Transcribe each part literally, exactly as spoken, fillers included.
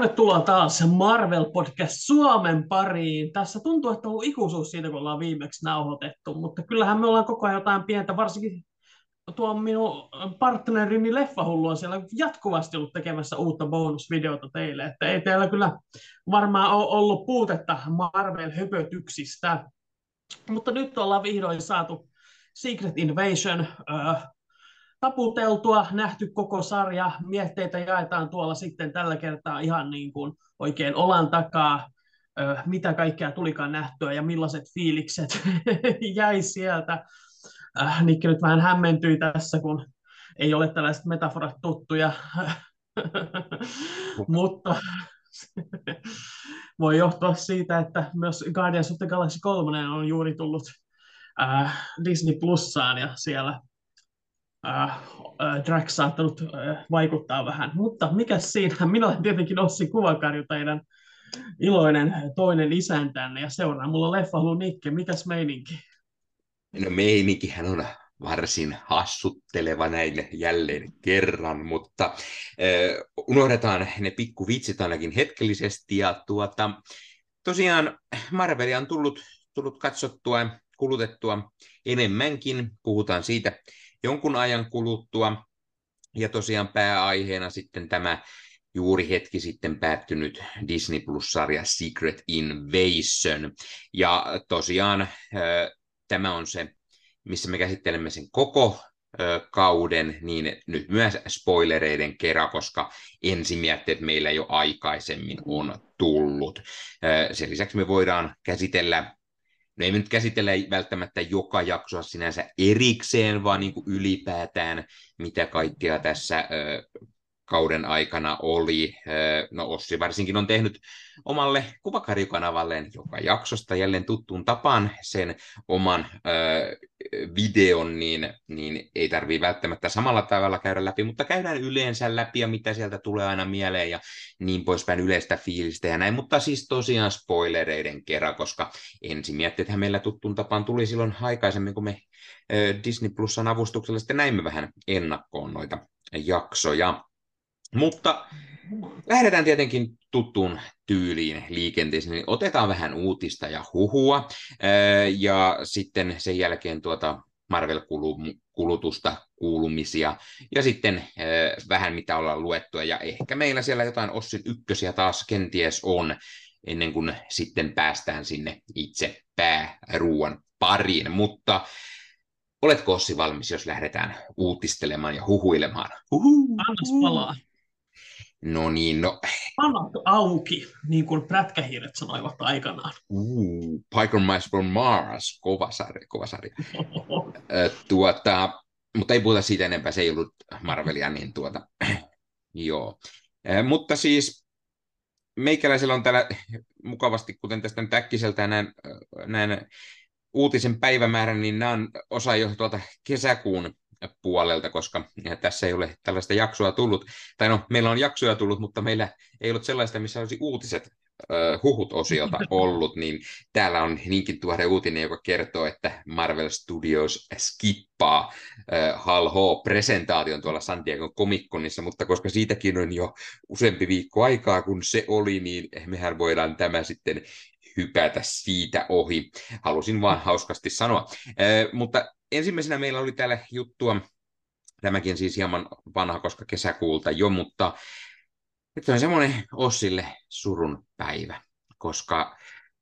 Tervetuloa taas Marvel Podcast Suomen pariin. Tässä tuntuu, että on ollut ikuisuus siitä, kun ollaan viimeksi nauhoitettu, mutta kyllähän me ollaan koko ajan jotain pientä, varsinkin tuo minun partnerini Leffahullu on siellä jatkuvasti ollut tekemässä uutta bonusvideota teille, että ei teillä kyllä varmaan ole ollut puutetta Marvel-höpötyksistä. Mutta nyt ollaan vihdoin saatu Secret Invasion äh, taputeltua, nähty koko sarja, mietteitä jaetaan tuolla sitten tällä kertaa ihan niin kuin oikein olan takaa, ö, mitä kaikkea tulikaan nähtyä ja millaiset fiilikset jäi sieltä. Äh, Nikki nyt vähän hämmentyi tässä, kun ei ole tällaiset metaforat tuttuja, mutta voi johtua siitä, että myös Guardians of the Galaxy kolme on juuri tullut äh, Disney Plussaan ja siellä äh, äh, Drax saattanut äh, vaikuttaa vähän. Mutta mikä siinä? Minä olen tietenkin Ossi Kuvakarju, teidän iloinen toinen isäntänne, ja seuraa mulla Leffahullu Nikke. Mikäs meininki? No meininkihän on varsin hassutteleva näin jälleen kerran, mutta äh, unohdetaan ne pikkuvitsit ainakin hetkellisesti. Ja tuota, tosiaan Marvelia on tullut, tullut katsottua, kulutettua enemmänkin. Puhutaan siitä jonkun ajan kuluttua. Ja tosiaan pääaiheena sitten tämä juuri hetki sitten päättynyt Disney Plus-sarja Secret Invasion. Ja tosiaan äh, tämä on se, missä me käsittelemme sen koko ö, kauden, niin nyt myös spoilereiden kera, koska ensimietteet meillä jo aikaisemmin on tullut. Ö, sen lisäksi me voidaan käsitellä, no ei me nyt käsitellä välttämättä joka jaksoa sinänsä erikseen, vaan niin kuin ylipäätään, mitä kaikkea tässä ö, kauden aikana oli. No Ossi varsinkin on tehnyt omalle Kuvakarju-kanavalleen joka jaksosta jälleen tuttuun tapaan sen oman ö, videon, niin, niin ei tarvitse välttämättä samalla tavalla käydä läpi, mutta käydään yleensä läpi ja mitä sieltä tulee aina mieleen ja niin poispäin yleistä fiilistä ja näin, mutta siis tosiaan spoilereiden kera, koska ensimietteethän meillä tuttuun tapaan tuli silloin aikaisemmin, kun me ö, Disney Plusan avustuksella sitten näimme vähän ennakkoon noita jaksoja. Mutta lähdetään tietenkin tuttuun tyyliin liikenteeseen, niin otetaan vähän uutista ja huhua, ja sitten sen jälkeen tuota Marvel-kulutusta, kuulumisia, ja sitten vähän mitä ollaan luettua, ja ehkä meillä siellä jotain Ossin ykkösiä taas kenties on, ennen kuin sitten päästään sinne itse pääruuan pariin, mutta oletko Ossi valmis, jos lähdetään uutistelemaan ja huhuilemaan? Huhu, Annas huhu. palaa. No niin, no. Anat auki, niin kuin prätkähiiret sanoivat aikanaan. Uh, Piker Mice from Mars, kova sarja, kova sarja. Ö, tuota, mutta ei puhuta siitä enempää, se ei ollut Marvelia, niin tuota, joo. Ö, mutta siis meikäläisellä on täällä mukavasti, kuten tästä nyt äkkiseltään näin, näin uutisen päivämäärän, niin nämä on osa jo tuolta kesäkuun puolelta, koska tässä ei ole tällaista jaksoa tullut. Tai no, meillä on jaksoja tullut, mutta meillä ei ollut sellaista, missä olisi uutiset, uh, huhut-osiota ollut, niin täällä on niinkin tuore uutinen, joka kertoo, että Marvel Studios skippaa uh, Hal H-presentaation tuolla San Diego Comic-Conissa, mutta koska siitäkin on jo useampi viikko aikaa, kun se oli, niin mehän voidaan tämä sitten hypätä siitä ohi. Halusin vaan hauskasti sanoa. Eh, mutta ensimmäisenä meillä oli täällä juttua, tämäkin siis hieman vanha, koska kesäkuulta jo, mutta nyt on semmoinen Ossille surun päivä, koska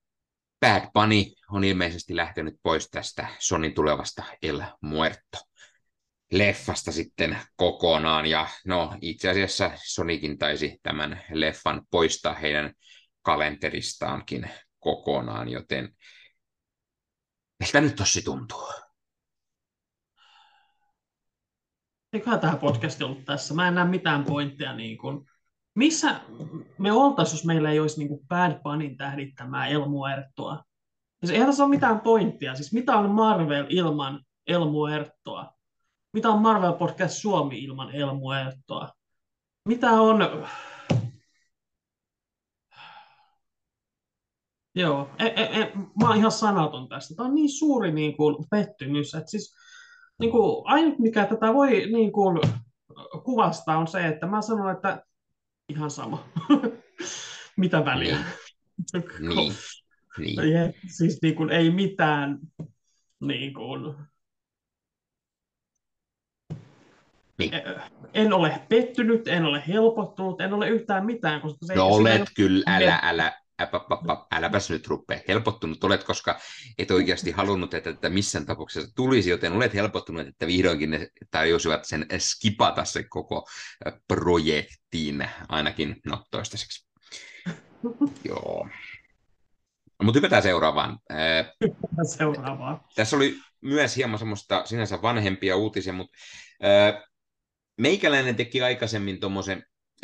Bad Bunny on ilmeisesti lähtenyt pois tästä Sonin tulevasta El Muerto leffasta sitten kokonaan, ja no itse asiassa Sonikin taisi tämän leffan poistaa heidän kalenteristaankin kokonaan, joten miltä nyt Ossi tuntuu? Eiköhän tähän podcastiin ollut tässä. Mä en näe mitään pointteja. Niin kuin, missä me oltaisiin, jos meillä ei olisi niin kuin Bad Bunnyn tähdittämää El Muertoa? Siis eihän tässä ole mitään pointtia. Siis mitä on Marvel ilman El Muertoa? Mitä on Marvel Podcast Suomi ilman El Muertoa? Mitä on... Joo, e, e, e, mä oon ihan sanaton tästä. Tämä on niin suuri niin kuin, pettymys, että siis niin kuin, ainut mikä tätä voi niin kuin, kuvastaa on se, että mä sanon, että ihan sama. Mitä väliä? Niin, niin, niin, Ja siis niin kuin, ei mitään niin kuin, niin. en ole pettynyt, en ole helpottunut, en ole yhtään mitään, koska se, No siinä ei olet kyllä, älä, ole... älä, äpäpäpä, äläpäs nyt rupea. Helpottunut olet, koska et oikeasti halunnut, että tätä missään tapauksessa tulisi, joten olet helpottunut, että vihdoinkin ne tajusivat sen skipata se koko projektiin, ainakin no toistaiseksi. Joo. Mutta hypätään seuraavaan. Seuraavaa. Tässä oli myös hieman semmoista sinänsä vanhempia uutisia, mutta äh, meikäläinen teki aikaisemmin tuommoisen äh,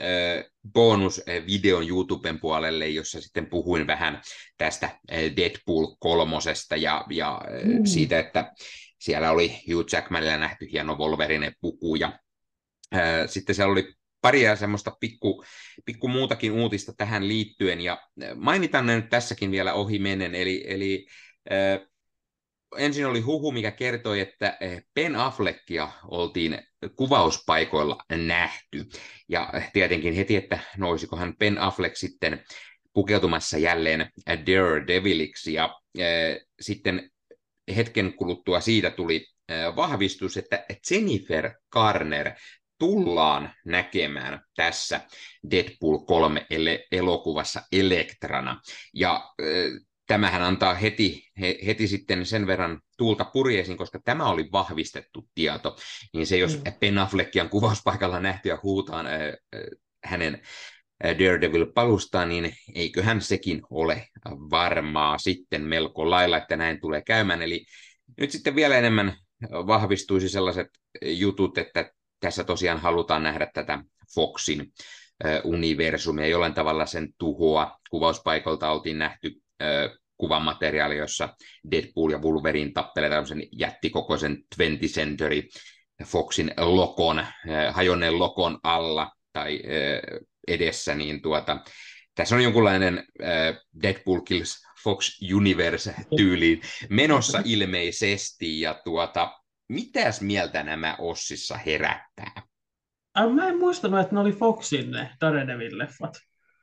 bonusvideon YouTuben puolelle, jossa sitten puhuin vähän tästä äh, Deadpool kolmosesta ja, ja äh, Mm. siitä, että siellä oli Hugh Jackmanilla nähty hieno Wolverine-puku ja äh, sitten siellä oli paria semmoista pikku, pikku muutakin uutista tähän liittyen ja mainitan ne nyt tässäkin vielä ohi mennen, eli, eli äh, ensin oli huhu, mikä kertoi, että Ben Affleckia oltiin kuvauspaikoilla nähty. Ja tietenkin heti, että no olisikohan Ben Affleck sitten pukeutumassa jälleen Daredeviliksi. Ja äh, sitten hetken kuluttua siitä tuli äh, vahvistus, että Jennifer Garner tullaan näkemään tässä Deadpool kolme elokuvassa Elektrana. Ja äh, tämähän antaa heti, he, heti sitten sen verran tuulta purjeisiin, koska tämä oli vahvistettu tieto. Niin se, jos Mm. Ben Affleckian kuvauspaikalla nähty ja huutaan äh, äh, hänen Daredevil-palustaa, niin eiköhän sekin ole varmaa sitten melko lailla, että näin tulee käymään. Eli nyt sitten vielä enemmän vahvistuisi sellaiset jutut, että tässä tosiaan halutaan nähdä tätä Foxin universumia, jollain tavalla sen tuhoa. Kuvauspaikoilta oltiin nähty kuvamateriaali, jossa Deadpool ja Wolverine tappelee tämmöisen jättikokoisen twentieth Century Foxin lokon, hajonneen lokon alla tai edessä, niin tuota, tässä on jonkunlainen Deadpool Kills Fox Universe-tyyliin menossa ilmeisesti, ja tuota, mitäs mieltä nämä Ossissa herättää? Äh, Mä en muistanut, että ne oli Foxin ne Daredevil-leffat.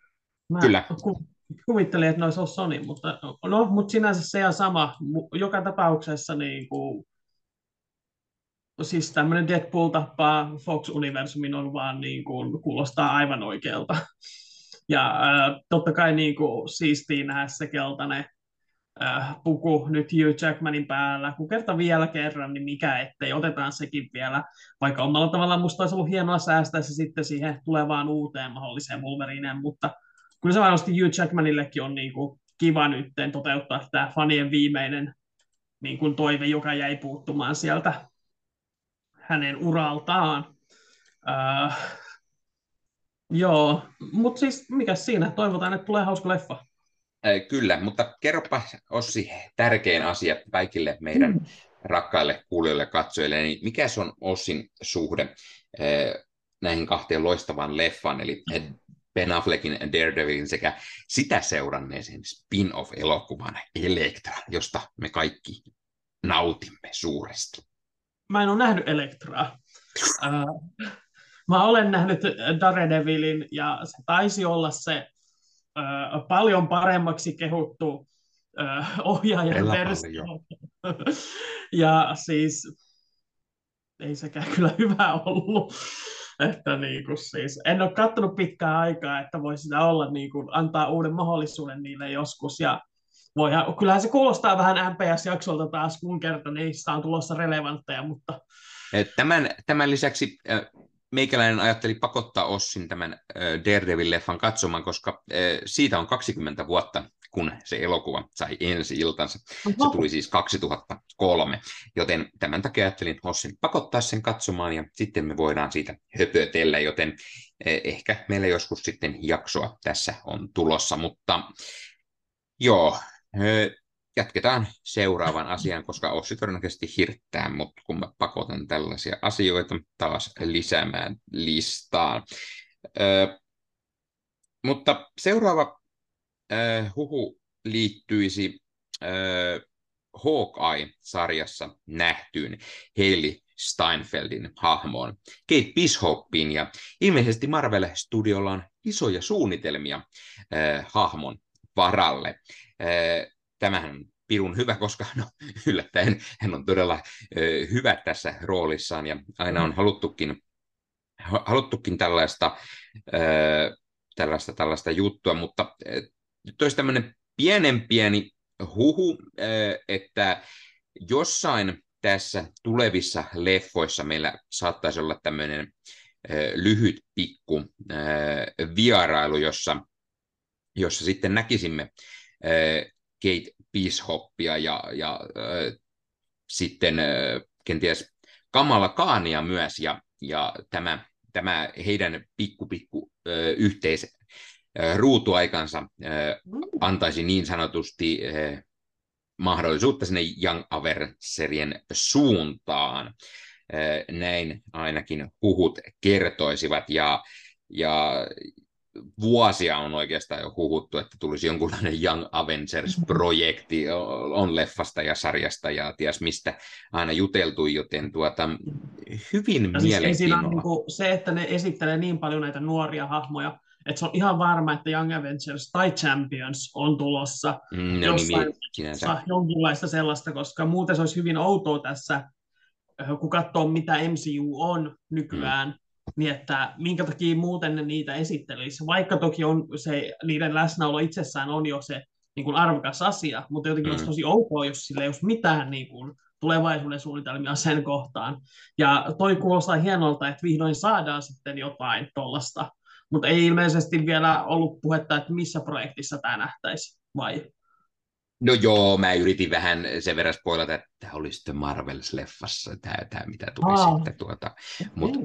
Mä Kyllä, ku- kuvittelin, että ne olisi ollut Sony, mutta no, mutta sinänsä se on sama. Mu- Joka tapauksessa niin kuin, siis tämmöinen Deadpool tappaa Fox-universumin on vaan niin kuin, kuulostaa aivan oikealta. Ja äh, totta kai niin kuin, siistii nähdä se keltainen äh, puku nyt Hugh Jackmanin päällä. Kun kerta vielä kerran, niin mikä ettei, otetaan sekin vielä. Vaikka omalla tavallaan musta olisi ollut hienoa säästää se sitten siihen tulevaan uuteen mahdolliseen Wolverineen, mutta kyllä se varmasti Hugh Jackmanillekin on niin kuin, kiva nyt toteuttaa tämä fanien viimeinen niin kuin toive, joka jäi puuttumaan sieltä hänen uraltaan. Äh, joo, mutta siis mikä siinä? Toivotaan, että tulee hauska leffa. äh, kyllä, mutta kerropa Ossi tärkein asia kaikille meidän Mm. rakkaille kuulijoille ja katsojille, niin mikä se on Ossin suhde äh, näihin kahteen loistavaan leffaan, eli Ben Affleckin Daredevilin sekä sitä seuranneeseen spin-off-elokuvan Elektra, josta me kaikki nautimme suuresti. Mä en ole nähnyt Elektraa. Äh, mä olen nähnyt Daredevilin ja se taisi olla se äh, paljon paremmaksi kehuttu äh, ohjaajan Todella versio. paljon. Ja siis ei sekään kyllä hyvä ollut. Että niin kuin siis, en ole katsonut pitkään aikaa, että voisi sitä olla, niin kuin, antaa uuden mahdollisuuden niille joskus. Ja voihan, kyllähän se kuulostaa vähän M P S-jaksolta taas, kun kerta niistä on tulossa relevantteja, mutta Tämän, tämän lisäksi meikäläinen ajatteli pakottaa Ossin tämän Daredevil-leffan katsomaan, koska siitä on kaksikymmentä vuotta, kun se elokuva sai ensi-iltansa. Se tuli siis kaksituhattakolme, joten tämän takia ajattelin Ossin pakottaa sen katsomaan ja sitten me voidaan siitä höpötellä, joten ehkä meillä joskus sitten jaksoa tässä on tulossa, mutta joo, jatketaan seuraavan asian, koska Ossi todennäköisesti hirttää, mutta kun mä pakotan tällaisia asioita taas lisäämään listaan. Ö, mutta seuraava ö, huhu liittyisi ö, Hawkeye-sarjassa nähtyyn Hailey Steinfeldin hahmoon, Kate Bishopin, ja ilmeisesti Marvel-studiolla on isoja suunnitelmia äh, hahmon varalle. Äh, tämähän on pirun hyvä, koska no, yllättäen hän on todella äh, hyvä tässä roolissaan, ja aina on haluttukin, haluttukin tällaista, äh, tällaista, tällaista juttua, mutta äh, nyt olisi tämmöinen pienen pieni huhu, äh, että jossain tässä tulevissa leffoissa meillä saattaisi olla tämmöinen äh, lyhyt pikku äh, vierailu, jossa, jossa sitten näkisimme äh, Kate Bishopia ja, ja äh, sitten äh, kenties Kamala Khania myös, ja, ja tämä, tämä heidän pikku pikku äh, yhteis äh, ruutuaikansa äh, antaisi niin sanotusti äh, mahdollisuutta sinne Young Avengerien suuntaan. Näin ainakin huhut kertoisivat, ja, ja vuosia on oikeastaan jo huhuttu, että tulisi jonkunlainen Young Avengers-projekti, on leffasta ja sarjasta ja ties mistä aina juteltu, joten tuota, hyvin ja siis ei siinä mielenkiinnolla. niin kuin se, että ne esittelee niin paljon näitä nuoria hahmoja, että se on ihan varma, että Young Avengers tai Champions on tulossa Mm, no jossain nimi sinänsä. jonkinlaista sellaista, koska muuten se olisi hyvin outoa tässä, kun katsoo mitä M C U on nykyään, mm. niin että minkä takia muuten ne niitä esittelisi, vaikka toki on se, niiden läsnäolo itsessään on jo se niin kuin arvokas asia, mutta jotenkin mm. olisi tosi outoa, jos sillä ei olisi mitään niin kuin tulevaisuuden suunnitelmia sen kohtaan. Ja toi kuulostaa hienolta, että vihdoin saadaan sitten jotain tuollaista, mutta ei ilmeisesti vielä ollut puhetta, että missä projektissa tämä nähtäisi, vai? No joo, mä yritin vähän sen verran spoilata, että tämä oli sitten Marvels-leffassa, tämä, tämä mitä tuli Aa, sitten. Tuota. okay. Mutta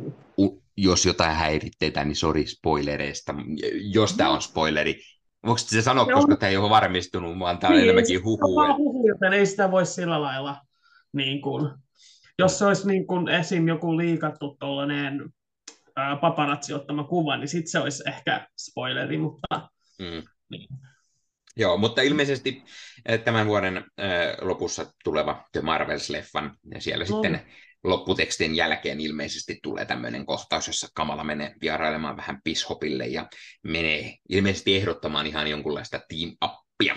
jos jotain häiritteitä, niin sori spoilereista. Jos tämä on spoileri, voiko se sanoa, Se koska on... tämä ei ole varmistunut, vaan tämä on niin, enemmänkin huhu. Se on huhu, joten ei sitä voi sillä lailla, niin kuin, jos se olisi niin kuin esim. Joku liikattu tuollainen paparazzi ottama kuva, niin sitten se olisi ehkä spoileri, mutta... Mm. Niin. Joo, mutta ilmeisesti tämän vuoden lopussa tuleva The Marvels-leffan, ja siellä no. sitten lopputekstin jälkeen ilmeisesti tulee tämmöinen kohtaus, jossa Kamala menee vierailemaan vähän Bishopille ja menee ilmeisesti ehdottamaan ihan jonkunlaista team-appia.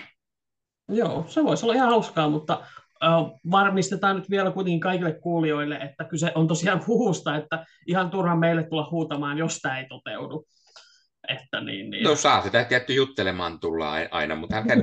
Joo, se voisi olla ihan hauskaa, mutta varmistetaan nyt vielä kuitenkin kaikille kuulijoille, että kyse on tosiaan huhusta, että ihan turha meille tulla huutamaan, jos tämä ei toteudu. Että niin, niin. No saa sitä tietty juttelemaan tulla aina, mutta hän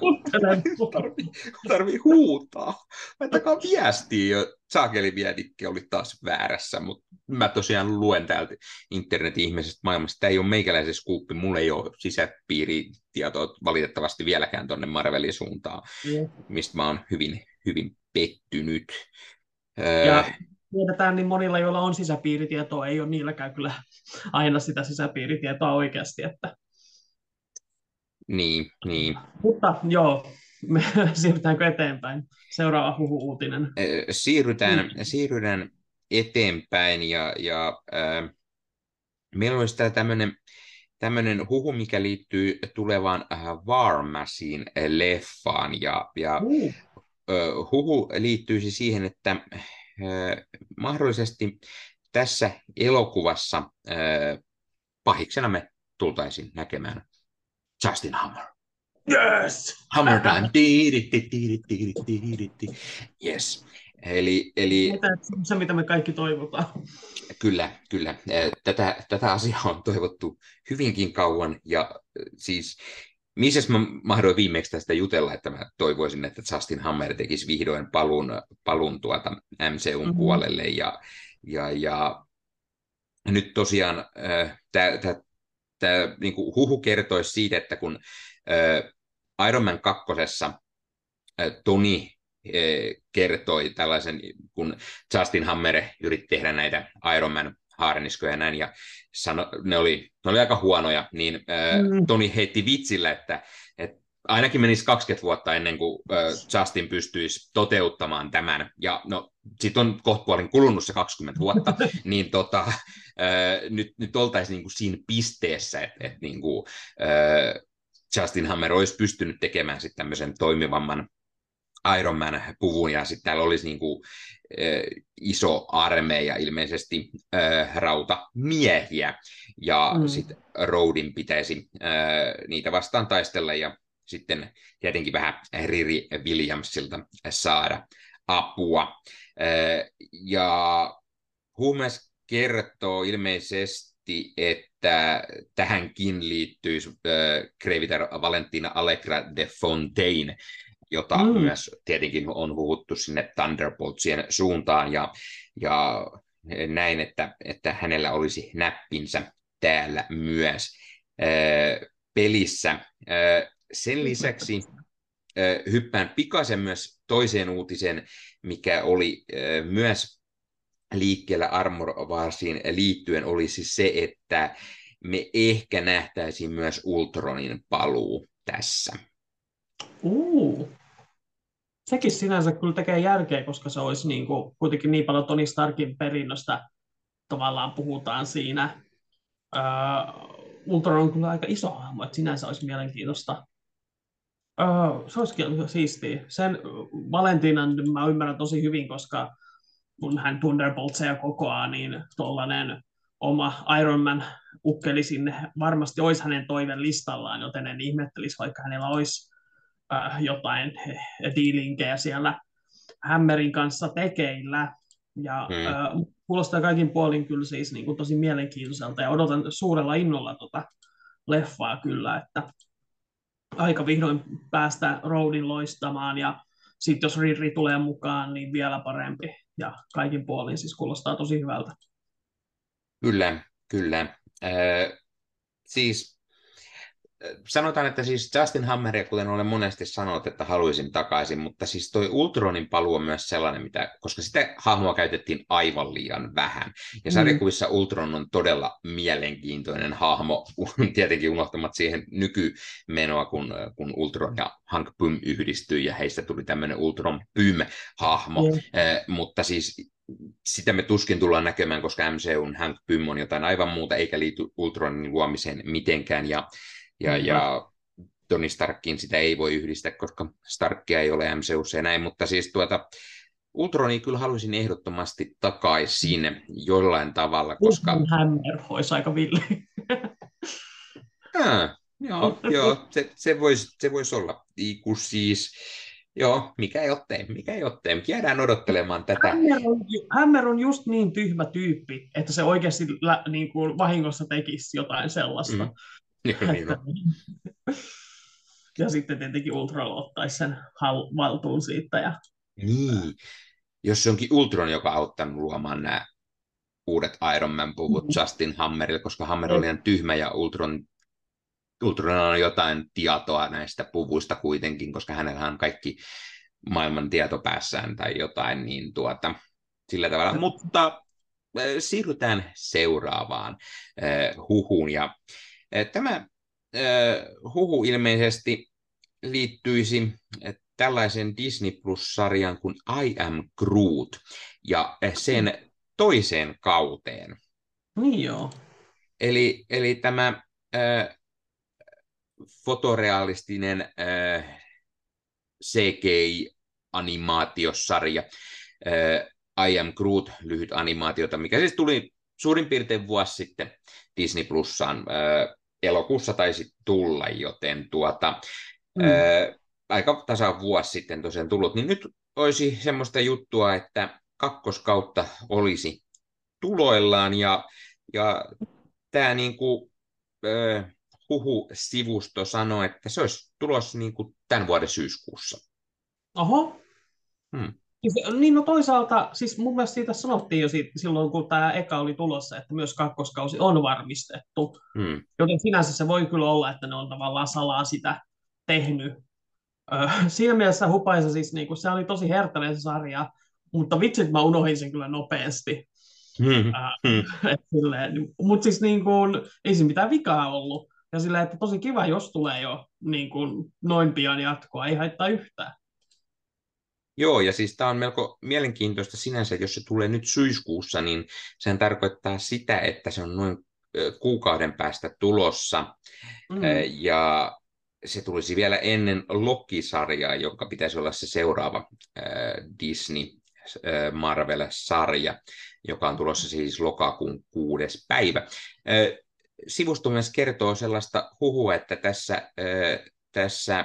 huutaa, tarvii, tarvii huutaa. Laittakaa viestiä, jo saakeli viedikki oli taas väärässä, mutta mä tosiaan luen täältä internetin ihmisestä maailmasta. Tämä ei ole meikäläisen skuuppi, mulla ei ole sisäpiiritietoa valitettavasti vieläkään tuonne Marvelin suuntaan, mm. mistä mä oon hyvin, hyvin pettynyt. Ja tiedetään, niin monilla, joilla on sisäpiiritietoa, ei ole niilläkään kyllä aina sitä sisäpiiritietoa oikeasti. Että... Niin, niin. Mutta joo, me siirrytäänkö eteenpäin? Seuraava huhu-uutinen. Siirrytään, mm. siirrytään eteenpäin ja, ja äh, meillä olisi tämmöinen tämmöinen huhu, mikä liittyy tulevaan äh, War Machine-leffaan ja, ja mm. äh, huhu liittyisi siihen, että äh, mahdollisesti tässä elokuvassa äh, pahiksena me tultaisiin näkemään Justin Hammer. Yes! Hammer time. Yes. Eli, eli... Se, mitä me kaikki toivotaan. Kyllä, kyllä. Tätä, tätä asiaa on toivottu hyvinkin kauan, ja siis missä mä mahdoin viimeksi tästä jutella, että mä toivoisin, että Justin Hammer tekisi vihdoin palun, palun tuota M C U:n mm-hmm. puolelle, ja, ja, ja nyt tosiaan tämä niinku huhu kertoisi siitä, että kun ää, Iron Man kakkosessa ää, Tony kertoi tällaisen, kun Justin Hammer yritti tehdä näitä Iron Man haarniskoja ja näin, ja sano, ne, oli, ne oli aika huonoja, niin äh, mm. Tony heitti vitsillä, että, että ainakin menisi kaksikymmentä vuotta ennen kuin äh, Justin pystyisi toteuttamaan tämän, ja no, sitten on kohtuullinen kulunut se kaksikymmentä vuotta, niin tota, äh, nyt, nyt oltaisiin niin kuin siinä pisteessä, että, että niin kuin, äh, Justin Hammer olisi pystynyt tekemään sitten tämmöisen toimivamman Iron Man-puvun, ja sitten täällä olisi niin kuin, äh, iso armeija, ilmeisesti äh, rautamiehiä, ja Mm. sitten Rhodin pitäisi äh, niitä vastaan taistella, ja sitten tietenkin vähän Riri Williamsilta saada apua. Äh, ja Humes kertoo ilmeisesti, että tähänkin liittyisi äh, Kreiviter Valentina Allegra de Fontaine, jota Mm. myös tietenkin on huhuttu sinne Thunderboltsien suuntaan, ja, ja näin, että, että hänellä olisi näppinsä täällä myös äh, pelissä. Äh, sen lisäksi äh, hyppään pikaisen myös toiseen uutiseen, mikä oli äh, myös liikkeellä Armor Warsiin liittyen, olisi se, että me ehkä nähtäisiin myös Ultronin paluu tässä. Uh. Sekin sinänsä kyllä tekee järkeä, koska se olisi niin kuin, kuitenkin niin paljon Tony Starkin perinnöstä tavallaan puhutaan siinä. Uh, Ultron on kyllä aika iso hahmo, että sinänsä olisi mielenkiintoista. Uh, se olisikin kyllä siistiä. Sen Valentinan mä ymmärrän tosi hyvin, koska kun hän Thunderboltseja kokoaa, niin tuollainen oma Iron Man ukkeli sinne varmasti olisi hänen toiveen listallaan, joten en ihmettelisi, vaikka hänellä olisi äh, jotain diilinkejä siellä Hammerin kanssa tekeillä. Ja Hmm. äh, kuulostaa kaikin puolin kyllä siis niin kuin tosi mielenkiintoiselta ja odotan suurella innolla tuota leffaa kyllä, että aika vihdoin päästä Rhodin loistamaan ja sitten jos Riri tulee mukaan, niin vielä parempi. Ja kaikin puolin siis kuulostaa tosi hyvältä. Kyllä, kyllä. Äh, siis sanotaan, että siis Justin Hammeria, kuten olen monesti sanonut, että haluaisin takaisin, mutta siis toi Ultronin paluu on myös sellainen, mitä, koska sitä hahmoa käytettiin aivan liian vähän. Ja sarjakuvissa Ultron on todella mielenkiintoinen hahmo, tietenkin unohtamat siihen nykymenoa, kun, kun Ultron ja Hank Pym yhdistyi ja heistä tuli tämmöinen Ultron Pym-hahmo, mm. eh, mutta siis sitä me tuskin tullaan näkemään, koska M C U:n Hank Pym on jotain aivan muuta, eikä liity Ultronin luomiseen mitenkään, ja Ja, ja Tony Starkkiin sitä ei voi yhdistää, koska Starkkia ei ole M C U:ssa ja näin, mutta siis tuota, Ultronia kyllä haluaisin ehdottomasti takaisin jollain tavalla, koska... Hammer olisi aika villi. ah, joo, joo, se, se voisi se vois olla. Iku siis, joo, mikä ei ottee, mikä ei ottee. Jäädään odottelemaan tätä. Hammer on, Hammer on just niin tyhmä tyyppi, että se oikeasti lä, niin kuin vahingossa tekisi jotain sellaista. Mm. Joo, niin on. Ja sitten tietenkin Ultron ottaisi sen hal- valtuun siitä. Ja... Niin, jos se onkin Ultron, joka on auttanut luomaan nämä uudet Iron Man-puvut mm-hmm. Justin Hammerille, koska Hammer oli ihan tyhmä ja Ultron, Ultronilla on jotain tietoa näistä puvuista kuitenkin, koska hänellä on kaikki maailman tieto päässään tai jotain, niin tuota, sillä tavalla. Mutta äh, siirrytään seuraavaan äh, huhuun. Ja, äh, tämä äh, huhu ilmeisesti liittyisi äh, tällaisen Disney Plus-sarjan kuin I Am Groot ja äh, sen toiseen kauteen. Niin joo. Eli, eli tämä äh, fotorealistinen äh, C G I-animaatiosarja äh, I Am Groot, lyhyt animaatiota, mikä siis tuli suurin piirtein vuosi sitten Disney Plussaan. Äh, elokuussa taisi tulla, joten tuota, mm. äh, aika tasan vuosi sitten tosiaan tullut, niin nyt olisi semmoista juttua, että kakkoskautta olisi tuloillaan, ja, ja tämä niinku, äh, huhu-sivusto sanoi, että se olisi tulossa niinku tämän vuoden syyskuussa. Oho. Hmm. Niin no toisaalta, siis mun mielestä siitä sanottiin jo siitä, silloin, kun tämä eka oli tulossa, että myös kakkoskausi on varmistettu. Hmm. Joten sinänsä se voi kyllä olla, että ne on tavallaan salaa sitä tehnyt. Öö, siinä mielessä Hupaisa siis, niin kuin, se oli tosi herttäinen se sarja, mutta vitsit mä unohdin sen kyllä nopeasti. Hmm. Öö, mutta siis niin kuin, ei siinä mitään vikaa ollut. Ja silleen, että tosi kiva, jos tulee jo niin kuin, noin pian jatkoa, ei haittaa yhtään. Joo, ja siis tämä on melko mielenkiintoista sinänsä, jos se tulee nyt syyskuussa, niin sehän tarkoittaa sitä, että se on noin kuukauden päästä tulossa. Mm. Ja se tulisi vielä ennen Loki-sarjaa, jonka pitäisi olla se seuraava äh, Disney äh, Marvel-sarja, joka on tulossa siis lokakuun kuudes päivä. Äh, sivusto myös kertoo sellaista huhua, että tässä, äh, tässä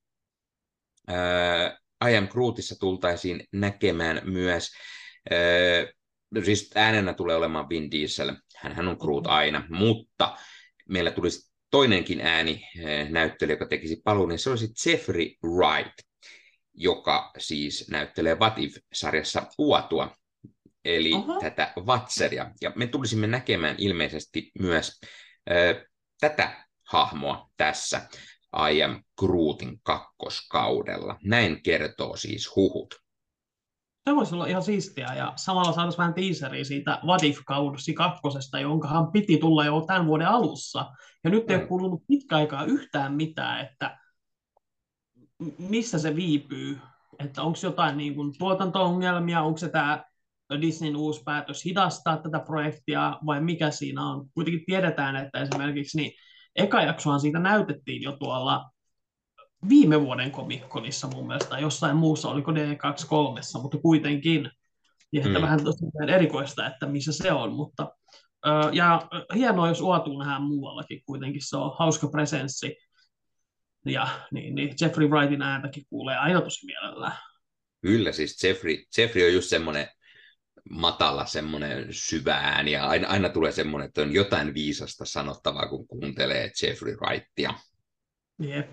äh, I Am Grootissa tultaisiin näkemään myös, äh, no siis äänenä tulee olemaan Vin Diesel, hänhän on Groot aina, mutta meillä tulisi toinenkin ääni näyttelijä, joka tekisi paluun, niin se olisi Jeffrey Wright, joka siis näyttelee What If-sarjassa Uatua, eli Oho. tätä Watseria. Ja me tulisimme näkemään ilmeisesti myös äh, tätä hahmoa tässä I Am Grootin kakkoskaudella. Näin kertoo siis huhut. Se voisi olla ihan siistiä, ja samalla saataisiin vähän teaseria siitä What If-kausi kakkosesta, jonkahan piti tulla jo tämän vuoden alussa. Ja nyt ei ole Mm. kuulunut pitkä aikaa yhtään mitään, että missä se viipyy, että onko jotain niin kuin tuotanto-ongelmia, onko se tämä Disneyn uusi päätös hidastaa tätä projektia, vai mikä siinä on. Kuitenkin tiedetään, että esimerkiksi niin eka jaksohan siitä näytettiin jo tuolla viime vuoden Comic-Conissa mun mielestä, tai jossain muussa, oliko D kaksikymmentäkolme, mutta kuitenkin. Ja että Mm. vähän tosiaan erikoista, että missä se on, mutta ja hienoa, jos Uatu nähdään muuallakin kuitenkin, se on hauska presenssi. Ja niin, niin Jeffrey Wrightin ääntäkin kuulee aina tosi mielellään. Kyllä, siis Jeffrey, Jeffrey on just semmoinen matala, semmoinen syvä ääni, ja aina, aina tulee semmoinen, että on jotain viisasta sanottavaa, kun kuuntelee Jeffrey Wrightia. Jep.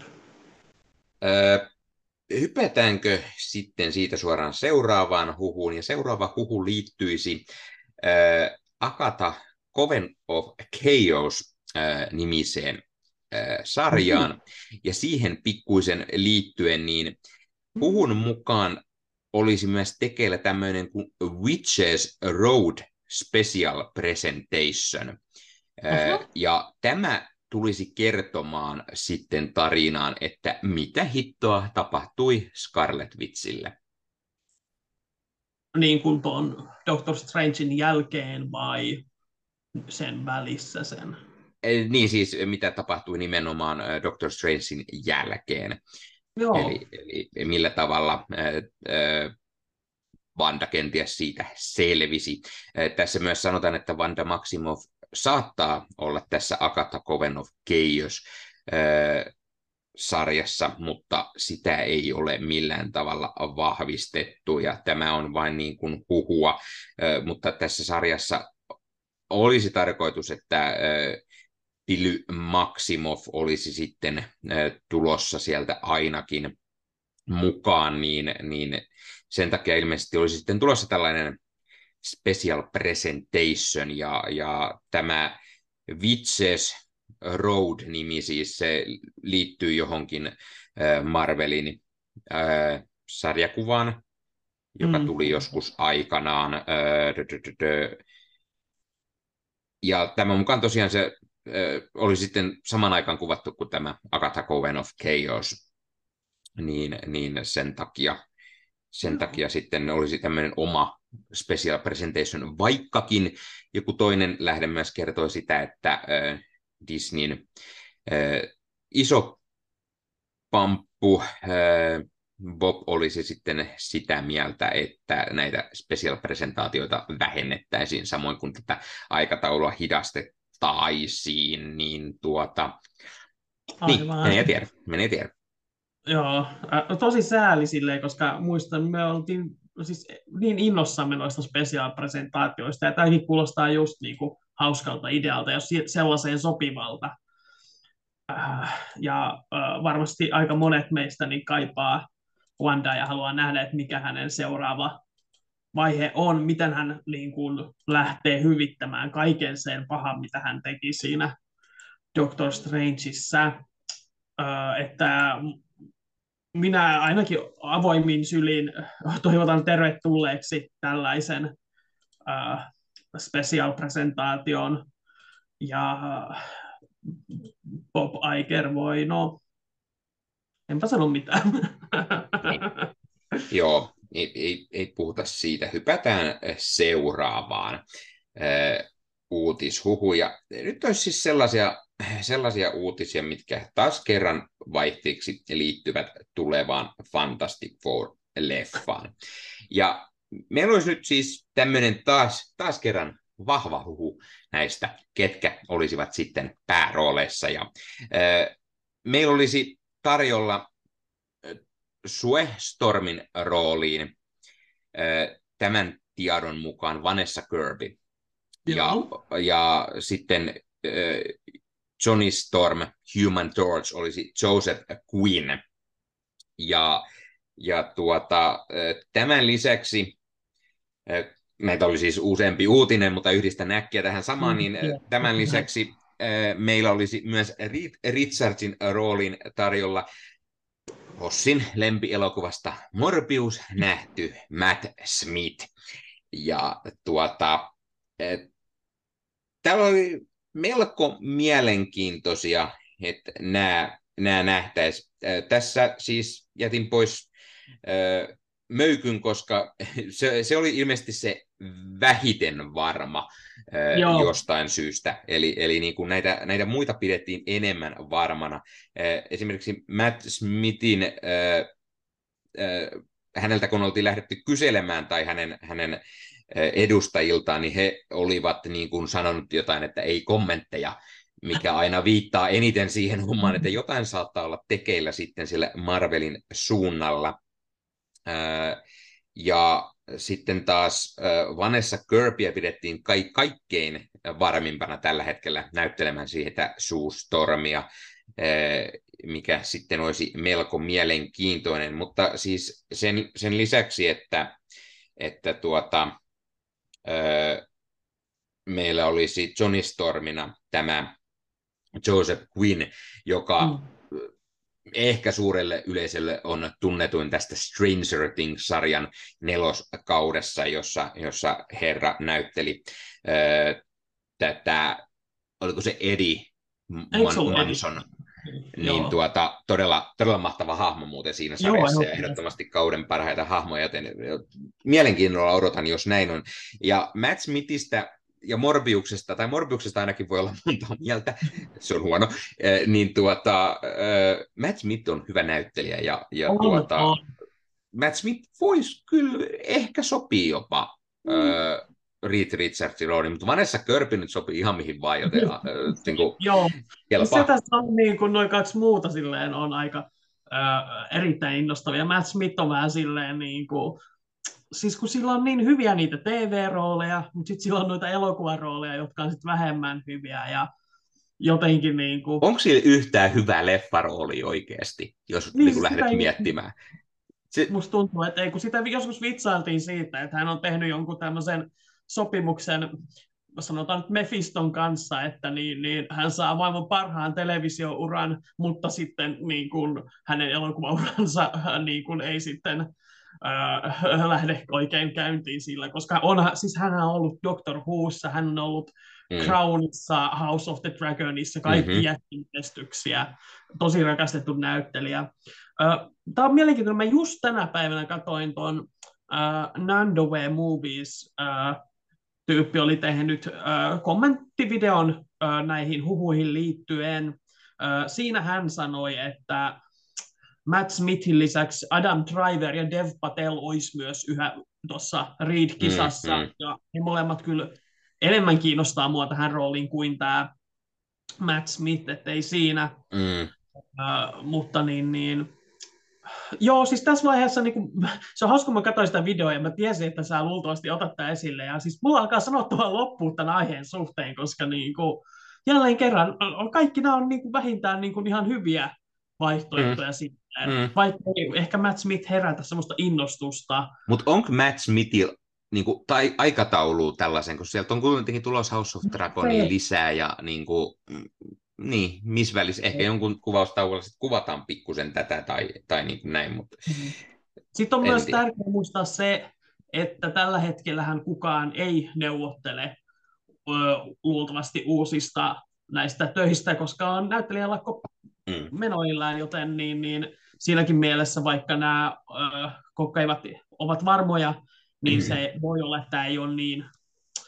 Öö, hypätäänkö sitten siitä suoraan seuraavaan huhuun, ja seuraava huhu liittyisi öö, Agatha Coven of Chaos öö, nimiseen öö, sarjaan, mm-hmm. ja siihen pikkuisen liittyen, niin huhun mukaan olisi myös tekeillä tämmöinen kuin Witches Road Special Presentation. Uh-huh. Ja tämä tulisi kertomaan sitten tarinaan, että mitä hittoa tapahtui Scarlet Witchille. Niin kuin tuon Doctor Strangein jälkeen vai sen välissä sen? Niin siis, mitä tapahtui nimenomaan Doctor Strangein jälkeen. Joo. Eli, eli millä tavalla ää, ää, Wanda kenties siitä selvisi. Ää, tässä myös sanotaan, että Wanda Maximoff saattaa olla tässä Agatha Coven of Chaos ää, sarjassa, mutta sitä ei ole millään tavalla vahvistettu, ja tämä on vain niin kuin huhua, ää, mutta tässä sarjassa olisi tarkoitus, että ää, Billy Maximoff olisi sitten äh, tulossa sieltä ainakin mukaan, niin, niin sen takia ilmeisesti olisi sitten tulossa tällainen special presentation, ja, ja tämä Witches Road-nimi siis se liittyy johonkin äh, Marvelin äh, sarjakuvaan, joka mm. tuli joskus aikanaan. Äh, dö, dö, dö. Ja tämän mukaan tosiaan se oli sitten saman aikaan kuvattu kuin tämä Agatha Coven of Chaos, niin, niin sen takia, sen no. takia sitten olisi tämmöinen oma special presentation, vaikkakin joku toinen lähde myös kertoi sitä, että äh, Disneyn äh, iso pamppu äh, Bob olisi sitten sitä mieltä, että näitä special presentaatioita vähennettäisiin, samoin kuin tätä aikataulua hidastettaisiin. Taisiin, niin tuota, niin, menee tiedä, menee tiedä. Joo, äh, tosi sääli silleen, koska muistan, me oltiin siis niin innossamme noista special-presentaatioista, ja tämäkin kuulostaa just niin kuin hauskalta idealta ja sellaiseen sopivalta. Äh, ja äh, varmasti aika monet meistä niin kaipaa Wandaa ja haluaa nähdä, että mikä hänen seuraava vaihe on, miten hän niin kuin lähtee hyvittämään kaiken sen pahan, mitä hän teki siinä Doctor Strangeissa. Äh, että minä ainakin avoimin sylin toivotan tervetulleeksi tällaisen äh, special-presentaation. Ja Bob Iger voi, no, enpä sano mitään. Niin. Joo, ei, ei, ei puhuta siitä. Hypätään seuraavaan äh, uutishuhuja. Nyt olisi siis sellaisia sellaisia uutisia, mitkä taas kerran vaihteeksi liittyvät tulevaan Fantastic Four-leffaan. Ja meillä olisi nyt siis tämmöinen taas, taas kerran vahva huhu näistä, ketkä olisivat sitten päärooleissa. Ja, äh, meillä olisi tarjolla Sue Stormin rooliin äh, tämän tiedon mukaan Vanessa Kirby. Ja, ja sitten äh, Johnny Storm, Human Torch, olisi Joseph Quinn. Ja, ja tuota, tämän lisäksi, meitä oli siis useampi uutinen, mutta yhdistä näkkiä tähän samaan, niin tämän lisäksi meillä olisi myös Richardsin roolin tarjolla Hossin lempielokuvasta Morbius nähty Matt Smith. Ja tuota, täällä oli melko mielenkiintoisia, että nämä, nämä nähtäisiin. Tässä siis jätin pois äh, Möykyn, koska se, se oli ilmeisesti se vähiten varma äh, jostain syystä. Eli, eli niin kuin näitä, näitä muita pidettiin enemmän varmana. Äh, esimerkiksi Matt Smithin, äh, äh, häneltä kun oltiin lähdetty kyselemään tai hänen, hänen edustajiltaan, niin he olivat niin kuin sanonut jotain, että ei kommentteja, mikä aina viittaa eniten siihen hommaan, että jotain saattaa olla tekeillä sitten sillä Marvelin suunnalla. Ja sitten taas Vanessa Kirbyä pidettiin ka- kaikkein varmimpana tällä hetkellä näyttelemään siitä Sue Stormia, mikä sitten olisi melko mielenkiintoinen, mutta siis sen, sen lisäksi, että, että tuota, meillä olisi Johnny Stormina tämä Joseph Quinn, joka mm. ehkä suurelle yleisölle on tunnetuin tästä Stranger Things-sarjan neloskaudessa, jossa, jossa herra näytteli äh, tätä, oliko se Eddie Man- Manson, niin tuota, todella, todella mahtava hahmo muuten siinä sarjassa. Joo, ja ehdottomasti kauden parhaita hahmoja, joten mielenkiinnolla odotan, jos näin on. Ja Matt Smithistä ja Morbiuksesta, tai Morbiuksesta ainakin voi olla monta mieltä, se on huono, niin tuota, Matt Smith on hyvä näyttelijä, ja, ja on, tuota, on. Matt Smith voisi kyllä ehkä sopii jopa mm. äh, Reed Richardsin rooliin, mutta Vanessa Kirby nyt sopii ihan mihin vaan, joten äh, niin kuin, joo, se tässä on niin kuin noin kaksi muuta silleen on aika äh, erittäin innostavia. Matt Smith on vähän silleen niin kuin, siis kun sillä on niin hyviä niitä T V-rooleja, mutta sitten sillä on noita elokuvarooleja, jotka on sitten vähemmän hyviä ja jotenkin niin kuin... Onko sillä yhtään hyvää leffarooli oikeasti, jos niin, niin lähdet ei... miettimään? Se... Musta tuntuu, että ei, kun sitä joskus vitsailtiin siitä, että hän on tehnyt jonkun tämmöisen sopimuksen, sanotaan nyt Mephiston kanssa, että niin, niin hän saa maailman parhaan televisiouran, mutta sitten niin kuin, hänen elokuvauransa niin kuin, ei sitten äh, lähde oikein käyntiin sillä, koska on, siis hän on ollut Doctor Whossa, hän on ollut mm. Crownissa, House of the Dragonissa, kaikki mm-hmm. jättimestyksiä, tosi rakastettu näyttelijä. Äh, Tämä on mielenkiintoinen, mä just tänä päivänä katsoin tuon äh, Nando Way Movies, äh, tyyppi oli tehnyt äh, kommenttivideon äh, näihin huhuihin liittyen. Äh, siinä hän sanoi, että Matt Smithin lisäksi Adam Driver ja Dev Patel olisi myös yhä tuossa Reed-kisassa. Mm, mm. Ja he molemmat kyllä enemmän kiinnostaa mua tähän rooliin kuin tämä Matt Smith, ettei siinä. Mm. Äh, mutta niin, niin joo, siis tässä vaiheessa niin kun, se on hauska, kun mä katsoin sitä videoa ja mä tiesin, että sä luultavasti otat tämän esille. Ja siis mulla alkaa sanottavaa loppuun tämän aiheen suhteen, koska niin kun, jälleen kerran kaikki nämä on niin kun, vähintään niin kun, ihan hyviä vaihtoehtoja mm. sitten. Mm. Vaikka ehkä Matt Smith herätä semmoista innostusta. Mutta onko Matt Smithillä niin kuin, tai aikataulu tällaisen, kun sieltä on kuitenkin tulossa House of Dragonia lisää ja niin kuin, niin, missä välissä ehkä jonkun kuvaustauolla sit kuvataan pikkusen tätä tai, tai niin kuin näin. Mutta sitten on myös tiedä. Tärkeää muistaa se, että tällä hetkellähän kukaan ei neuvottele ö, luultavasti uusista näistä töistä, koska on näyttelijälakko mm. menoillaan, joten niin, niin, siinäkin mielessä, vaikka nämä ö, kokeivat ovat varmoja, niin mm. se voi olla, että tämä ei ole niin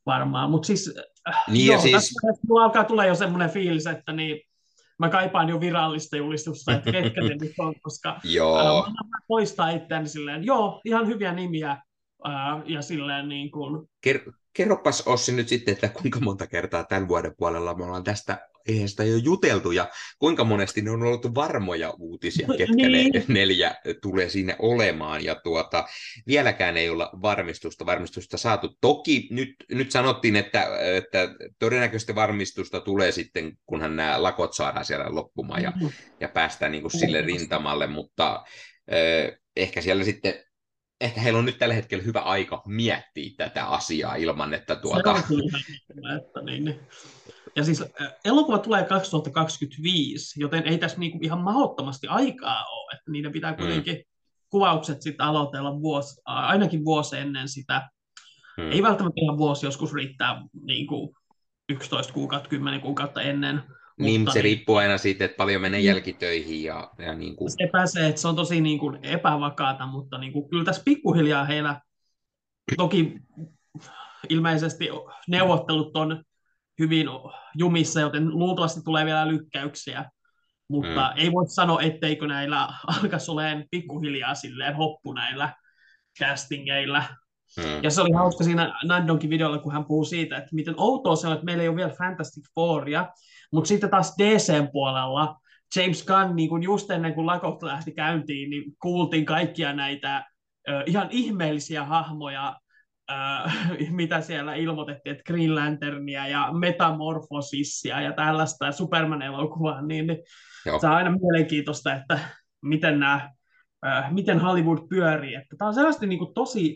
varmaan. Mutta siis, äh, Niin ja joo, tässä siis, vaiheessa mulla alkaa tulla jo semmoinen fiilis, että niin, mä kaipaan jo virallista julistusta, että ketkä ne nyt on, koska äh, mä joo, annan poistaa itseäni silleen, joo, ihan hyviä nimiä, äh, ja silleen niin kuin, ker- kerropas Ossi nyt sitten, että kuinka monta kertaa tämän vuoden puolella me ollaan tästä aiheesta jo juteltu ja kuinka monesti ne on ollut varmoja uutisia, ketkä ne niin, neljä tulee sinne olemaan ja tuota, vieläkään ei olla varmistusta, varmistusta saatu. Toki nyt, nyt sanottiin, että, että todennäköisesti varmistusta tulee sitten, kunhan nämä lakot saadaan siellä loppumaan ja, ja päästään niin kuin sille rintamalle, mutta eh, ehkä siellä sitten ehkä heillä on nyt tällä hetkellä hyvä aika miettiä tätä asiaa ilman, että se tuota... on kyllä ihan hyvä, että niin, niin. Ja siis äh, elokuva tulee kaksituhattakaksikymmentäviisi, joten ei tässä niinku ihan mahdottomasti aikaa ole, että niiden pitää Mm, kuitenkin kuvaukset sitten aloitella vuosi, ainakin vuosi ennen sitä. mm. Ei välttämättä ihan vuosi, joskus riittää niin kuin yksitoista kuukautta, kymmenen kuukautta ennen, Niin mutta se niin, riippuu aina siitä, että paljon menee jälkitöihin ja, ja niin kuin... se pääsee, että se on tosi niin kuin epävakaata, mutta niin kuin, kyllä tässä pikkuhiljaa heillä toki ilmeisesti neuvottelut on hyvin jumissa, joten luultavasti tulee vielä lykkäyksiä, Mm, mutta ei voi sanoa, etteikö näillä alkaisi olemaan pikkuhiljaa silleen hoppu näillä castingeilla. mm, Ja se oli mm, hauska siinä Nandonkin videolla, kun hän puhuu siitä, että miten outoa se on, että meillä ei ole vielä Fantastic Fouria, mutta sitten taas D C:n puolella James Gunn, niin kun just ennen kuin lakot lähti käyntiin, niin kuultiin kaikkia näitä ö, ihan ihmeellisiä hahmoja, ö, mitä siellä ilmoitettiin, että Green Lanternia ja Metamorphosisia ja tällaista ja Superman-elokuvaa, niin, niin se joo. on aina mielenkiintoista, että miten nämä, ö, miten Hollywood pyörii. Että tämä on sellaisesti niin kuin tosi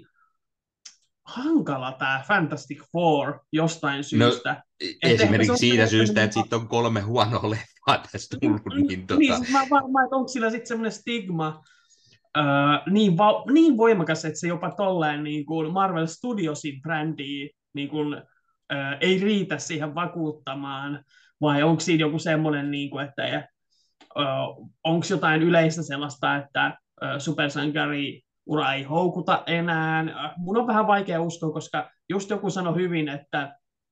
hankala tämä Fantastic Four jostain No syystä. Että ehkä se esimerkiksi on siitä syystä, semmoinen, että siitä on kolme huonoa leffaa tässä tullut, niin niin tota... siis mä varmaan, että onko sillä sitten semmoinen stigma öö, niin, va- niin voimakas, että se jopa tolleen niin kuin Marvel Studiosin brändiä niin kuin, öö, ei riitä siihen vakuuttamaan, vai onko siinä joku semmoinen, niin kuin, että öö, onko jotain yleistä sellaista, että öö, supersankari ura ei houkuta enää. Mun on vähän vaikea uskoa, koska just joku sanoi hyvin, että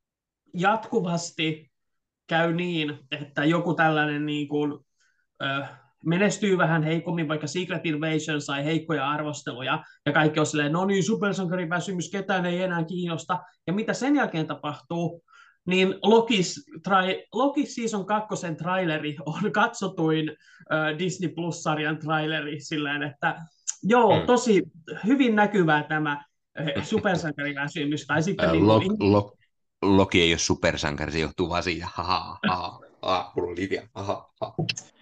jatkuvasti käy niin, että joku tällainen niin kuin, ö, menestyy vähän heikommin, vaikka Secret Invasion sai heikkoja arvosteluja, ja kaikki on silleen, no niin, supersankarin väsymys, ketään ei enää kiinnosta, ja mitä sen jälkeen tapahtuu, niin Lokis, trai, Loki Season kakkosen traileri on katsotuin ö, Disney Plus-sarjan traileri silleen, että joo, Mm. tosi hyvin näkyvää tämä ö, supersankariväsymys, tai sitten niin kuin, Lok, lok, Loki ei ole supersankari, se johtuu vaan siitä, haha, haha, haha, mulla oli idea, haha, haha.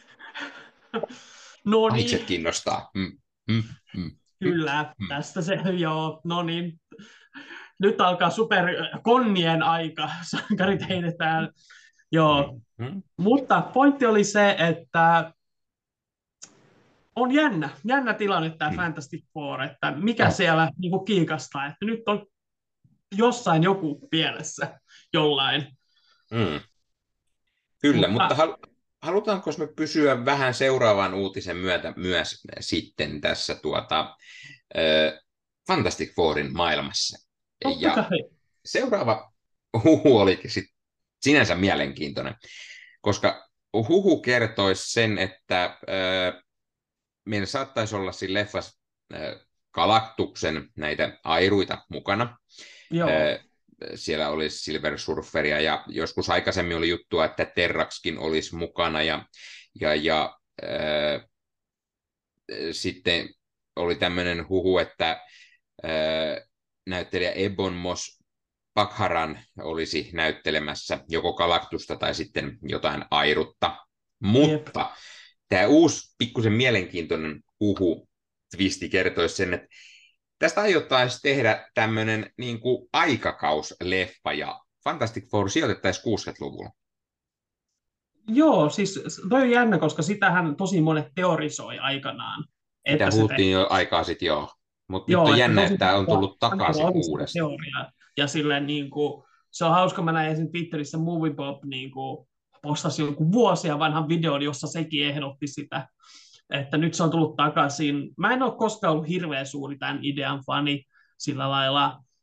no niin, Aitset kiinnostaa. Mm, mm, mm, mm, kyllä, mm, tästä se, joo, no niin, nyt alkaa superkonnien aika, sankarit heitetään, joo. mm, mm. Mutta pointti oli se, että on jännä, jännä tilanne tämä Mm. Fantastic Four, että mikä Joo. siellä niin kuin kiikastaa, että nyt on jossain joku pielessä jollain. Mm. Kyllä, mutta Mutta hal- halutaanko me pysyä vähän seuraavan uutisen myötä myös sitten tässä tuota, äh, Fantastic Fourin maailmassa? totta Ja kai, seuraava huhu olikin sit sinänsä mielenkiintoinen, koska huhu kertoisi sen, että äh, meillä saattaisi olla siinä leffassa äh, Galaktuksen näitä airuita mukana. joo, Siellä olisi Silver Surferia ja joskus aikaisemmin oli juttua, että Terraxkin olisi mukana ja, ja, ja ää, sitten oli tämmöinen huhu, että ää, näyttelijä Ebon Moss Baccaran olisi näyttelemässä joko Galactusta tai sitten jotain airutta. jep. Mutta tämä uusi pikkusen mielenkiintoinen huhu twisti kertoisi sen, että tästä aiottaisiin tehdä tämmöinen niin kuin aikakausleffa ja Fantastic Four sijoitettaisiin kuusikymmentäluvulla. Joo, siis toi on jännä, koska sitähän tosi monet teorisoi aikanaan, Sitä että se huuttiin tehtiin. jo aikaa sitten joo. Mutta nyt Joo, on että jännä, tosi että tämä on tullut takaisin oli sitä uudestaan. teoriaa. Ja silleen niin kuin, se on hauska, mä näin esim. Twitterissä Moviebob niin kuin, postasi joku vuosia vanhan videon, jossa sekin ehdotti sitä, että nyt se on tullut takaisin. Mä en ole koskaan ollut hirveän suuri tämän idean fani sillä lailla.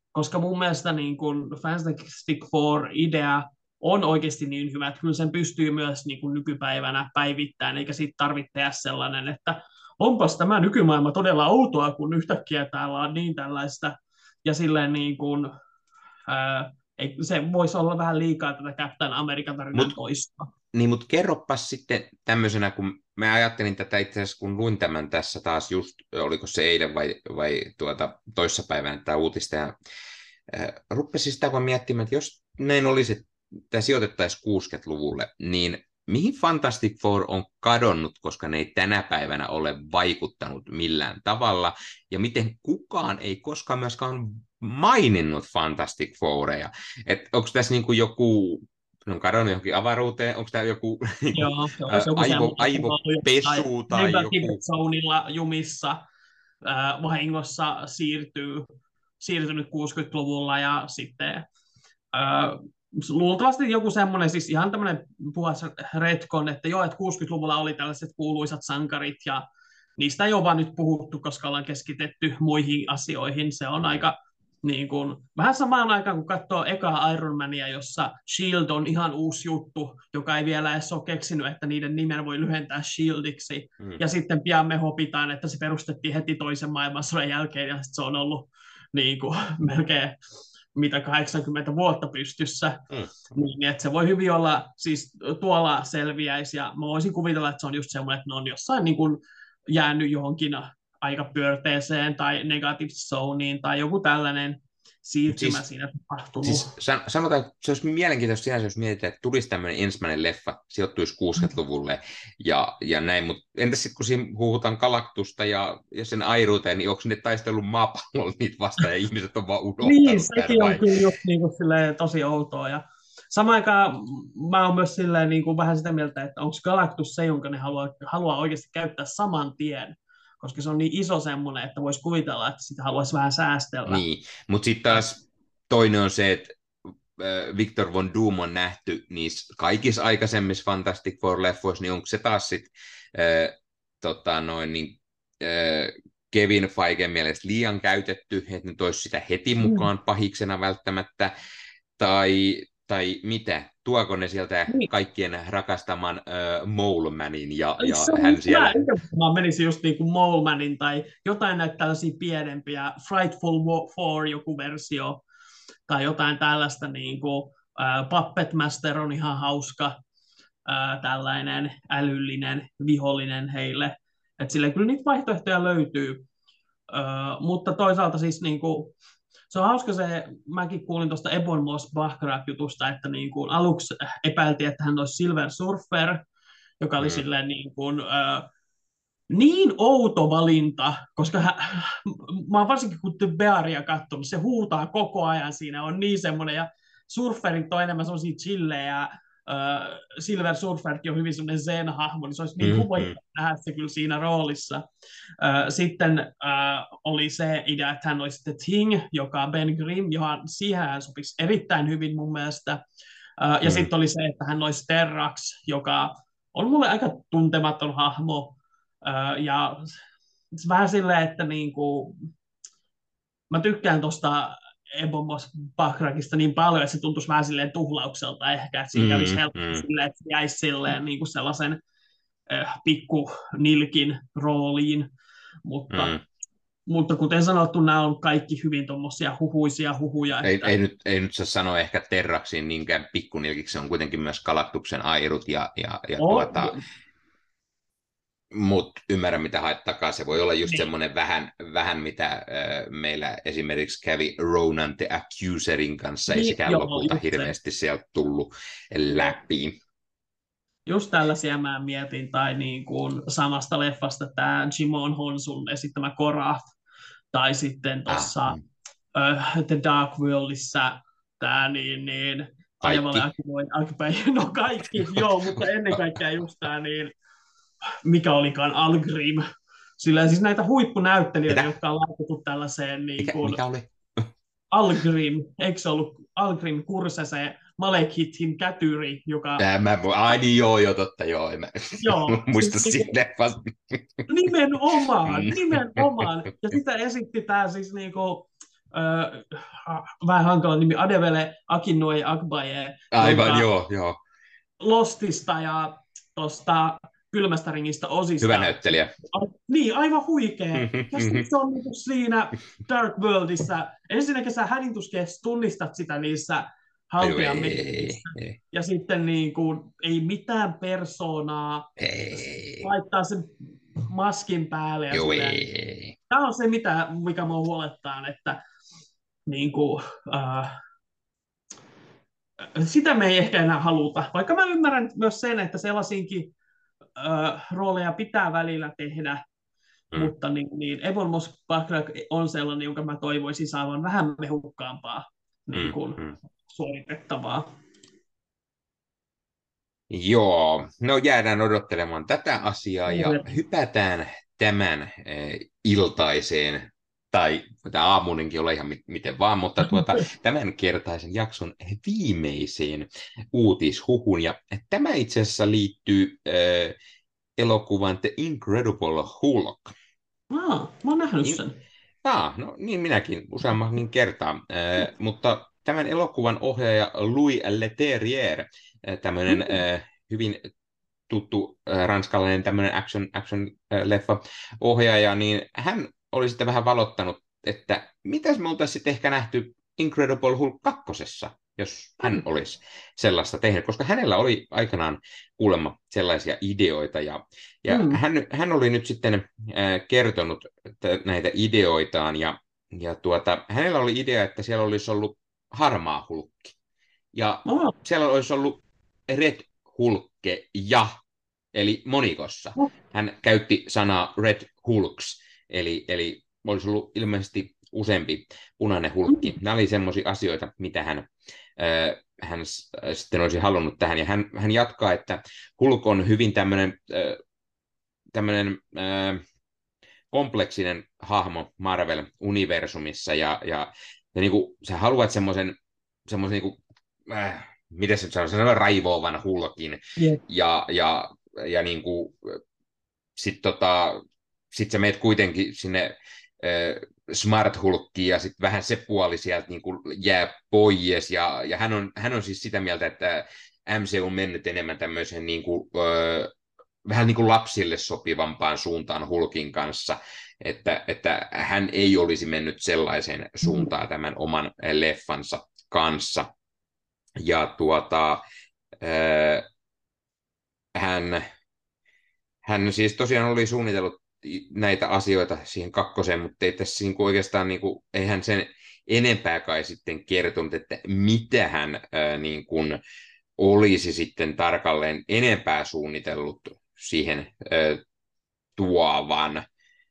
koska mun mielestä niin kun Fantastic Four-idea on oikeasti niin hyvä, että kyllä sen pystyy myös niin kuin nykypäivänä päivittämään, eikä siitä tarvitse tehdä sellainen, että onpas tämä nykymaailma todella outoa, kun yhtäkkiä täällä on niin tällaista, ja silleen niin kuin, ää, ei, se voisi olla vähän liikaa tätä Captain American tarinan Mut, toistoa. niin, mutta kerropas sitten tämmöisenä, kun mä ajattelin tätä itse asiassa, kun luin tämän tässä taas just, oliko se eilen vai, vai tuota, toissapäivänä tämä uutista, ja äh, rupesin sitä vaan miettimään, että jos näin olisi, että tämä sijoitettaisiin kuusikymmentäluvulle, niin mihin Fantastic Four on kadonnut, koska ne ei tänä päivänä ole vaikuttanut millään tavalla, ja miten kukaan ei koskaan myöskään maininnut Fantastic Foureja. Että onko tässä niin kuin joku, ne on kadonnut johonkin avaruuteen, onko tämä joku, niin kuin, Joo, se ä, olisi joku aivo, semmoinen, että on ollut jossain aivopesu tai Negative joku. Zoneilla jumissa äh, vahingossa siirtyy, siirtynyt kuusikymmentäluvulla ja sitten äh, luultavasti joku semmoinen, siis ihan tämmöinen puhas retcon, että joo, että kuusikymmentäluvulla oli tällaiset kuuluisat sankarit ja niistä ei ole vaan nyt puhuttu, koska ollaan keskitetty muihin asioihin. Se on aika niin kuin, vähän samaan aikaan, kun katsoo ekaa Iron Mania, jossa Shield on ihan uusi juttu, joka ei vielä edes ole keksinyt, että niiden nimen voi lyhentää Shieldiksi. Mm. Ja sitten pian me hopitaan, että se perustettiin heti toisen maailmansodan jälkeen, ja se on ollut niin kuin, melkein mitä kahdeksankymmentä vuotta pystyssä, mm. niin että se voi hyvin olla, siis tuolla selviäisi, ja mä voisin kuvitella, että se on just semmoinen, että ne on jossain niin kuin jäänyt johonkin aikapyörteeseen tai negative zoneen tai joku tällainen siirtymä siis, siinä tapahtunut. Siis sanotaan, että se olisi mielenkiintoista sinänsä, jos mietitään, että tulisi tämmöinen ensimmäinen leffa, sijoittuisi kuusikymmentäluvulle ja, ja näin, mutta entäs sitten kun siinä huuhutaan Galactusta ja, ja sen airuuteen, niin onko ne taistellut maapallolla niitä vastaan ja ihmiset on vaan unohtanut niin, sekin on kyllä just niin kuin tosi outoa ja samaan aikaan mä oon myös silleen, niin kuin vähän sitä mieltä, että onko Galactus se, jonka ne haluaa, haluaa oikeasti käyttää saman tien, koska se on niin iso semmoinen, että voisi kuvitella, että sitä haluaisi vähän säästellä. Niin, mutta sitten taas toinen on se, että Victor Von Doom on nähty niissä kaikissa aikaisemmissa Fantastic Four-leffoissa, niin onko se taas sitten äh, tota noin, niin, äh, Kevin Feigen mielestä liian käytetty, että ne toisi sitä heti mukaan pahiksena välttämättä, tai, tai mitä? Tuoko ne sieltä niin. kaikkien rakastaman äh, Mole Manin ja, ja hän siellä... Mä menisin just niin kuin Mole Manin tai jotain näitä tällaisia pienempiä, Frightful Four joku versio, tai jotain tällaista, niin kuin, äh, Puppet Master on ihan hauska, äh, tällainen älyllinen vihollinen heille, että sille kyllä niitä vaihtoehtoja löytyy, äh, mutta toisaalta siis niin kuin, se on hauska se, mäkin kuulin tuosta Ebon Moss-Bachrach-jutusta, että niin kuin aluksi epäiltiin, että hän olisi Silver Surfer, joka oli mm. silleen niin kuin, äh, niin outo valinta, koska hän, mä oon varsinkin kun The Bearia katsonut, se huutaa koko ajan siinä, on niin semmoinen, ja surferit on enemmän semmoisia chillejä, äh, Silver Surferkin on hyvin semmoinen zen-hahmo, niin se olisi niin huvoittava mm-hmm. nähdä se kyllä siinä roolissa. Äh, sitten äh, oli se idea, että hän olisi sitten Thing, joka on Ben Grimm, johon siihen hän sopisi erittäin hyvin mun mielestä. Äh, ja mm-hmm. sitten oli se, että hän olisi Terrax, joka on mulle aika tuntematon hahmo, Uh, ja vähän silleen, että niinku, mä tykkään tuosta Ebon Moss-Bachrachista niin paljon, että se tuntuisi vähän silleen tuhlaukselta ehkä, että siinä mm, kävisi helposti mm. silleen, että se jäisi silleen niinku sellaisen uh, pikku nilkin rooliin, mutta, mm. mutta kuten sanottu, nämä on kaikki hyvin tuommoisia huhuisia huhuja. Ei, että... ei, nyt, ei nyt saa sanoa ehkä Terraxiin niinkään pikkunilkiksi, se on kuitenkin myös Galactuksen airut ja, ja, ja oh. tuota... Mutta ymmärrän, mitä haet takaa. Se voi olla just niin. semmoinen vähän, vähän, mitä äh, meillä esimerkiksi kävi Ronan the Accuserin kanssa. Niin, ei sekään joo, lopulta hirveästi se. sieltä tullut läpi. Just tällaisia mä mietin. Tai niin kuin samasta leffasta tämä Jimon Honsun esittämä Korath. Tai sitten tuossa ah. uh, The Dark Worldissa tämä niin... niin kaikki. No kaikki, joo, mutta ennen kaikkea just tämä niin... mikä olikaan Algrim. Sillä siis näitä huippunäyttelijöitä, Mitä? jotka on laitettu tällaiseen... Niin mikä, kuin, mikä oli? Algrim, eikö se ollut Algrim Kurse, se Malekithin kätyri, joka... Mä, ai niin, joo, joo, totta, joo. En mä joo, muista siis, sinne vasta. Nimenomaan, nimenomaan. Ja sitä esitti tämä siis niinku ö, vähän hankala nimi, Adevele Akinoi Agbaye, Aivan, jonka joo, joo. Lostista ja tuosta Kylmästä ringistä Hyvä osista. näyttelijä. Niin, aivan huikea. Mhm, Ja sitten mhm. se on niinku siinä Dark Worldissa. Ensinnäkin sä hädintuskeessa tunnistat sitä niissä Ai, haltijan ei, meiningissä. ei, Ja sitten niin kuin, ei mitään persoonaa. ei, Laittaa sen maskin päälle ja joo, silleen. ei. Tämä on se, mitä, mikä mua huolettaa, että niin kuin, äh, sitä me ei ehkä enää haluta. Vaikka mä ymmärrän myös sen, että sellaisinkin äh, rooleja pitää välillä tehdä, Mm, mutta niin, niin Ebon Moss Backrack on sellainen, jonka mä toivoisin saavan vähän mehukkaampaa niin mm, kuin, mm. suoritettavaa. Joo, no jäädään odottelemaan tätä asiaa ja Kyllä. hypätään tämän eh, iltaiseen, tai tämä aamuinenkin ole ihan mi- miten vaan, mutta tuota, tämän kertaisen jakson viimeiseen uutishuhun. Ja tämä itse asiassa liittyy eh, elokuvan The Incredible Hulk. Aa, mä oon nähnyt In... sen. Ah, no niin minäkin useammankin kertaa, eh, mutta tämän elokuvan ohjaaja Louis Leterrier, tämmöinen Mm. hyvin tuttu äh, ranskalainen tämmöinen action, action äh, leffa ohjaaja, niin hän oli sitten vähän valottanut, että mitäs me oltaisiin sitten ehkä nähty Incredible Hulk kakkosessa, jos hän olisi sellaista tehnyt, koska hänellä oli aikanaan kuulemma sellaisia ideoita, ja, ja Mm. hän, hän oli nyt sitten äh, kertonut t- näitä ideoitaan, ja, ja tuota, hänellä oli idea, että siellä olisi ollut harmaa hulkki, ja Oh. siellä olisi ollut Red Hulkke ja, eli monikossa. Oh. Hän käytti sanaa Red Hulks, eli, eli olisi ollut ilmeisesti useampi punainen hulkki. Mm. Nämä oli semmoisia asioita, mitä hän, äh, hän s- sitten olisi halunnut tähän. Ja hän, hän jatkaa, että Hulk on hyvin tämmöinen äh, tämmöinen äh, kompleksinen hahmo Marvel-universumissa, ja, ja, ja niin kuin, sä haluat semmoisen semmoisen niin kuin, äh, miten se nyt sanoo, sellainen raivoavan hulkin, Yeah. ja, ja, ja niin kuin, sit, tota, sit sä meet kuitenkin sinne äh, Smart Hulkkiin, ja sitten vähän se puoli sieltä niin kuin jää pois, ja, ja hän, on, hän on siis sitä mieltä, että M C U on mennyt enemmän tämmöisen niin kuin, äh, vähän niin kuin lapsille sopivampaan suuntaan Hulkin kanssa, että, että hän ei olisi mennyt sellaiseen Mm. suuntaan tämän oman leffansa kanssa. Ja tuota, äh, hän, hän siis tosiaan oli suunnitellut näitä asioita siihen kakkoseen, mutta ei tässä niin kuin oikeastaan, niin kuin, ei hän sen enempää kai sitten kertonut, että mitä hän ää, niin kuin olisi sitten tarkalleen enempää suunnitellut siihen ää, tuovan.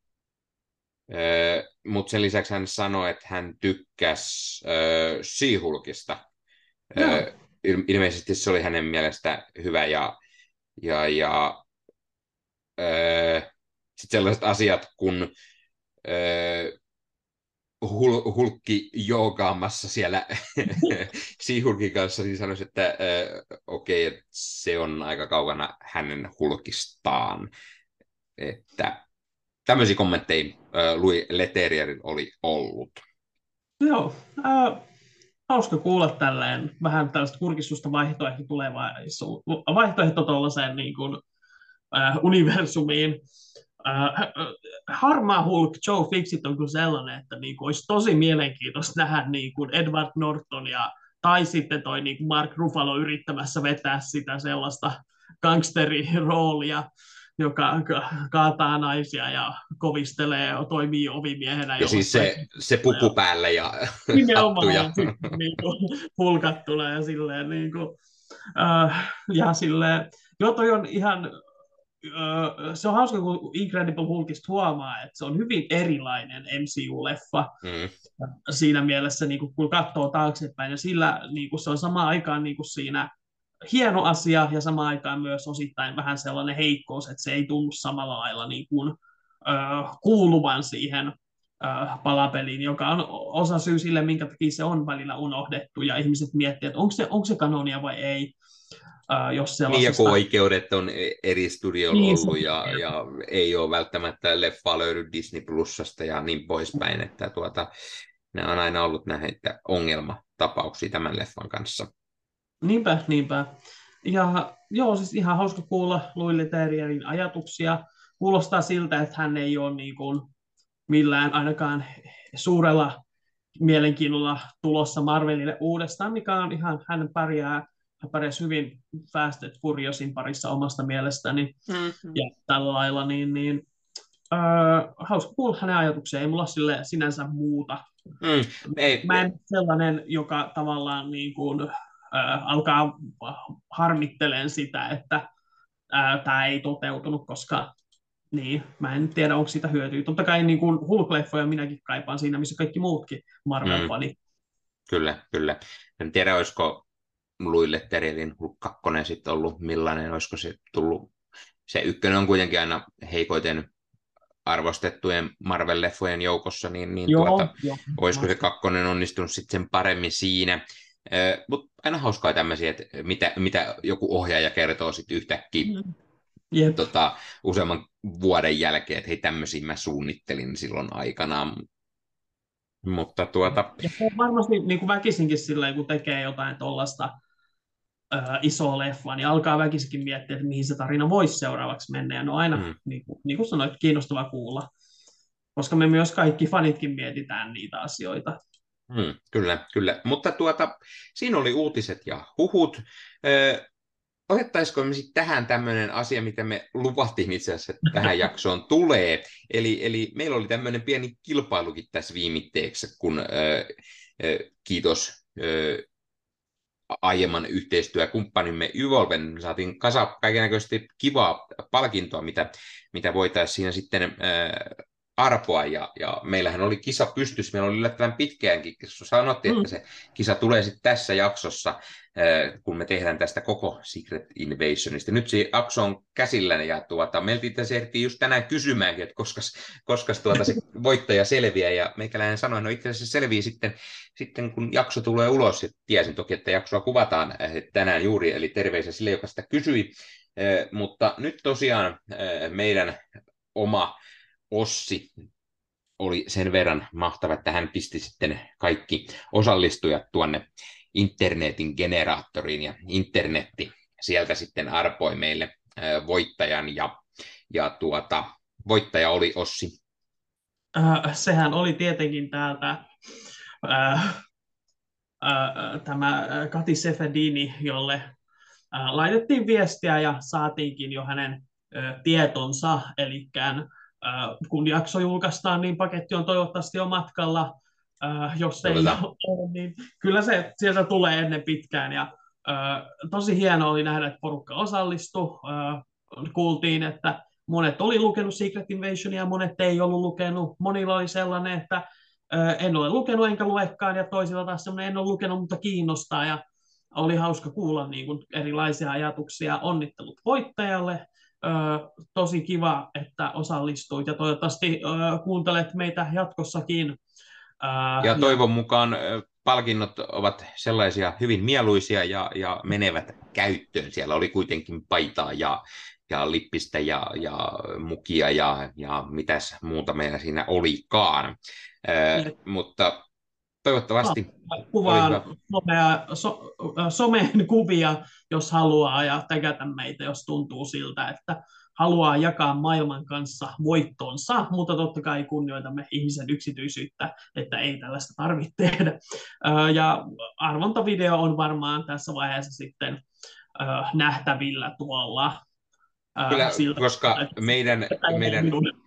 Mutta sen lisäksi hän sanoi, että hän tykkäsi She-Hulkista. Joo. Il- ilmeisesti se oli hänen mielestä hyvä, ja, ja, ja sitten sellaiset asiat, kun öö, hul- hulkki joogaamassa siellä She-Hulkin kanssa, niin sanoisi, että öö, okei, okay, se on aika kaukana hänen hulkistaan. Että tämmöisiä kommentteja öö, Louis Leterrierin oli ollut. Joo. Äh, hauska kuulla tälleen vähän tällaista kurkistusta vaihtoehto tulevaisuuteen, vaihtoehto tuollaiseen niin kuin, äh, universumiin. Äh, harmaa Hulk, Joe Fixit on kyllä sellainen, että niin kuin, olisi tosi mielenkiintoista nähdä niin kuin Edward Nortonia tai sitten toi niin kuin Mark Ruffalo yrittämässä vetää sitä sellaista gangsteriroolia, joka ka- kaataa naisia ja kovistelee ja toimii ovimiehenä Ja siis jossain. se, se puku päällä ja hattu. Nimenomaan, Ja... ja sitten niin kuin, hulkat tulee ja silleen, niin kuin, äh, ja silleen, joo, toi on ihan, äh, se on hauska, kun Incredible Hulkista huomaa, että se on hyvin erilainen M C U-leffa Mm. siinä mielessä, niin kuin, kun katsoo taaksepäin, ja sillä niin kuin, se on samaan aikaan niin kuin siinä hieno asia, ja samaan aikaan myös osittain vähän sellainen heikkous, että se ei tunnu samalla lailla niin kuin, äh, kuuluvan siihen äh, palapeliin, joka on osa syy sille, minkä takia se on välillä unohdettu, ja ihmiset miettivät, että onko se, onko se kanonia vai ei, äh, jos Niin, ja kun sellaisesta... oikeudet on eri studioilla Niin, se, ollut, ja, ja ei ole välttämättä leffaa löydy Disney Plusasta ja niin poispäin, että tuota, Ne on aina ollut näitä ongelmatapauksia tämän leffan kanssa. Niinpä, niinpä. Ja joo, siis ihan hauska kuulla Louis Leterrierin ajatuksia. Kuulostaa siltä, että hän ei ole niin kuin millään ainakaan suurella mielenkiinnolla tulossa Marvelille uudestaan, mikä on ihan, hän pärjää, hän pärjäsi hyvin Fast and Furiousin parissa omasta mielestäni Mm-hmm. ja tällä lailla, niin, niin öö, hauska kuulla hänen ajatuksia, ei mulla sille sinänsä muuta. Mm, ei, Mä en ole sellainen, joka tavallaan niin kuin, öö, alkaa harmittelen sitä, että tämä ei toteutunut, koska niin, mä en tiedä, onko siitä hyötyä. Totta kai niin kuin Hulk-leffoja minäkin kaipaan siinä, missä kaikki muutkin mm, Marvel-fanit. kyllä, kyllä. En tiedä, olisiko Louis Leterrierin Hulk kaksi sitten ollut millainen, olisiko se tullut. Se ykkönen on kuitenkin aina heikoiten arvostettujen Marvel-leffojen joukossa, niin, niin tuota, Joo, joo. olisiko se kakkonen onnistunut sitten sen paremmin siinä. Mutta aina hauskaa tämmöisiä, että mitä, mitä joku ohjaaja kertoo sitten yhtäkkiä Mm. Jep. tota, useamman vuoden jälkeen, että hei, tämmöisiä mä suunnittelin silloin aikanaan. Mutta tuota... Ja se on varmasti niin kuin väkisinkin silleen, kun tekee jotain tuollaista isoa leffaa, niin alkaa väkisinkin miettiä, että mihin se tarina voisi seuraavaksi mennä. Ja ne on aina, Mm, niin kuin, niin kuin sanoit, kiinnostava kuulla, koska me myös kaikki fanitkin mietitään niitä asioita. mm, kyllä, kyllä. Mutta tuota, siinä oli uutiset ja huhut. Ö, Otettaisiko me sitten tähän tämmöinen asia, mitä me luvattiin itse asiassa, että tähän jaksoon tulee. Eli, eli meillä oli tämmöinen pieni kilpailukin tässä viimitteeksi, kun ö, ö, kiitos ö, aiemman yhteistyökumppanimme Yvolven saatiin kasa kaikennäköisesti kivaa palkintoa, mitä, mitä voitaisiin siinä sitten ö, arpoa, ja, ja meillähän oli kisa pystyssä, meillä oli yllättävän pitkäänkin, sanottiin, että se kisa tulee sitten tässä jaksossa, kun me tehdään tästä koko Secret Invasionista. Nyt se jakso on käsillä, ja tuota, meiltä itse ehtii just tänään kysymäänkin, että koska, koska tuota se voittaja selviää, ja meikäläinen sanoi, no itse asiassa se selviää sitten, sitten, kun jakso tulee ulos, ja tiesin toki, että jaksoa kuvataan tänään juuri, eli terveisiä sille, joka sitä kysyi, mutta nyt tosiaan meidän oma Ossi oli sen verran mahtava, että hän pisti sitten kaikki osallistujat tuonne internetin generaattoriin, ja internetti sieltä sitten arpoi meille voittajan, ja, ja tuota, voittaja oli Ossi. Äh, sehän oli tietenkin täältä äh, äh, tämä Kati Sefedini, jolle äh, laitettiin viestiä ja saatiinkin jo hänen äh, tietonsa, eli kun jakso julkaistaan, niin paketti on toivottavasti jo matkalla. Jos ei ole, niin kyllä se sieltä tulee ennen pitkään. Ja tosi hienoa oli nähdä, että porukka osallistui. Kuultiin, että monet oli lukenut Secret Invasionia ja monet ei ollut lukenut. Monilla oli sellainen, että en ole lukenut enkä luekaan, ja toisilla taas sellainen, en ole lukenut, mutta kiinnostaa. Ja oli hauska kuulla niin kuin erilaisia ajatuksia. Onnittelut voittajalle. Ö, tosi kiva, että osallistuit, ja toivottavasti ö, kuuntelet meitä jatkossakin. Ö, ja toivon ja... mukaan palkinnot ovat sellaisia hyvin mieluisia ja, ja menevät käyttöön. Siellä oli kuitenkin paitaa ja, ja lippistä ja, ja mukia ja, ja mitäs muuta meillä siinä olikaan. Ö, mutta toivottavasti kuvaan somea, so, someen kuvia, jos haluaa, ja tägätä meitä, jos tuntuu siltä, että haluaa jakaa maailman kanssa voittonsa, mutta totta kai kunnioitamme ihmisen yksityisyyttä, että ei tällaista tarvitse tehdä. Ja arvontavideo on varmaan tässä vaiheessa sitten nähtävillä tuolla. Kyllä, siltä, koska että, meidän... Että meidän...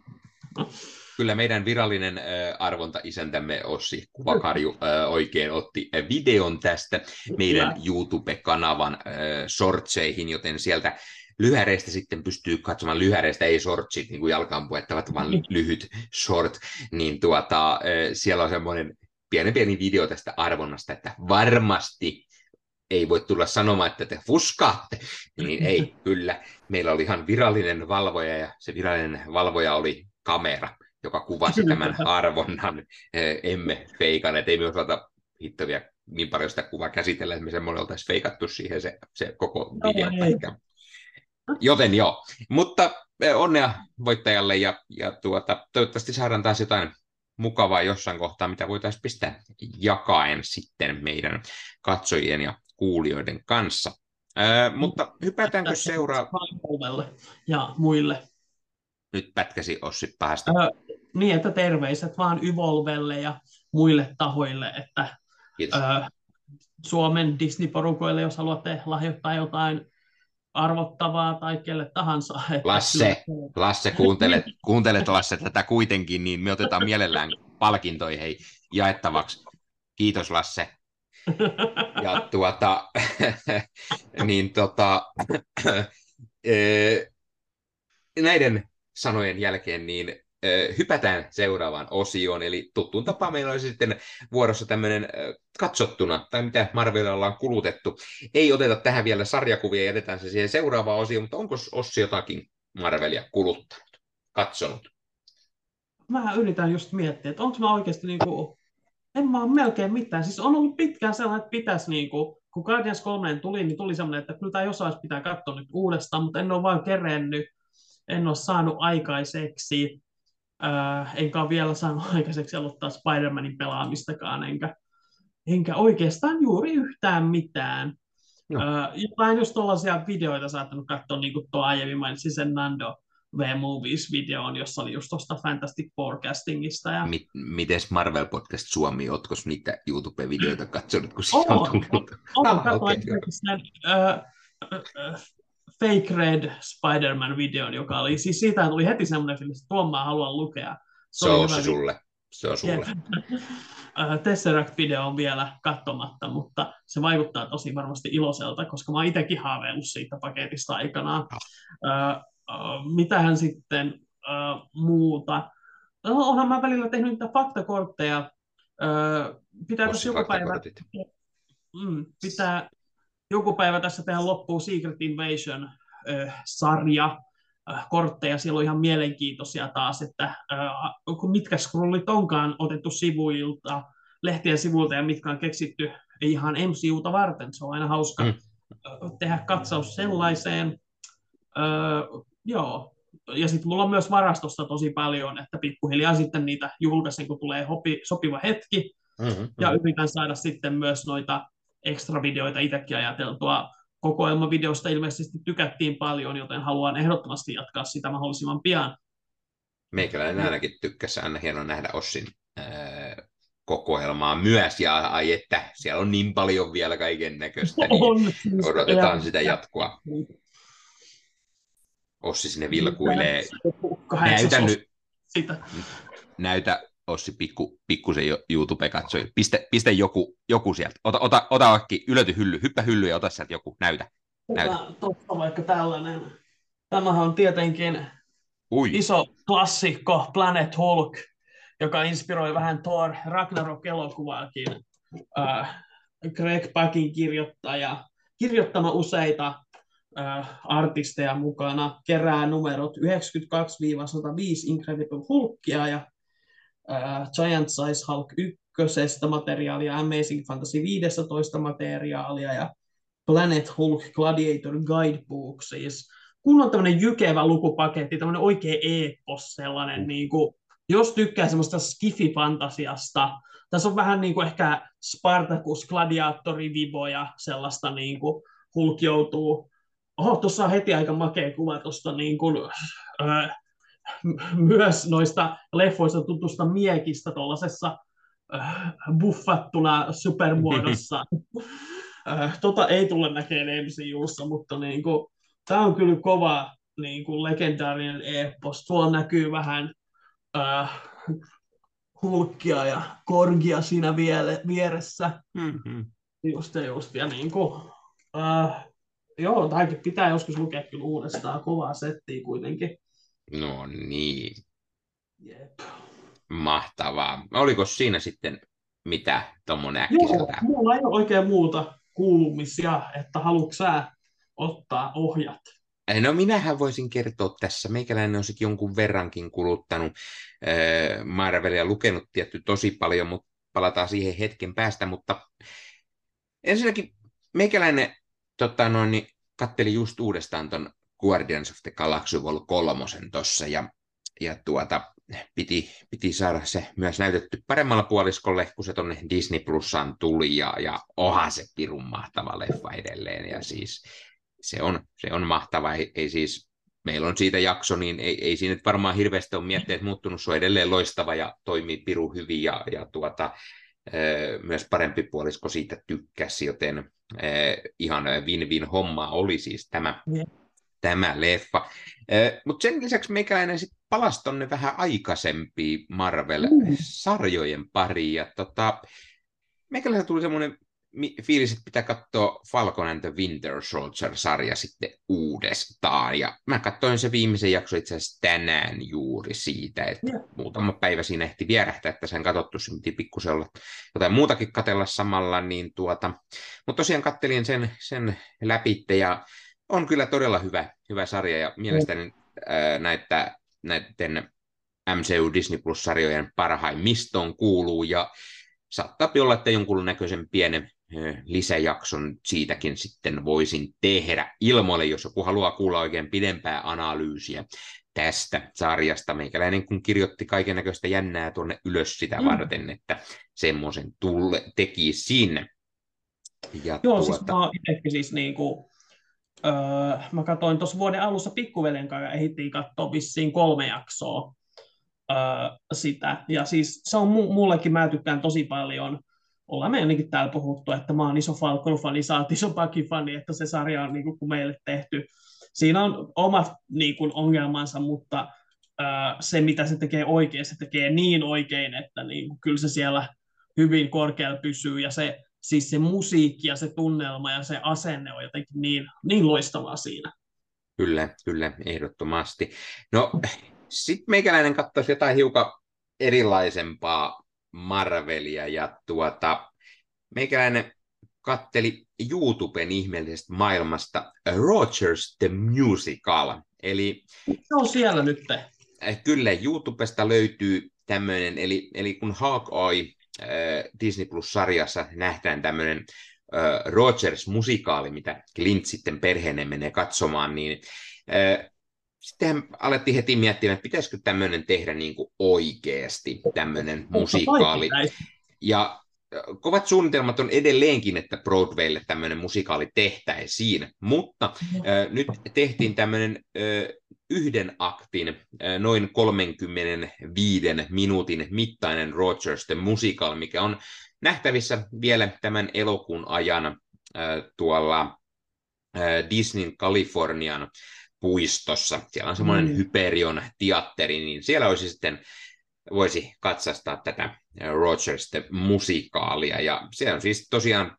Kyllä meidän virallinen äh, arvontaisäntämme Ossi Kuvakarju äh, oikein otti videon tästä meidän Kyllä. YouTube-kanavan äh, shortseihin, joten sieltä lyhäreistä sitten pystyy katsomaan, lyhäreistä ei shortsit, niin kuin jalkaan puettavat, vaan lyhyt short, niin tuota, äh, siellä on semmoinen pieni pieni video tästä arvonnasta, että varmasti ei voi tulla sanomaan, että te fuskaatte, niin ei, kyllä. Meillä oli ihan virallinen valvoja, ja se virallinen valvoja oli kamera, joka kuvasi tämän arvonnan. Emme feikanneet, ei me osata hittovia niin paljon sitä kuvaa käsitellä, että me semmoinen oltaisiin feikattu siihen se, se koko videopätkä. Joten joo, mutta onnea voittajalle, ja, ja tuota, toivottavasti saadaan taas jotain mukavaa jossain kohtaa, mitä voitaisiin pistää jakaen sitten meidän katsojien ja kuulijoiden kanssa. Öö, mutta hypätäänkö Tässä seuraa... ja muille. Nyt pätkäsi Ossi pahasti. Öö, niin, että terveiset vaan Yvolvelle ja muille tahoille, että öö, Suomen Disney-porukoille, jos haluatte lahjoittaa jotain arvottavaa tai kelle tahansa. Että Lasse, kyllä... Lasse kuuntelet, kuuntelet Lasse tätä kuitenkin, niin me otetaan mielellään palkintoja hei, jaettavaksi. Kiitos Lasse. Ja tuota, niin tota, näiden sanojen jälkeen niin hypätään seuraavaan osioon, eli tuttuun tapaan meillä olisi sitten vuorossa tämmöinen katsottuna, tai mitä Marvelilla ollaan kulutettu. Ei oteta tähän vielä sarjakuvia, jätetään se siihen seuraavaan osioon, mutta onko Ossi jotakin Marvelia kuluttanut, katsonut? Mä yritän just miettiä, että onko mä oikeasti niinku, en mä ole melkein mitään. Siis on ollut pitkään sellainen, että pitäisi niinku, kun Guardians kolme tuli, niin tuli sellainen, että kyllä tämä jossain pitää katsoa nyt uudestaan, mutta en ole vaan kerennyt, en ole saanut aikaiseksi. Äh, enkä ole vielä saanut aikaiseksi aloittaa Spider-Manin pelaamistakaan, enkä, enkä oikeastaan juuri yhtään mitään. No. Äh, jotain just tuollaisia videoita saattanut katsoa, niin kuin tuo aiemmin mainitsin sen Nando V-Movies-videon, jossa oli just tuosta Fantastic Forecastingista. Ja... Mit, mites Marvel Podcast Suomi, ootko niitä YouTube-videoita katsonut, kun siitä on tullut? Olen ah, katsoin okay, sen uh, uh, Fake Red Spider-Man-videon, joka oli, siis siitä tuli heti semmoinen fiilis, että tuon mä haluan lukea. Se, se on se sulle. Se on sulle. Tesseract-video on vielä katsomatta, mutta se vaikuttaa tosi varmasti iloiselta, koska mä oon itsekin haaveillut siitä paketista aikanaan. Uh, uh, mitähän sitten uh, muuta? No, onhan mä välillä tehnyt niitä faktakortteja. Uh, pitää tässä joku päivä... Mm, pitää joku päivä tässä tehdä loppuun Secret Invasion-sarja äh, kortteja. Siellä on ihan mielenkiintoisia taas, että äh, mitkä scrollit onkaan otettu sivuilta, lehtien sivuilta ja mitkä on keksitty ihan M C U:ta varten. Se on aina hauska mm. tehdä katsaus sellaiseen. Äh, joo. Ja sitten mulla on myös varastosta tosi paljon, että pikkuhiljaa sitten niitä julkaisen, kun tulee hopi, sopiva hetki. Mm-hmm. Ja yritän saada sitten myös noita extra-videoita itsekin ajateltua. Kokoelmavideosta ilmeisesti tykättiin paljon, joten haluan ehdottomasti jatkaa sitä mahdollisimman pian. Meikäläinen ainakin tykkäsi, aina hienoa nähdä Ossin ää, kokoelmaa myös, ja ai että siellä on niin paljon vielä kaiken näköistä, niin odotetaan sitä jatkoa. Ossi sinne vilkuilee. Näytä nyt. Näytä Ossi pikku, pikkusen YouTube katsoi. Pistä, pistä joku, joku sieltä. Ota, ota, ota oikein, ylöty hylly, hyppä hylly ja ota sieltä joku. Näytä. Näytä. Totta vaikka tällainen. Tämähän on tietenkin Ui. iso klassikko Planet Hulk, joka inspiroi vähän Thor Ragnarok-elokuvaakin. Äh, Greg Pakin kirjoittaja, kirjoittama useita äh, artisteja mukana, kerää numerot yhdeksänkymmentäkaksi sata viisi Incredible Hulkia ja Uh, Giant Size Hulk ykkösestä materiaalia, Amazing Fantasy viisitoista materiaalia ja Planet Hulk Gladiator Guidebook, siis kun on tämmöinen jykevä lukupaketti, tämmöinen oikea epos sellainen, mm. niin kuin, jos tykkää semmoista skifi-fantasiasta, tässä on vähän niin kuin ehkä Spartacus Gladiatori viboja, sellaista niin kuin Hulk joutuu, oho, tuossa on heti aika makea kuva tuosta niin kuin, uh, myös noista leffoista tutusta miekistä tuollaisessa äh, buffattuna supermuodossa. äh, tota ei tule näkemään M C U:ssa, mutta niinku, tämä on kyllä kova niinku, legendaarinen epos. Tuolla näkyy vähän äh, Hulkia ja Korgia siinä vie- vieressä. Mm-hmm. Just ja just. Ja niinku, äh, joo, tämäkin pitää joskus lukea kyllä uudestaan. Kovaa settiä kuitenkin. No niin. Jep. Mahtavaa. Oliko siinä sitten mitä tuommoinen äkkiseltä? Joo, mulla ei ole oikein muuta kuulumisia, että haluatko sä ottaa ohjat? No minähän voisin kertoa tässä. Meikäläinen on sitten jonkun verrankin kuluttanut äh, Marvelia, lukenut tietty tosi paljon, mutta palataan siihen hetken päästä. Mutta ensinnäkin meikäläinen tota noin, niin katteli just uudestaan ton Guardians of the Galaxy Vol kolmosen tossa, ja, ja tuota, piti, piti saada se myös näytetty paremmalla puoliskolle, kun se tuonne Disney Plusaan tuli, ja, ja onhan se pirun mahtava leffa edelleen, ja siis se on, se on mahtava, ei, ei siis, meillä on siitä jakso, niin ei, ei siinä nyt varmaan hirveästi ole mietteet muuttunut, se on edelleen loistava ja toimii piru hyvin, ja, ja tuota, myös parempi puolisko siitä tykkäsi, joten ihan win-win homma oli siis tämä, tämä leffa. Mutta sen lisäksi meikäläinen sitten palasi tonne vähän aikaisempiin Marvel-sarjojen pariin, ja tota, meikäläisen tuli semmoinen fiilis, että pitää katsoa Falcon and the Winter Soldier-sarja sitten uudestaan. Ja mä katsoin se viimeisen jakso itse asiassa tänään juuri siitä, että yeah. muutama päivä siinä ehti vierähtää, että sen katsottu, se piti pikkusen olla jotain muutakin katsella samalla. Niin tuota, mutta tosiaan kattelin sen, sen läpitte ja on kyllä todella hyvä, hyvä sarja ja mielestäni ää, näitä, näiden M C U Disney Plus-sarjojen parhaimmistoon kuuluu ja saattaa olla, että jonkunnäköisen pienen lisäjakson siitäkin sitten voisin tehdä ilmoille, jos joku haluaa kuulla oikein pidempää analyysiä tästä sarjasta. Meikäläinen kun kirjoitti kaiken näköistä jännää tuonne ylös sitä mm. varten, että semmoisen tulle, teki sinne. Ja Joo, tuota... siis mä itsekin siis niinku, öö, mä katsoin tuossa vuoden alussa pikkuveljen kanssa ja ehdittiin katsoa vissiin kolme jaksoa öö, sitä. Ja siis se on mullekin, mä tykkään tosi paljon. Ollaan me ainakin täällä puhuttu, että mä oon iso Falcon-fani, sä oot iso Bucky-fani, että se sarja on niin kuin meille tehty. Siinä on omat niin kuin, ongelmansa, mutta ää, se mitä se tekee oikein, se tekee niin oikein, että niin kuin, kyllä se siellä hyvin korkealla pysyy. Ja se, siis se musiikki ja se tunnelma ja se asenne on jotenkin niin, niin loistavaa siinä. Kyllä, kyllä, ehdottomasti. No, sitten meikäläinen katsoisi jotain hiukan erilaisempaa Marvelia ja tuota, meikäläinen katteli YouTuben ihmeellisestä maailmasta Rogers the Musical. Eli se on siellä nyt. Kyllä, YouTubesta löytyy tämmöinen, eli, eli kun Hawkeye äh, Disney Plus-sarjassa nähdään tämmöinen äh, Rogers-musikaali, mitä Clint sitten perheeneen menee katsomaan, niin äh, sitten alettiin heti miettimään, että pitäisikö tämmöinen tehdä niin kuin oikeasti, tämmöinen musikaali. Ja kovat suunnitelmat on edelleenkin, että Broadwaylle tämmöinen musikaali tehtäisiin, mutta äh, nyt tehtiin tämmöinen äh, yhden aktin, äh, noin kolmekymmentäviisi minuutin mittainen Rogers the Musical, mikä on nähtävissä vielä tämän elokuun ajan äh, tuolla äh, Disneyn Kalifornian puistossa. Siellä on semmoinen mm. Hyperion teatteri, niin siellä olisi sitten, voisi katsastaa tätä Rogers the Musikaalia. Ja se on siis tosiaan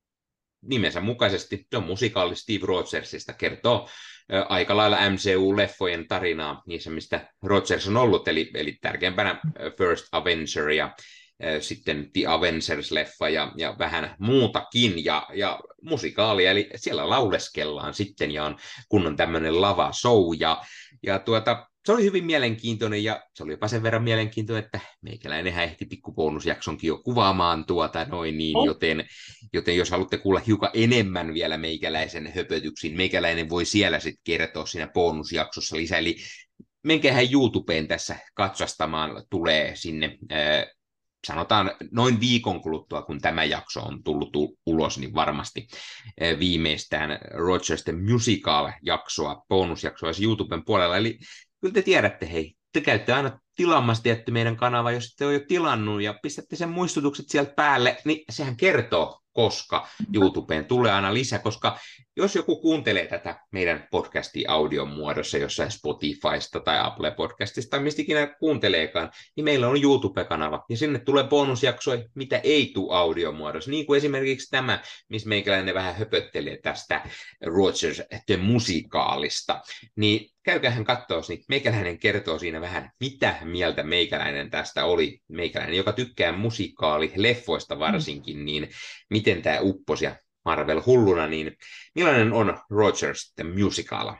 nimensä mukaisesti, se on musikaali Steve Rogersista, kertoo ä, aika lailla M C U-leffojen tarinaa niissä, mistä Rogers on ollut, eli, eli tärkeimpänä First Avenger ja sitten The Avengers-leffa ja, ja vähän muutakin, ja, ja musikaalia, eli siellä lauleskellaan sitten, ja on kunnon tämmöinen lava show, ja, ja tuota, se oli hyvin mielenkiintoinen, ja se oli jopa sen verran mielenkiintoinen, että meikäläinenhän ehti pikkubonusjaksonkin jo kuvaamaan tuota noin niin, oh. joten, joten jos haluatte kuulla hiukan enemmän vielä meikäläisen höpötyksiin, meikäläinen voi siellä sitten kertoa siinä bonusjaksossa lisää, eli menkäähän YouTubeen tässä katsastamaan, tulee sinne äh, sanotaan noin viikon kuluttua, kun tämä jakso on tullut ulos, niin varmasti viimeistään Rogers the Musical-jaksoa, bonusjaksoa YouTuben puolella. Eli kyllä te tiedätte, hei, te käytte aina tilaamassa tietty meidän kanava, jos te on jo tilannut ja pistätte sen muistutukset sieltä päälle, niin sehän kertoo, koska YouTubeen tulee aina lisää, koska jos joku kuuntelee tätä meidän podcastia audion muodossa jossain Spotifysta tai Apple Podcastista tai mistä ikinä kuunteleekaan, niin meillä on YouTube-kanava ja sinne tulee bonusjaksoja, mitä ei tule audion muodossa, niin kuin esimerkiksi tämä, missä meikäläinen vähän höpöttelee tästä Rogers the Musicalista, niin käykähän katsoa, niin meikäläinen kertoo siinä vähän, mitä mieltä meikäläinen tästä oli. Meikäläinen, joka tykkää musikaali-leffoista varsinkin, niin miten tämä upposi ja Marvel hulluna, niin millainen on Rogers the Musical?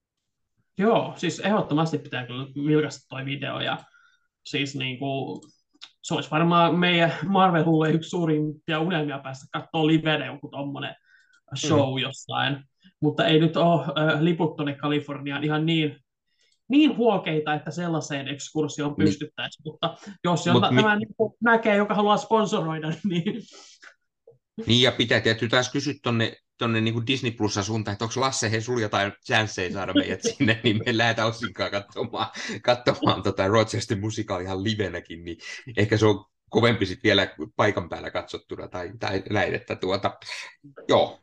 Joo, siis ehdottomasti pitää kyllä vilkaista toi video, ja siis niin kuin, se olisi varmaan meidän Marvel hullujen yksi suurimpia unelmia päästä katsoa livenä joku tommonen show mm. jossain, mutta ei nyt ole äh, liput tuonne Kaliforniaan ihan niin, niin huokeita, että sellaiseen ekskursioon Ni, pystyttäisiin, mutta jos mut, jota, mi, tämä niin kuin näkee, joka haluaa sponsoroida, niin niin ja pitää, täytyy taas kysyä tonne, tonne niin kuin Disney Plussa suuntaan, että onko Lasse, he sulla jotain chanceja saada meidät sinne, niin me lähdetään Ossinkaan katsomaan, katsomaan tota Rochesten musikaali ihan livenäkin, niin ehkä se on kovempi sitten vielä paikan päällä katsottuna tai, tai näin, että tuota, joo,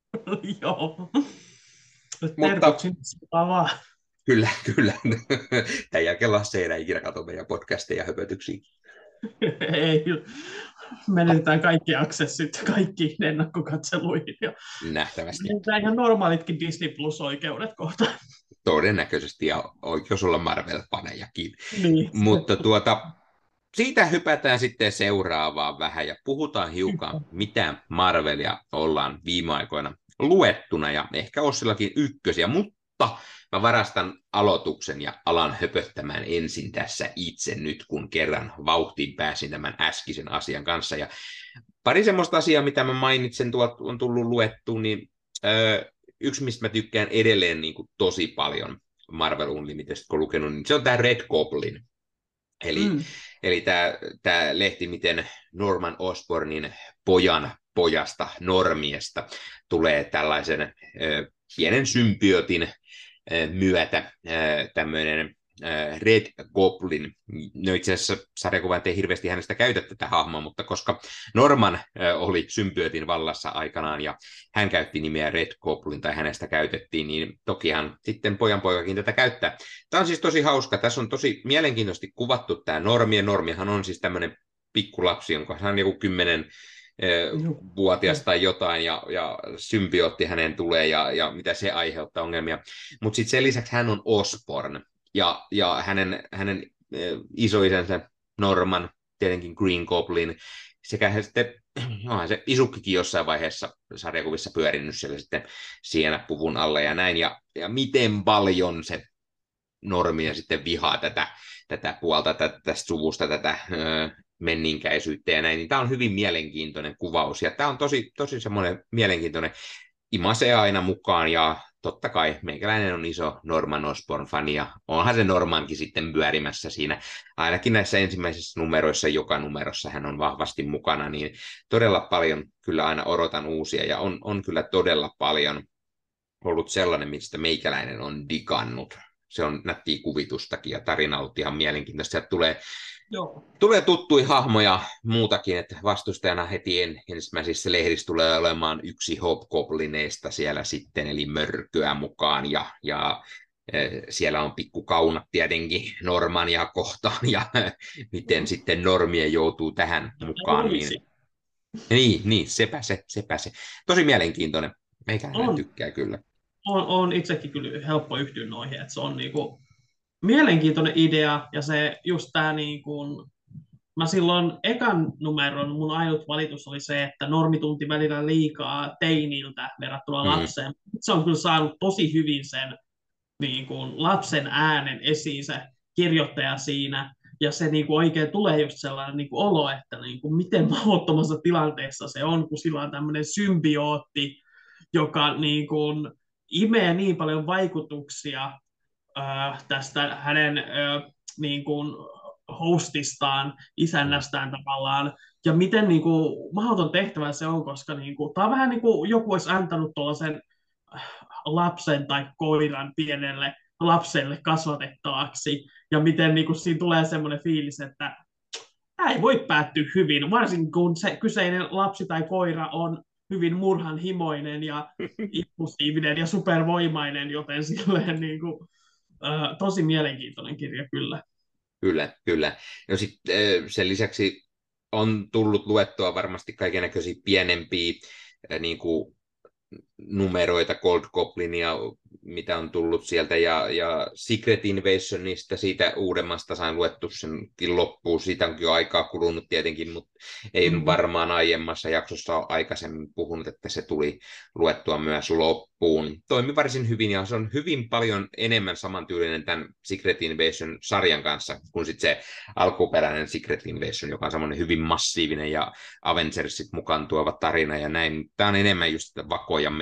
joo. Terkut mutta sinne vaan. kyllä, kyllä, tämän jälkeen Lasse ei enää ikinä katso meidän podcasteja ja höpötyksiä. Ei, menetetään kaikki aksessit kaikkiin ennakkokatseluihin ja Nähtävästi. menetetään ihan normaalitkin Disney Plus-oikeudet kohta. Todennäköisesti ja oikeus olla Marvel-panejakin. Niin. Mutta tuota, siitä hypätään sitten seuraavaan vähän ja puhutaan hiukan, mitä Marvelia ollaan viime aikoina luettuna ja ehkä Ossillakin ykkösiä, mutta mä varastan aloituksen ja alan höpöttämään ensin tässä itse nyt, kun kerran vauhtiin pääsin tämän äskisen asian kanssa. Ja pari semmoista asiaa, mitä mä mainitsen, tuolta on tullut luettu, niin öö, yksi, mistä mä tykkään edelleen niin kuin tosi paljon Marvel Unlimitedista, kun lukenut, niin se on tämä Red Goblin. Eli, mm. eli tämä, tämä lehti, miten Norman Osbornin pojan pojasta, Normiesta, tulee tällaisen äh, pienen symbiootin äh, myötä äh, tämmöinen äh, Red Goblin. No itse asiassa sarjakuva ei hirveästi hänestä käytä tätä hahmoa, mutta koska Norman äh, oli symbiootin vallassa aikanaan ja hän käytti nimeä Red Goblin tai hänestä käytettiin, niin tokihan sitten pojan poikakin tätä käyttää. Tämä on siis tosi hauska. Tässä on tosi mielenkiintoisesti kuvattu tämä Normi. Normihan on siis tämmöinen pikkulapsi, jonka hän on joku kymmenen vuotias tai jotain, ja, ja symbiootti hänen tulee, ja, ja mitä se aiheuttaa ongelmia. Mutta sitten sen lisäksi hän on Osborn, ja, ja hänen, hänen isoisänsä Norman, tietenkin Green Goblin, sekä sitten, onhan se isukkikin jossain vaiheessa sarjakuvissa pyörinyt siellä sitten sienäpuvun alla ja näin, ja, ja miten paljon se Normia sitten vihaa tätä, tätä puolta tätä, tästä suvusta, tätä öö, menninkäisyyttä ja näin, niin tämä on hyvin mielenkiintoinen kuvaus, ja tämä on tosi, tosi semmoinen mielenkiintoinen, imasee aina mukaan, ja totta kai meikäläinen on iso Norman Osborn-fani, ja onhan se Normankin sitten pyörimässä siinä, ainakin näissä ensimmäisissä numeroissa, joka numerossa hän on vahvasti mukana, niin todella paljon kyllä aina odotan uusia, ja on, on kyllä todella paljon ollut sellainen, mistä meikäläinen on digannut. Se on nättiä kuvitustakin, ja tarina on ollut ihan mielenkiintoista. Sieltä tulee Joo. Tulee tuttuja hahmoja muutakin, että vastustajana heti en, ensimmäisissä lehdissä tulee olemaan yksi Hobgoblineista siellä sitten, eli mörköä mukaan, ja, ja e, siellä on pikku kaunat tietenkin Normania kohtaan, ja miten mm. sitten Normia joutuu tähän mukaan. Niin, niin, niin, sepä se, sepä se. Tosi mielenkiintoinen, meikähän tykkää kyllä. On, on itsekin kyllä helppo yhtyä noihin, että se on niinku mielenkiintoinen idea, ja se just tämä niin kuin, mä silloin ekan numeron, mun ainut valitus oli se, että normi tunti välillä liikaa teiniltä verrattuna mm. lapseen. Se on kyllä saanut tosi hyvin sen niin kuin, lapsen äänen esiin, se kirjoittaja siinä, ja se niin kuin, oikein tulee just sellainen niin kuin, olo, että niin kuin, miten mahdottomassa tilanteessa se on, kun sillä on tämmöinen symbiootti, joka niin kuin, imee niin paljon vaikutuksia tästä hänen niin kuin hostistaan, isännästään tavallaan, ja miten niin kuin, mahdoton tehtävä se on, koska niin kuin, tämä on vähän niin kuin joku olisi antanut tuollaisen lapsen tai koiran pienelle lapselle kasvatettavaksi, ja miten niin kuin, siinä tulee semmoinen fiilis, että tämä ei voi päättyä hyvin, varsinkin kun se kyseinen lapsi tai koira on hyvin murhanhimoinen ja impulsiivinen ja supervoimainen, joten silleen niin kuin, Uh, tosi mielenkiintoinen kirja, kyllä. Kyllä, kyllä. Ja sitten sen lisäksi on tullut luettua varmasti kaikennäköisiä pienempiä niin kuin numeroita, Gold Goblinia, mitä on tullut sieltä, ja, ja Secret Invasionista, siitä uudemmasta sain luettu senkin loppuun. Siitä onkin jo aikaa kulunut tietenkin, mutta ei mm-hmm. varmaan aiemmassa jaksossa ole aikaisemmin puhunut, että se tuli luettua myös loppuun. Toimi varsin hyvin, ja se on hyvin paljon enemmän samantyylinen tämän Secret Invasion-sarjan kanssa, kuin sitten se alkuperäinen Secret Invasion, joka on semmoinen hyvin massiivinen ja Avengersit mukaan tuova tarina ja näin. Tämä on enemmän just vakoja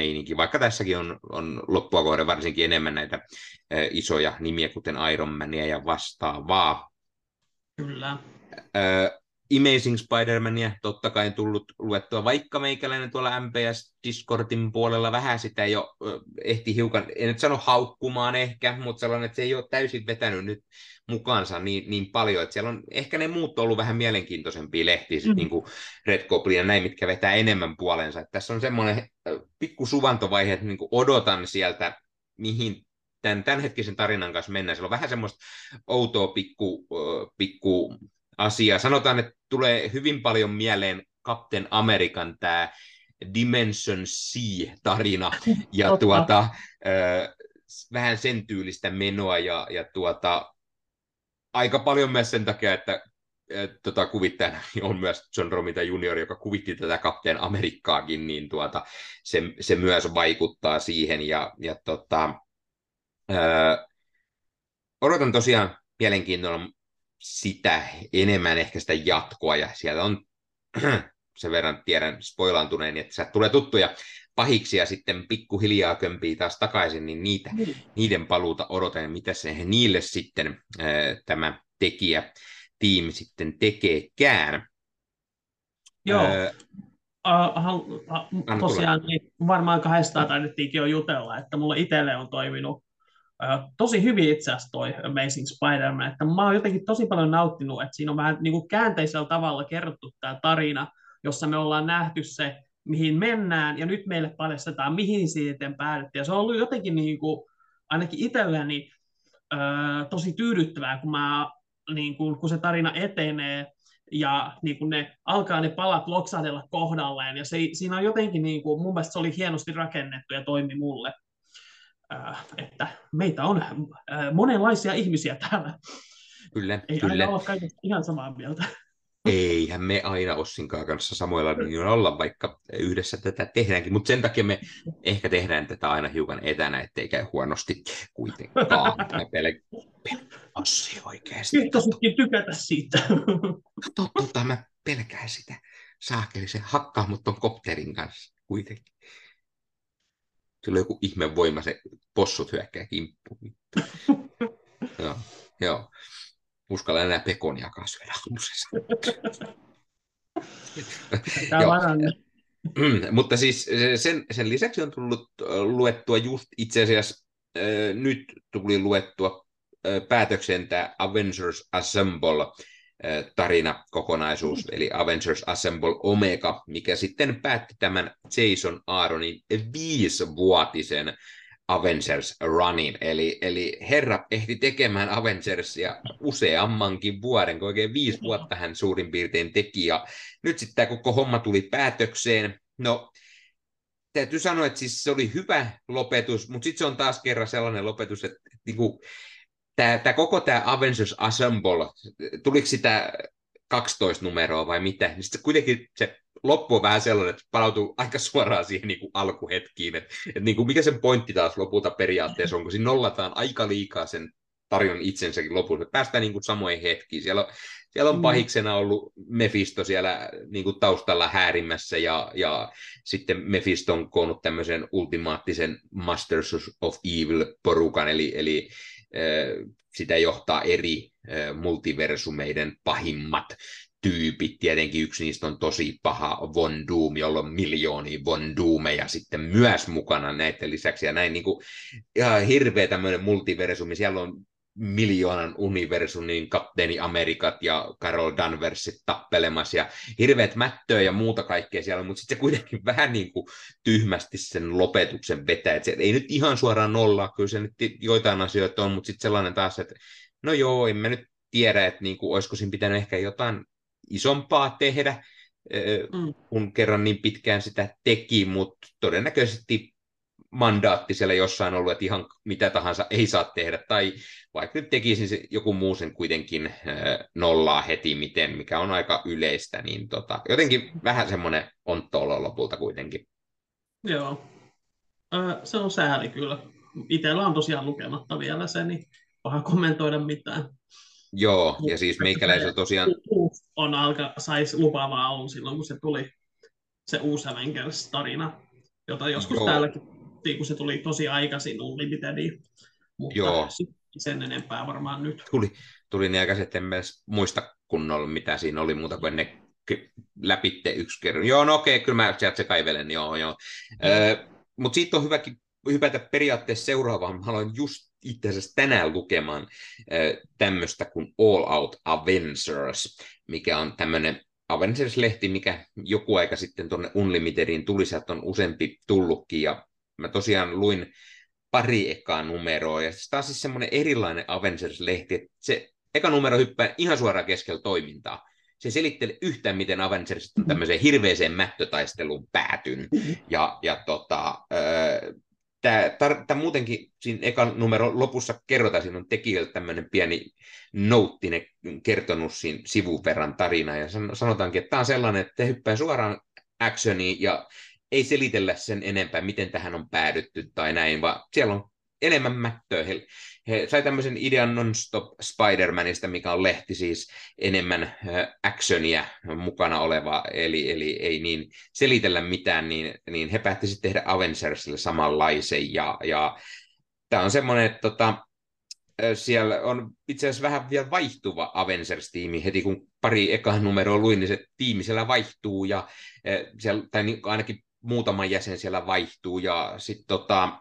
meininki, vaikka tässäkin on, on loppua kohden varsinkin enemmän näitä ö, isoja nimiä, kuten Iron Mania ja vastaavaa. Kyllä. Ö, Amazing Spider-Mania totta kai tullut luettua, vaikka meikäläinen tuolla M P S-Discordin puolella vähän sitä jo ö, ehti hiukan, en nyt sano haukkumaan ehkä, mutta sellainen, että se ei ole täysin vetänyt nyt mukaansa niin, niin paljon, että siellä on ehkä ne muut on ollut vähän mielenkiintoisempia lehtiä, sit, Mm. niin kuin Red Goblin ja näin, mitkä vetää enemmän puolensa. Että tässä on semmoinen pikku suvantovaihe, että niin kuin odotan sieltä, mihin tämän tämänhetkisen tarinan kanssa mennään. Siellä on vähän semmoista outoa pikku, pikku asiaa. Sanotaan, että tulee hyvin paljon mieleen Captain American tämä Dimension C-tarina ja tuota, vähän sen tyylistä menoa ja, ja tuota, aika paljon myös sen takia, että tota, kuvittajana on myös John Romita juniori, joka kuvitti tätä Captain Amerikkaakin, niin tuota, se, se myös vaikuttaa siihen ja, ja tota, ää, odotan tosiaan mielenkiinnolla sitä enemmän ehkä sitä jatkoa ja siellä on sen verran tiedän spoilaantuneen, että sieltä tulee tuttuja pahiksi ja sitten pikkuhiljaa kömpii taas takaisin, niin niitä, mm. niiden paluuta odotan, mitä se niille sitten ää, tämä tekijä tiimi sitten tekeekään. Joo, öö, uh, uh, tosiaan niin varmaan kahdestaan taidettiinkin jo jutella, että mulla itselle on toiminut uh, tosi hyvin itse asiassa toi Amazing Spider-Man, että mä oon jotenkin tosi paljon nauttinut, että siinä on vähän niin kuin käänteisellä tavalla kerrottu tämä tarina, jossa me ollaan nähty se, mihin mennään, ja nyt meille paljastetaan, mihin siitä päädyttiin, ja se on ollut jotenkin niin kuin, ainakin itselleni uh, tosi tyydyttävää, kun mä niin kuin, kun se tarina etenee, ja niin kuin ne alkaa ne palat loksahdella kohdalleen, ja se, siinä on jotenkin, niin kuin, mun mielestä se oli hienosti rakennettu ja toimi mulle, äh, että meitä on äh, monenlaisia ihmisiä täällä. Kyllä, Ei kyllä. aina olla kaikista ihan samaa mieltä. Eihän me aina Ossinkaan kanssa samoilla niin olla, vaikka yhdessä tätä tehdäänkin, mutta sen takia me ehkä tehdään tätä aina hiukan etänä, ettei käy huonosti kuitenkaan. Me pelkään Ossi oikeasti. Kiitositkin tykätä siitä. Kato, tota, mä pelkään sitä. Saakeli, se hakkaa mut ton kopterin kanssa kuitenkin. Sillä on joku ihme voima, se possut hyökkää kimppuun. Joo, joo. Uskalla enää pekoniakaan syödä aamusessa. Mutta siis sen, sen lisäksi on tullut luettua just itse asiassa, äh, nyt tuli luettua äh, päätökseen tämä Avengers Assemble äh, tarinakokonaisuus, eli Avengers Assemble Omega, mikä sitten päätti tämän Jason Aaronin viisivuotisen Avengers Runin, eli, eli herra ehti tekemään Avengersia useammankin vuoden, kun oikein viisi vuotta hän suurin piirtein teki, ja nyt sitten tämä koko homma tuli päätökseen. No, täytyy sanoa, että siis se oli hyvä lopetus, mutta sitten se on taas kerran sellainen lopetus, että niinku, tämä, tämä koko tämä Avengers Assemble, tuliko sitä kaksitoista numeroa vai mitä, niin sitten kuitenkin se loppu on vähän sellainen, että palautuu aika suoraan siihen niin kuin alkuhetkiin, että, että niin kuin mikä sen pointti taas lopulta periaatteessa on, kun siinä nollataan aika liikaa sen tarinan itsensäkin lopussa. Päästään niin kuin samoihin hetkiin. Siellä on, siellä on pahiksena ollut Mephisto siellä niin kuin taustalla häärimässä, ja, ja sitten Mephisto on koonnut tämmöisen ultimaattisen Masters of Evil-porukan, eli, eli äh, sitä johtaa eri äh, multiversumeiden pahimmat tyypit. Tietenkin yksi niistä on tosi paha Von Doom, jolla on miljoonia Von Doomeja sitten myös mukana näiden lisäksi. Ja näin niin kuin, ihan hirveä tämmöinen multiversumi. Siellä on miljoonan universumin kapteeni Amerikat ja Carol Danversit tappelemassa ja hirveät mättöä ja muuta kaikkea siellä, mutta sitten se kuitenkin vähän niin kuin tyhmästi sen lopetuksen vetää. Et se ei nyt ihan suoraan nollaa, kyllä se nyt joitain asioita on, mutta sitten sellainen taas, että no joo, en mä nyt tiedä, että niin kuin, olisiko siinä pitänyt ehkä jotain isompaa tehdä, mm. kun kerran niin pitkään sitä teki, mutta todennäköisesti mandaatti siellä jossain ollut, että ihan mitä tahansa ei saa tehdä, tai vaikka nyt tekisin se, joku muu sen kuitenkin nollaa heti miten, mikä on aika yleistä, niin tota, jotenkin vähän semmoinen ontto-olo lopulta kuitenkin. Joo, se on sääli kyllä. Itsellä on tosiaan lukematta vielä se, niin paha kommentoida mitään. Joo, ja siis meikäläisellä tosiaan on alka, saisi lupaavaa ollut silloin, kun se tuli se uusi Avengers-tarina. jota joskus Joo, täälläkin, kun se tuli tosi aikaisin Unlimitediin, mutta joo, sit sen enempää varmaan nyt. tuli, tuli niin aikaisin, että en edes muista kunnolla, mitä siinä oli muuta kuin ne k- läpitte yksi kerran. Joo, no okei, kyllä mä sieltä se kaivelen, joo, joo. Joo. Mutta siitä on hyväkin hypätä periaatteessa seuraavaan. Mä aloin just itse asiassa tänään lukemaan tämmöistä kuin All Out Avengers, mikä on tämmöinen Avengers-lehti, mikä joku aika sitten tuonne Unlimitediin tuli, sieltä on useampi tullutkin, ja mä tosiaan luin pari ekaa numeroa, ja tämä on siis semmoinen erilainen Avengers-lehti, että se eka numero hyppää ihan suoraan keskellä toimintaa. Se selittelee yhtään, miten Avengers on tämmöiseen hirveäseen mättötaisteluun päätynyt. Ja, ja tota, tämä muutenkin siinä ekan numero lopussa kerrotaan, siinä on tekijöiltä tämmöinen pieni nouttinen kertonut siinä sivun verran tarina, ja sanotaankin, että tämä on sellainen, että te hyppää suoraan actioniin, ja ei selitellä sen enempää, miten tähän on päädytty tai näin, vaan siellä on enemmän mättöä. He, he sai tämmöisen idean Non-Stop Spider-Manista, mikä on lehti siis enemmän actionia mukana oleva, eli, eli ei niin selitellä mitään, niin, niin he päätti sitten tehdä Avengersille samanlaisen, ja, ja tämä on semmoinen, että tota, siellä on itse asiassa vähän vielä vaihtuva Avengers-tiimi. Heti kun pari ekaa numeroa luin, niin se tiimi siellä vaihtuu, ja siellä, tai niin, ainakin muutama jäsen siellä vaihtuu, ja sitten tota,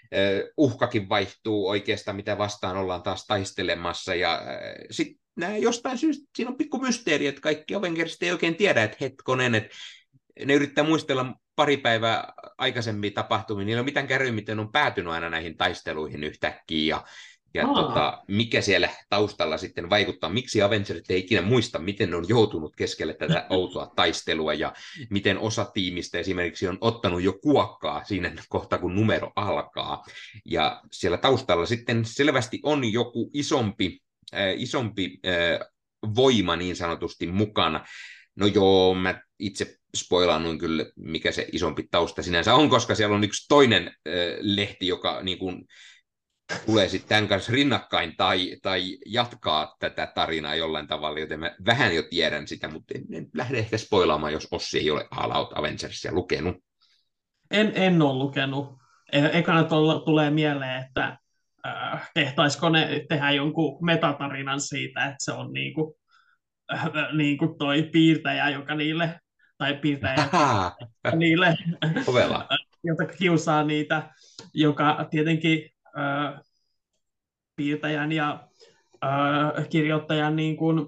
uhkakin vaihtuu oikeastaan, mitä vastaan ollaan taas taistelemassa, ja sitten jostain syystä siinä on pikku mysteeri, että kaikki Avengersit ei oikein tiedä, että hetkonen, että ne yrittää muistella pari päivää aikaisemmin tapahtumia, niillä ei ole mitään käryä, miten on päätynyt aina näihin taisteluihin yhtäkkiä, ja ja tota, mikä siellä taustalla sitten vaikuttaa, miksi Avengerit ei ikinä muista, miten ne on joutunut keskelle tätä outoa taistelua, ja miten osa tiimistä esimerkiksi on ottanut jo kuokkaa siinä kohtaa, kun numero alkaa. Ja siellä taustalla sitten selvästi on joku isompi, äh, isompi äh, voima niin sanotusti mukana. No joo, mä itse spoilaannuin kyllä, mikä se isompi tausta sinänsä on, koska siellä on yksi toinen äh, lehti, joka niin kuin tulee sitten tämän kanssa rinnakkain tai, tai jatkaa tätä tarinaa jollain tavalla, joten mä vähän jo tiedän sitä, mutta en, en lähde ehkä spoilaamaan, jos Ossi ei ole All Out Avengersia lukenut. En, en ole lukenut. E- ekana tuolla tulee mieleen, että äh, tehtaisiko ne tehdä jonkun metatarinan siitä, että se on niinku, äh, niin kuin toi piirtäjä, joka niille, tai piirtäjä niille, Ovela. jota kiusaa niitä, joka tietenkin äh, piirtäjän ja äh, kirjoittajan niin kuin,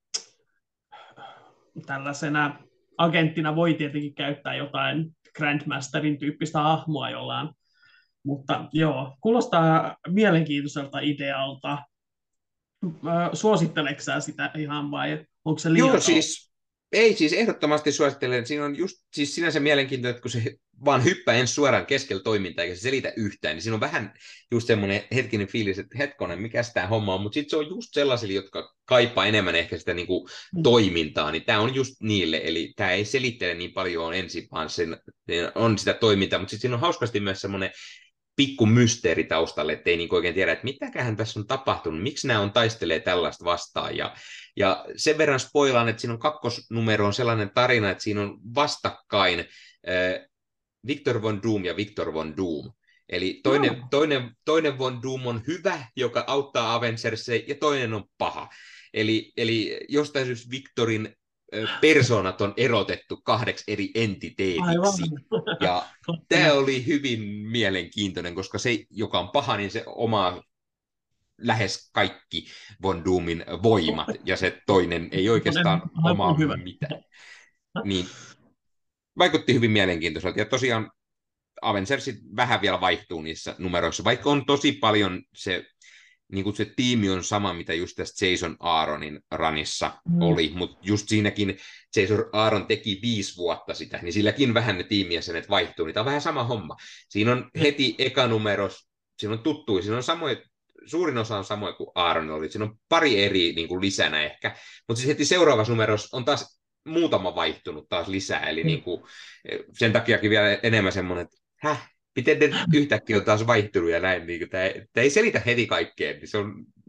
tällaisena agenttina voi tietenkin käyttää jotain Grandmasterin tyyppistä hahmoa jollain. Mutta joo, kuulostaa mielenkiintoiselta idealta. Äh, Suositteleksä sä sitä ihan vai onko se liian Joo, siis ei siis ehdottomasti suosittelen. Siinä on just siis sinänsä mielenkiintoista, että kun se vaan hyppää ensin suoraan keskellä toimintaa eikä se selitä yhtään, niin siinä on vähän just semmoinen hetkinen fiilis, että hetkonen, mikä tämä homma on, mutta sitten se on just sellaisille, jotka kaipaa enemmän ehkä sitä niin kuin toimintaa, niin tämä on just niille, eli tämä ei selittele niin paljon ensin, vaan sen, on sitä toimintaa, mutta sitten siinä on hauskasti myös semmoinen pikku mysteeri taustalle, ettei niin oikein tiedä, että mitäköhän tässä on tapahtunut, miksi nämä on taistelee tällaista vastaan, ja, ja sen verran spoilaan, että siinä on kakkosnumero on sellainen tarina, että siinä on vastakkain äh, Victor Von Doom ja Victor Von Doom. Eli toinen, no. toinen, toinen Von Doom on hyvä, joka auttaa Avengersia, ja toinen on paha. Eli, eli jostain syystä Victorin persoonat on erotettu kahdeksi eri entiteetiksi. Ja tämä oli hyvin mielenkiintoinen, koska se, joka on paha, niin se omaa lähes kaikki Von Doomin voimat, ja se toinen ei oikeastaan omaa mitään. Niin, vaikutti hyvin mielenkiintoiselta, ja tosiaan Avengersit vähän vielä vaihtuu niissä numeroissa, vaikka on tosi paljon se, niin kuin se tiimi on sama, mitä just tässä Jason Aaronin ranissa mm. oli, mutta just siinäkin Jason Aaron teki viisi vuotta sitä, niin silläkin vähän ne tiimijäsenet vaihtuu, niin tämä on vähän sama homma. Siinä on heti eka numeros, siinä on tuttuja, siinä on samoja, suurin osa on samoja kuin Aaron oli, siinä on pari eri niin kuin lisänä ehkä, mutta siis heti seuraavassa numerossa on taas muutama vaihtunut taas lisää, eli mm. niin kuin, sen takiakin vielä enemmän semmoinen, että häh, miten ne yhtäkkiä on taas vaihtunut ja näin, niin tämä, tämä ei selitä heti kaikkea, niin se on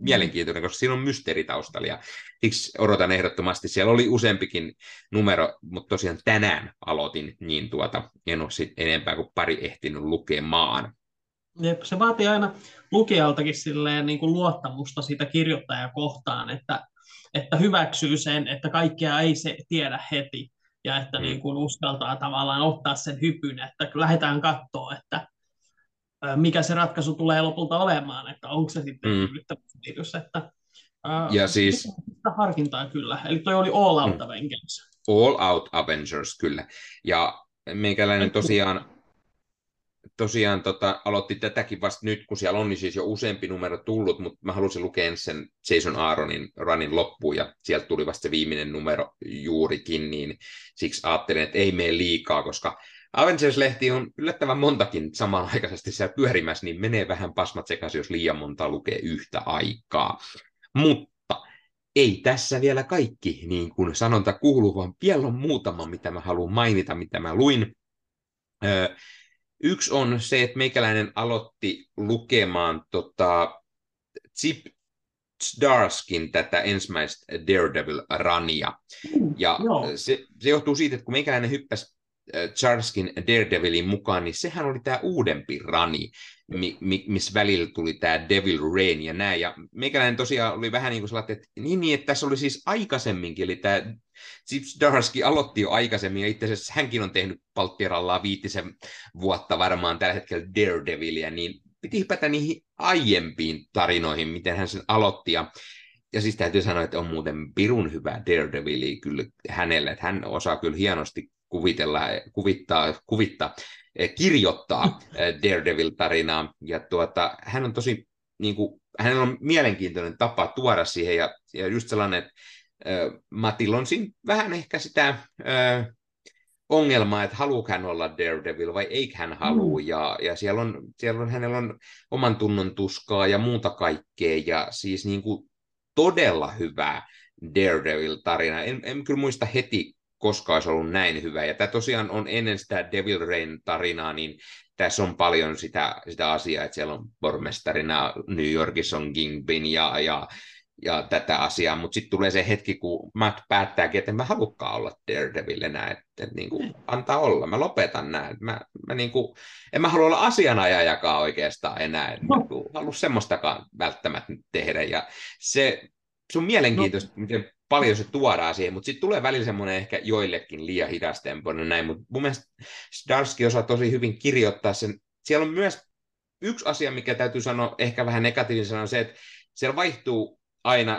mielenkiintoinen, koska siinä on mysteeri taustalla ja siksi odotan ehdottomasti. Siellä oli useampikin numero, mutta tosiaan tänään aloitin, niin tuota, en ole sit enempää kuin pari ehtinyt lukemaan. Jep, se vaatii aina lukijaltakin silleen, niin kuin luottamusta siitä kirjoittajaa kohtaan, että, että hyväksyy sen, että kaikkea ei se tiedä heti ja että Mm. niin kuin uskaltaa tavallaan ottaa sen hypyn, että lähdetään katsoa, että ö, mikä se ratkaisu tulee lopulta olemaan, että onko se sitten Mm. tyydyttävä fiilis, että ö, Ja siis sitä harkintaa kyllä. Eli toi oli All Out mm, Avengers. All Out Avengers kyllä. Ja meikäläinen tosiaan tosiaan tota, aloitti tätäkin vasta nyt, kun siellä on niin siis jo useampi numero tullut, mutta mä halusin lukea ensin sen Jason Aaronin runin loppuun, ja sieltä tuli vasta se viimeinen numero juurikin, niin siksi ajattelin, että ei mene liikaa, koska Avengers-lehti on yllättävän montakin samanaikaisesti siellä pyörimässä, niin menee vähän pasmat sekaisin, jos liian monta lukee yhtä aikaa. Mutta ei tässä vielä kaikki, niin kuin sanonta kuuluu, vaan vielä on muutama, mitä mä haluan mainita, mitä mä luin. Öö, Yksi on se, että meikäläinen aloitti lukemaan tota, Chip Zdarskin tätä ensimmäistä Daredevil-rania. Ja Joo. se, se johtuu siitä, että kun meikäläinen hyppäsi Zdarskin Daredevilin mukaan, niin sehän oli tämä uudempi rani, mi, mi, missä välillä tuli tämä Devil Rain ja näin. Ja meikäläinen tosiaan oli vähän niin kuin sellainen, että niin, niin, että tässä oli siis aikaisemminkin, eli tämä Chip Zdarsky aloitti jo aikaisemmin, ja itse asiassa hänkin on tehnyt palttierallaan viitisen vuotta varmaan tällä hetkellä Daredevilia, niin piti hypätä niihin aiempiin tarinoihin, miten hän sen aloitti, ja, ja siis täytyy sanoa, että on muuten pirun hyvä Daredevili kyllä hänelle, että hän osaa kyllä hienosti kuvitella, kuvittaa, kuvittaa, kirjoittaa Daredevil-tarinaa, ja tuota, hän on tosi, niin kuin, hänellä on mielenkiintoinen tapa tuoda siihen, ja, ja just sellainen, että Matilla on siinä vähän ehkä sitä äh, ongelmaa, että haluuko hän olla Daredevil vai eikö hän halua, mm. ja, ja siellä, on, siellä on, hänellä on oman tunnon tuskaa ja muuta kaikkea, ja siis niin kuin todella hyvä Daredevil-tarina. En, en kyllä muista heti, koska olisi ollut näin hyvä, ja tämä tosiaan on ennen sitä Devil Rain-tarinaa, niin tässä on paljon sitä, sitä asiaa, että siellä on pormestarina New Yorkissa on Kingpin ja, ja ja tätä asiaa, mutta sitten tulee se hetki, kun Matt päättääkin, että en mä halukkaan olla Daredevil enää, että, että niin kuin, antaa olla, mä lopetan nämä. Mä, mä niin kuin, en mä halua olla asianajajakaan oikeastaan enää, en mä halua semmoistakaan välttämättä tehdä, ja se, se on mielenkiintoista, no. Miten paljon se tuodaan siihen, mutta sitten tulee välillä semmoinen ehkä joillekin liian hidastempoinen näin, mutta mun mielestä Zdarsky osaa tosi hyvin kirjoittaa sen. Siellä on myös yksi asia, mikä täytyy sanoa ehkä vähän negatiivinen, on se, että siellä vaihtuu aina,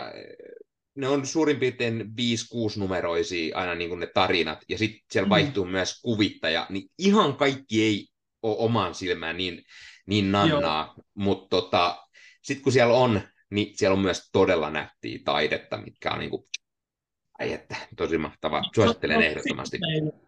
ne on suurin piirtein viisi kuusi numeroisia aina niin kuin ne tarinat, ja sitten siellä vaihtuu mm. myös kuvittaja, niin ihan kaikki ei ole omaan silmään niin, niin nannaa, mutta tota, sitten kun siellä on, niin siellä on myös todella nättiä taidetta, mitkä on niin kuin, ai että, tosi mahtavaa, suosittelen ehdottomasti.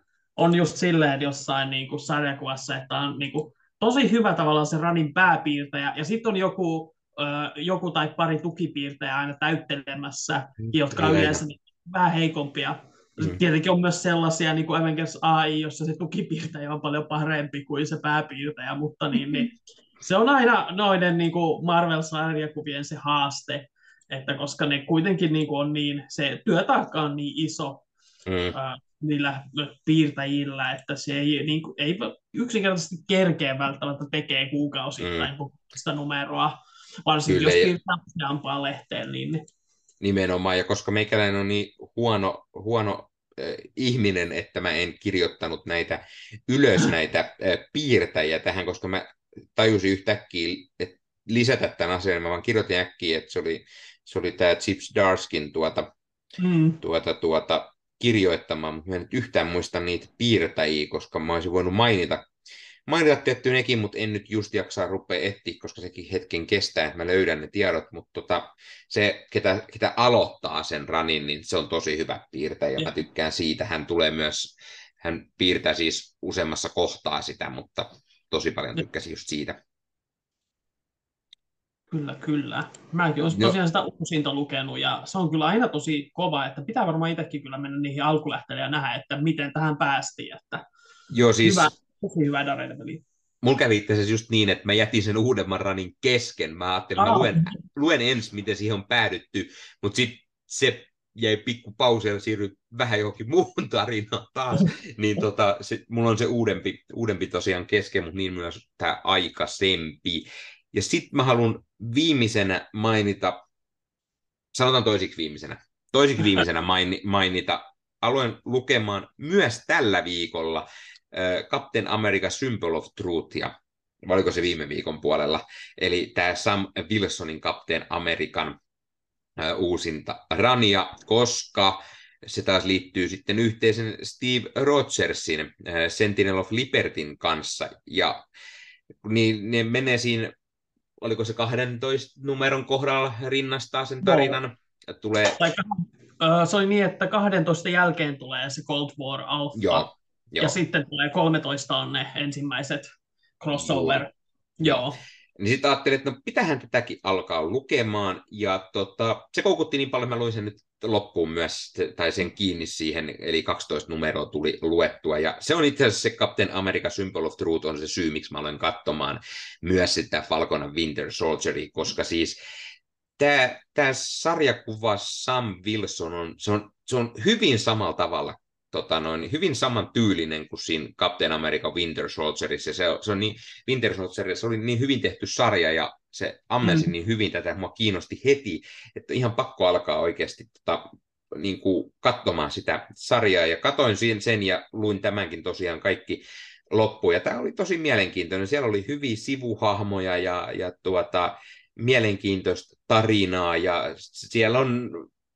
On just silleen jossain niin kuin sarjakuvassa, että on niin kuin tosi hyvä tavallaan se ranin pääpiirtäjä, ja sitten on joku joku tai pari tukipiirtejä aina täyttelemässä, jotka on yleensä vähän heikompia. Mm. Tietenkin on myös sellaisia, niin kuin Avengers A I, jossa se tukipiirtäjä on paljon parempi kuin se pääpiirtäjä, mutta niin, niin, se on aina noiden niin kuin Marvel-sarjakuvien se haaste, että koska ne kuitenkin niin kuin on niin, se työtaakka on niin iso mm. äh, niillä piirtäjillä, että se ei, niin kuin, ei yksinkertaisesti kerkeä välttämättä tekee kuukausittain mm. sitä numeroa. Varsinkin kyllä, jos piirtää useampaan lehteen. Niin... Nimenomaan, ja koska meikäläinen on niin huono, huono äh, ihminen, että mä en kirjoittanut näitä ylös näitä äh, piirtäjiä tähän, koska mä tajusin yhtäkkiä, että lisätä tämän asian, mä vaan kirjoitin äkkiä, että se oli, se oli tämä Chip Zdarskin tuota, mm. tuota, tuota, kirjoittamaan, mutta mä en nyt yhtään muista niitä piirtäjiä, koska mä olisin voinut mainita mainita tietty nekin, mutta en nyt just jaksaa rupea etsiä, koska sekin hetken kestää, että mä löydän ne tiedot, mutta tota, se, ketä, ketä aloittaa sen ranin, niin se on tosi hyvä piirtäjä, ja mä tykkään siitä. Hän tulee myös, hän piirtää siis useammassa kohtaa sitä, mutta tosi paljon tykkäsin just siitä. Kyllä, kyllä. Mäkin olen tosiaan sitä uusinta lukenut, ja se on kyllä aina tosi kova, että pitää varmaan itsekin kyllä mennä niihin alkulähteille ja nähdä, että miten tähän päästiin. Että Joo, siis... hyvä. Tosi hyvä Daredevil. mulla kävi itse asiassa just niin, että mä jätin sen uudemman ranin kesken. Mä ajattelin, että mä Ah, luen, luen ensin, miten siihen on päädytty, mutta sitten se jäi pikku pausi ja siirryi vähän johonkin muuhun tarinaan taas. Niin tota, se, mulla on se uudempi, uudempi tosiaan kesken, mutta niin myös tämä aikaisempi. Ja sitten mä haluan viimeisenä mainita, sanotaan toisiksi viimeisenä, toisiksi viimeisenä mainita, aloin lukemaan myös tällä viikolla äh, Captain America Symbol of Truthia, vai oliko se viime viikon puolella, eli tämä Sam Wilsonin Captain American äh, uusinta rania, koska se taas liittyy sitten yhteisen Steve Rogersin äh, Sentinel of Libertyn kanssa, ja niin ne menee siinä, oliko se kahdentoista numeron kohdalla rinnastaa sen tarinan, tulee. tai, äh, se oli niin, että kahdentoista jälkeen tulee se Cold War Alpha, Joo, ja joo. sitten tulee kolmetoista on ne ensimmäiset crossover. Juuri. Joo. Joo. Niin sitten ajattelin, että no pitähän tätäkin alkaa lukemaan, ja tota, se koukutti niin paljon, että mä luin sen nyt loppuun myös, tai sen kiinni siihen, eli kaksitoista numeroa tuli luettua, ja se on itse asiassa se Captain America Symbol of Truth on se syy, miksi mä aloin katsomaan myös sitä Falcon and Winter Soldieria, koska siis tämä, tämä sarjakuva Sam Wilson on, se on, se on hyvin samalla tavalla, tota noin, hyvin saman tyylinen kuin siinä Captain America Winter Soldierissa. Se, se on niin, Winter Soldierissa oli niin hyvin tehty sarja ja se ammensi mm. niin hyvin tätä, että mua kiinnosti heti, että ihan pakko alkaa oikeasti tota, niin kuin katsomaan sitä sarjaa. Ja katoin sen ja luin tämänkin tosiaan kaikki loppuun. Ja tämä oli tosi mielenkiintoinen. Siellä oli hyviä sivuhahmoja ja, ja tuota, mielenkiintoista tarinaa ja siellä on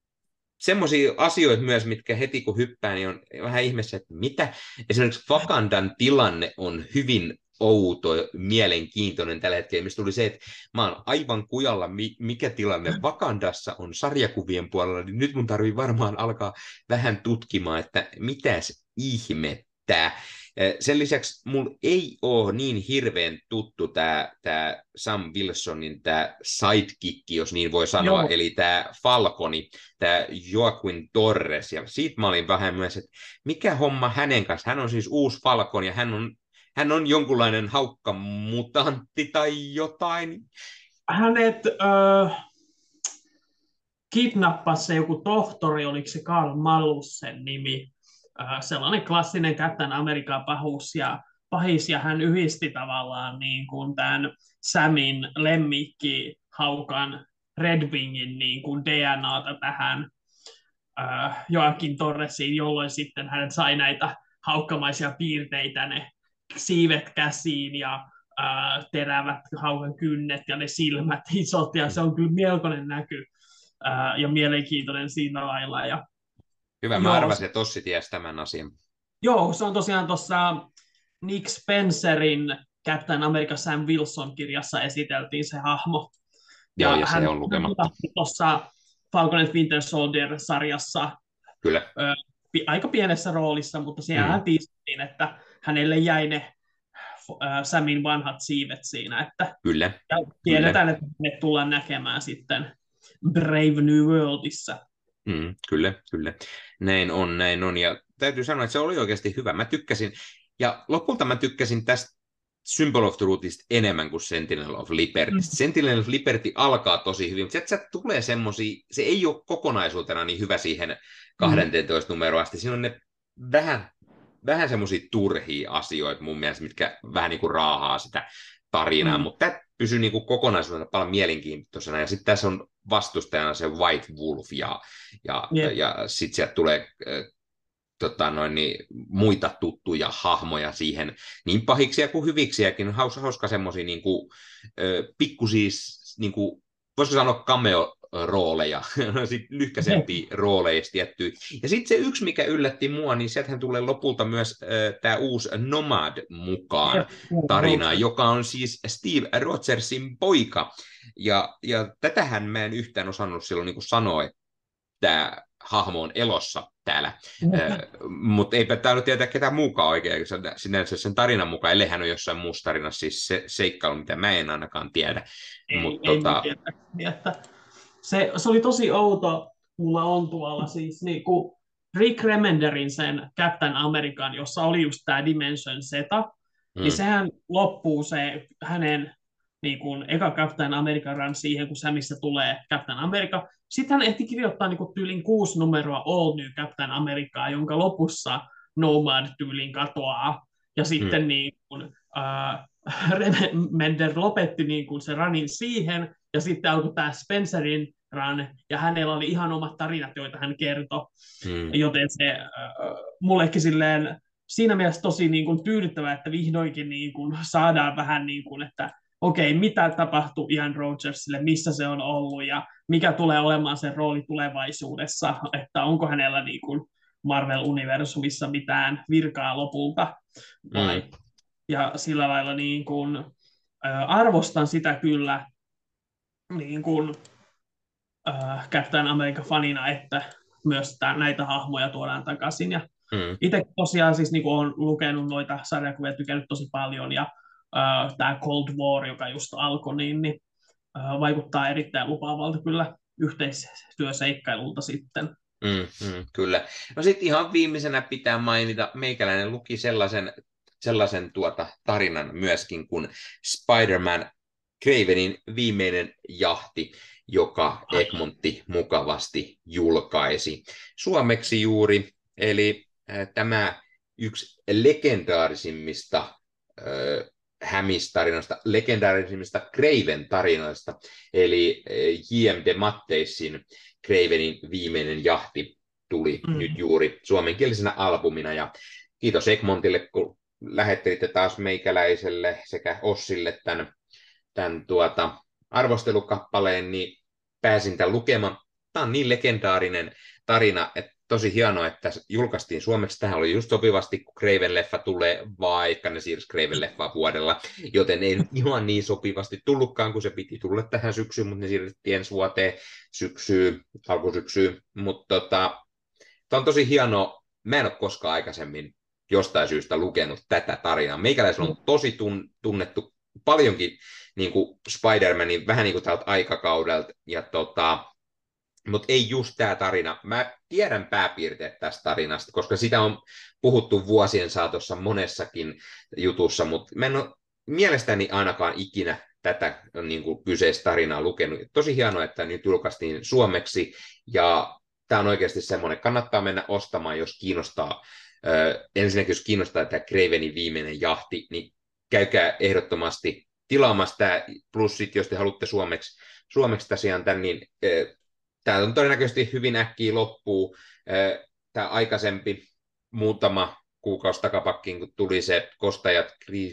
semmoisia asioita myös, mitkä heti kun hyppää, niin on vähän ihmeessä, että mitä. Esimerkiksi Wakandan tilanne on hyvin outo, mielenkiintoinen tällä hetkellä, mistä tuli se, että mä oon aivan kujalla, mikä tilanne Wakandassa on sarjakuvien puolella, niin nyt mun tarvii varmaan alkaa vähän tutkimaan, että mitäs ihmettä. Sen lisäksi mulla ei ole niin hirveän tuttu tämä tää Sam Wilsonin tämä sidekick, jos niin voi sanoa, Joo. eli tämä Falconi, tämä Joaquin Torres, ja siitä mä olin vähän myös, että mikä homma hänen kanssa, hän on siis uusi Falcon, ja hän on, hän on jonkunlainen haukkamutantti tai jotain. Hänet äh, kidnappasi se joku tohtori, oliko se Karl Malus sen nimi, sellainen klassinen Captain American pahus ja pahis, ja hän yhdisti tavallaan niin kuin tämän Samin lemmikki haukan Red Wingin niin kuin D N A:ta tähän äh, Joaquin Torresiin, jolloin sitten hän sai näitä haukkamaisia piirteitä, ne siivet käsiin ja äh, terävät haukan kynnet ja ne silmät isot, ja se on kyllä melkoinen näky äh, ja mielenkiintoinen siinä lailla. Ja Hyvä, mä arvasin, että Tossi tiesi tämän asian. Joo, se on tosiaan tuossa Nick Spencerin Captain America Sam Wilson-kirjassa esiteltiin se hahmo. Joo, ja, ja hän, se on lukematta. Tuossa Falcon and Winter Soldier-sarjassa Kyllä. Ö, aika pienessä roolissa, mutta siellä mm. tiistettiin, että hänelle jäi ne ö, Samin vanhat siivet siinä. Että, Kyllä. Ja tiedetään, Kyllä. että ne tullaan näkemään sitten Brave New Worldissa. Mm, kyllä, kyllä. Näin on, näin on. Ja täytyy sanoa, että se oli oikeasti hyvä. Mä tykkäsin, ja lopulta mä tykkäsin tästä Symbol of Truthista enemmän kuin Sentinel of Liberty. Mm. Sentinel of Liberty alkaa tosi hyvin, mutta sieltä tulee semmosia, se ei ole kokonaisuutena niin hyvä siihen kaksitoista mm. numeroon asti. Siinä on ne vähän, vähän semmosia turhia asioita mun mielestä, mitkä vähän niin kuin raahaa sitä tarinaa, mm. mutta tämä pysyy niin kuin kokonaisuutena paljon mielenkiintoisena. Ja sitten tässä on vastustajana se White Wolf, ja, ja, yeah. ja sitten sieltä tulee äh, tota noin, niin, muita tuttuja hahmoja siihen, niin pahiksia kuin hyviksiäkin. Hauska, hauska semmoisia niin kuin, äh, pikkusis, niin kuin, voisiko sanoa cameo rooleja, lyhkäisempiä rooleja tiettyjä. Ja sitten se yksi, mikä yllätti mua, niin sieltähän tulee lopulta myös äh, tämä uusi Nomad mukaan yeah. tarinaan, joka on siis Steve Rogersin poika. Ja, ja tätähän mä en yhtään osannut silloin niin kuin sanoa, että tämä hahmo on elossa täällä, mm-hmm. äh, mutta eipä tainnut tietää ketään muukaan oikein, sinänsä sen tarinan mukaan, ellei hän ole jossain muussa tarinassa siis se seikkailu, mitä mä en ainakaan tiedä. Ei, Mut, ei tota... tiedä. Se, se oli tosi outo, mulla on tuolla siis niin kuin Rick Remenderin sen Captain American, jossa oli just tämä Dimension Zeta, niin Mm. sehän loppuu se hänen niin kuin, eka Captain America run siihen, kun Samista tulee Captain America. Sitten hän ehti kirjoittaa niin kuin, tyylin kuusi numeroa All New Captain Americaa, jonka lopussa Nomad tyylin katoaa. Ja Mm. sitten niin kuin, äh, Remender lopetti niin kuin, se runin siihen, ja sitten alkoi tämä Spencerin run, ja hänellä oli ihan omat tarinat, joita hän kertoi. Mm. Joten se äh, mullekin silleen siinä mielessä tosi niin kuin, tyydyttävää, että vihdoinkin niin kuin, saadaan vähän niin kuin, että okei, okay, mitä tapahtuu Ian Rogersille, missä se on ollut ja mikä tulee olemaan sen rooli tulevaisuudessa, että onko hänellä niin kuin, Marvel-universumissa mitään virkaa lopulta vai. Mm. Ja sillä lailla niin kuin, äh, arvostan sitä kyllä niin kuin, äh, Captain America-fanina, että myös tää, näitä hahmoja tuodaan takaisin. Ja Mm. itse tosiaan siis niin olen lukenut noita sarjakuvia, tykännyt tosi paljon, ja äh, tämä Cold War, joka just alkoi, niin, niin äh, vaikuttaa erittäin lupaavalta kyllä yhteistyöseikkailulta sitten. Mm, mm, kyllä. No sitten ihan viimeisenä pitää mainita, meikäläinen luki sellaisen, sellaisen tuota tarinan myöskin kuin Spider-Man Cravenin viimeinen jahti, joka Ai, Egmontti mukavasti julkaisi suomeksi juuri. Eli äh, tämä yksi legendaarisimmista äh, hämistarinoista, legendaarisimmista Craven tarinoista, eli äh, J M. de Matteisin Cravenin viimeinen jahti tuli mm, nyt juuri suomenkielisenä albumina, ja kiitos Egmontille, kun lähettelitte taas meikäläiselle sekä Ossille tämän, tämän tuota, arvostelukappaleen, niin pääsin tämän lukemaan. Tämä on niin legendaarinen tarina, että tosi hienoa, että julkaistiin suomeksi. Tähän oli just sopivasti, kun Craven-leffa tulee, vaikka ne siirsi Craven-leffaa vuodella, joten ei ihan niin sopivasti tullutkaan, kun se piti tulla tähän syksyyn, mutta ne siirrettiin ensi vuoteen syksyyn, alkusyksyyn. Mutta tota, tämä on tosi hienoa. Mä en ole koskaan aikaisemmin jostain syystä lukenut tätä tarinaa. Meikäläisellä on tosi tun, tunnettu paljonkin niin kuin Spider-Manin, vähän niin kuin tältä aikakaudelta, ja tota, mutta ei just tämä tarina. Mä tiedän pääpiirteet tästä tarinasta, koska sitä on puhuttu vuosien saatossa monessakin jutussa, mutta mä en ole mielestäni ainakaan ikinä tätä niin kuin kyseistä tarinaa lukenut. Tosi hienoa, että nyt julkaistiin suomeksi, ja tämä on oikeasti semmoinen, kannattaa mennä ostamaan, jos kiinnostaa. Ö, ensinnäkin, jos kiinnostaa tämä Cravenin viimeinen jahti, niin käykää ehdottomasti tilaamassa tämä, plus sitten, jos te haluatte suomeksi, suomeksi tosiaan tämän, niin tämä on todennäköisesti hyvin äkkiä loppuu. Tämä aikaisempi muutama kuukausi takapakkiin, kun tuli se Kostajat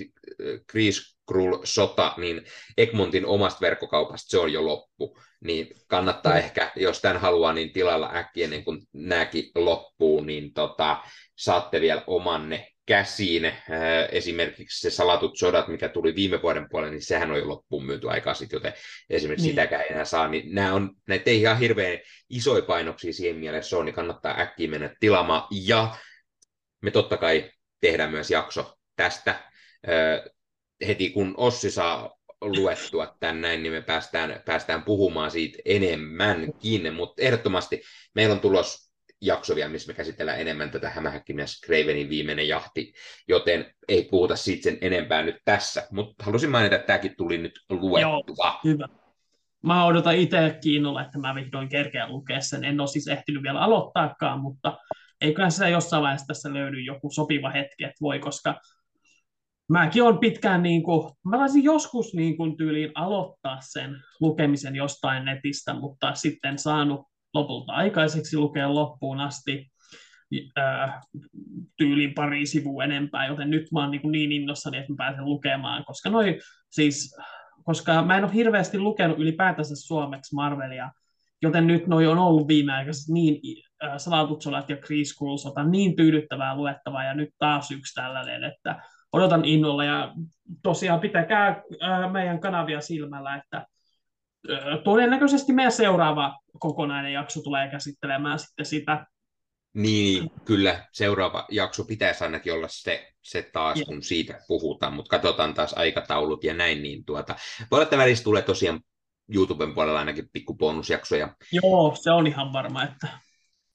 Kriiskrull-sota, niin Egmontin omasta verkkokaupasta se on jo loppu. Niin kannattaa mm. ehkä, jos tämän haluaa, niin tilailla äkkiä ennen kuin nämäkin loppuu, niin tota, saatte vielä omanne käsiin. Esimerkiksi se Salatut sodat, mikä tuli viime vuoden puolella, niin sehän on jo loppuun myyty aikaa sitten, joten esimerkiksi niin. Sitäkään ei enää saa. Niin nämä on, näitä ei ihan hirveän isoja painoksia siihen mielessä on, niin kannattaa äkkiä mennä tilaamaan. Ja me totta kai tehdään myös jakso tästä. Heti kun Ossi saa luettua tämän näin, niin me päästään, päästään puhumaan siitä enemmänkin, mutta ehdottomasti meillä on tulos jakso vielä, missä me käsitellään enemmän tätä Hämähäkkimies Cravenin viimeinen jahti, joten ei puhuta siitä sen enempää nyt tässä, mutta halusin mainita, että tämäkin tuli nyt luettua. Joo, hyvä. Mä odotan itse kiinnolla, että mä vihdoin kerkeän lukea sen. En ole siis ehtinyt vielä aloittaakaan, mutta eiköhän se jossain vaiheessa tässä löydy joku sopiva hetki, että voi, koska mäkin olen pitkään, niin kuin, mä taisin joskus niin kuin, tyyliin aloittaa sen lukemisen jostain netistä, mutta sitten saanut lopulta aikaiseksi lukea loppuun asti ää, tyyliin pari sivua enempää, joten nyt mä oon niin, niin innossani, että mä pääsen lukemaan, koska noi, siis, koska mä en ole hirveästi lukenut ylipäätänsä suomeksi Marvelia, joten nyt noi on ollut viimeaikaiset niin äh, Salatut sodat ja Kriiskrull-sota niin tyydyttävää luettavaa, ja nyt taas yksi tällainen, että odotan innolla, ja tosiaan pitäkää äh, meidän kanavia silmällä, että äh, todennäköisesti meidän seuraava kokonainen jakso tulee käsittelemään sitten sitä. Niin, kyllä seuraava jakso pitäisi ainakin olla se, se taas, yeah. kun siitä puhutaan, mutta katsotaan taas aikataulut ja näin, niin tuota, voi olla, että välissä tulee tosiaan YouTuben puolella ainakin pikku bonusjaksoja. Joo, se on ihan varma, että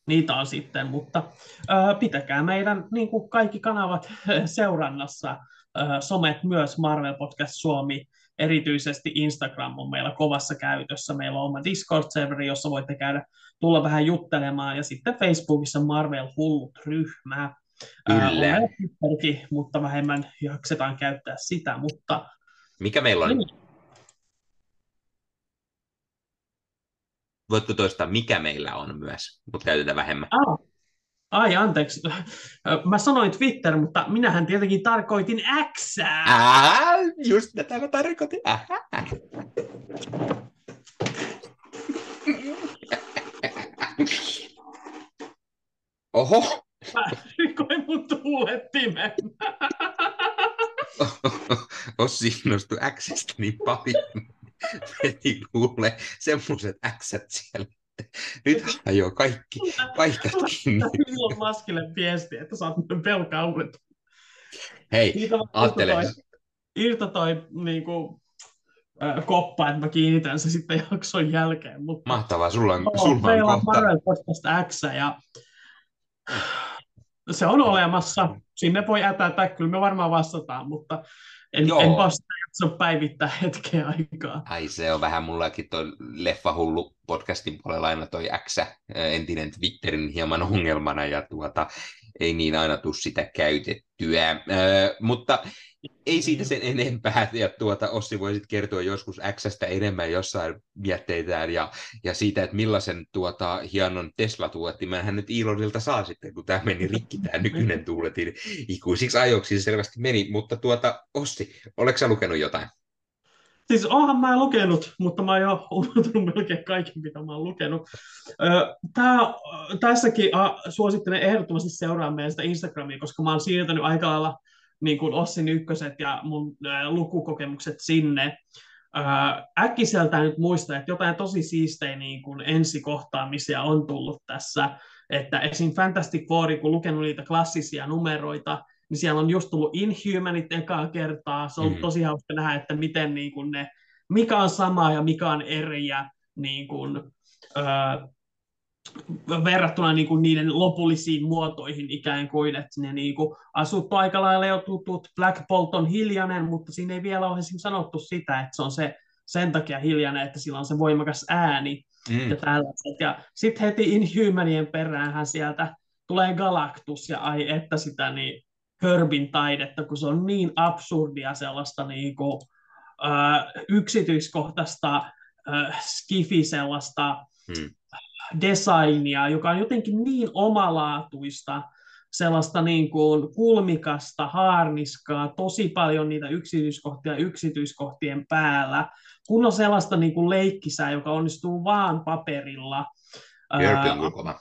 niitä on sitten, mutta ö, pitäkää meidän niin kuin kaikki kanavat seurannassa, ö, somet myös Marvel Podcast Suomi, erityisesti Instagram on meillä kovassa käytössä. Meillä on oma Discord-serveri, jossa voitte käydä tulla vähän juttelemaan, ja sitten Facebookissa Marvel Hullut-ryhmä. Ö, on Kyllä. meillä Twitterkin, mutta vähemmän jaksetaan käyttää sitä, mutta Mikä meillä on? niin. Voitko toistaa, mikä meillä on myös, mutta käytetään vähemmän? Ah, ai, anteeksi. Mä sanoin Twitter, mutta minähän tietenkin tarkoitin Xää. Ää, just tätä mä tarkoitin. Ähä. Oho. Mä rikoin mun tuulettimen. Ossi innostui Xstä niin paljon. Meni kuule semmoiset Xät siellä. Nyt hajoaa kaikki paikatkin. Elon Muskille viesti, että sä oot velkaudet. Hei, Niitä vaan ajattele. irtotoi, irtotoi niinku, äh, koppa, että mä kiinnitän se sitten jakson jälkeen. Mutta Mahtavaa, sulla on, joo, sulla on meillä on kohta. Marvel Podcast X ja se on olemassa. Sinne voi ätätä, kyllä me varmaan vastataan, mutta en, Joo. en vasta jakso päivittää hetkeä aikaa. Ai se on vähän mullakin toi Leffahullu podcastin puolella aina toi X, entinen Twitterin hieman ongelmana ja tuota, ei niin aina tule sitä käytettyä. Ö, mutta ei siitä sen enempää, ja tuota, Ossi voisit kertoa joskus Xstä enemmän jossain mietteitään, ja, ja siitä, että millaisen tuota, hienon Tesla-tuulettimen hän nyt Elonilta saa sitten, kun tämä meni rikki, tämä nykyinen tuuletin ikuisiksi ajoiksi se selvästi meni, mutta tuota, Ossi, oletko sä lukenut jotain? Siis oonhan mä lukenut, mutta mä oon jo unohtunut melkein kaiken, mitä mä oon lukenut. Tää, tässäkin suosittelen ehdottomasti seuraa meidän sitä Instagramia, koska mä oon siirtänyt aika lailla niin kuin Ossin ykköset ja mun lukukokemukset sinne. Äkkiseltään nyt muista, että jotain tosi siistejä niin kuin ensikohtaamisia on tullut tässä. Että esim. Fantastic Four, kun lukenut niitä klassisia numeroita, niin siellä on just tullut Inhumanit ekaa kertaa. Se on ollut Mm. tosi hauska nähdä, että miten niin kuin ne, mikä on samaa ja mikä on eri, ja niin kuin, öö, verrattuna niin kuin niiden lopullisiin muotoihin ikään kuin, että ne niin kuin asuttu aika lailla jo tutut. Black Bolt on hiljainen, mutta siinä ei vielä ole sanottu sitä, että se on se sen takia hiljainen, että sillä on se voimakas ääni Mm. ja tällaiset. Ja sitten heti Inhumanien peräänhän sieltä tulee Galactus, ja ai että sitä niin Kirbyn taidetta, kun se on niin absurdia sellaista niin kuin, äh, yksityiskohtaista äh, skifi sellaista Mm. designia, joka on jotenkin niin omalaatuista, sellaista niin kuin kulmikasta, haarniskaa, tosi paljon niitä yksityiskohtia yksityiskohtien päällä, kun on sellaista niin kuin leikkisää, joka onnistuu vaan paperilla. Kirby on kova.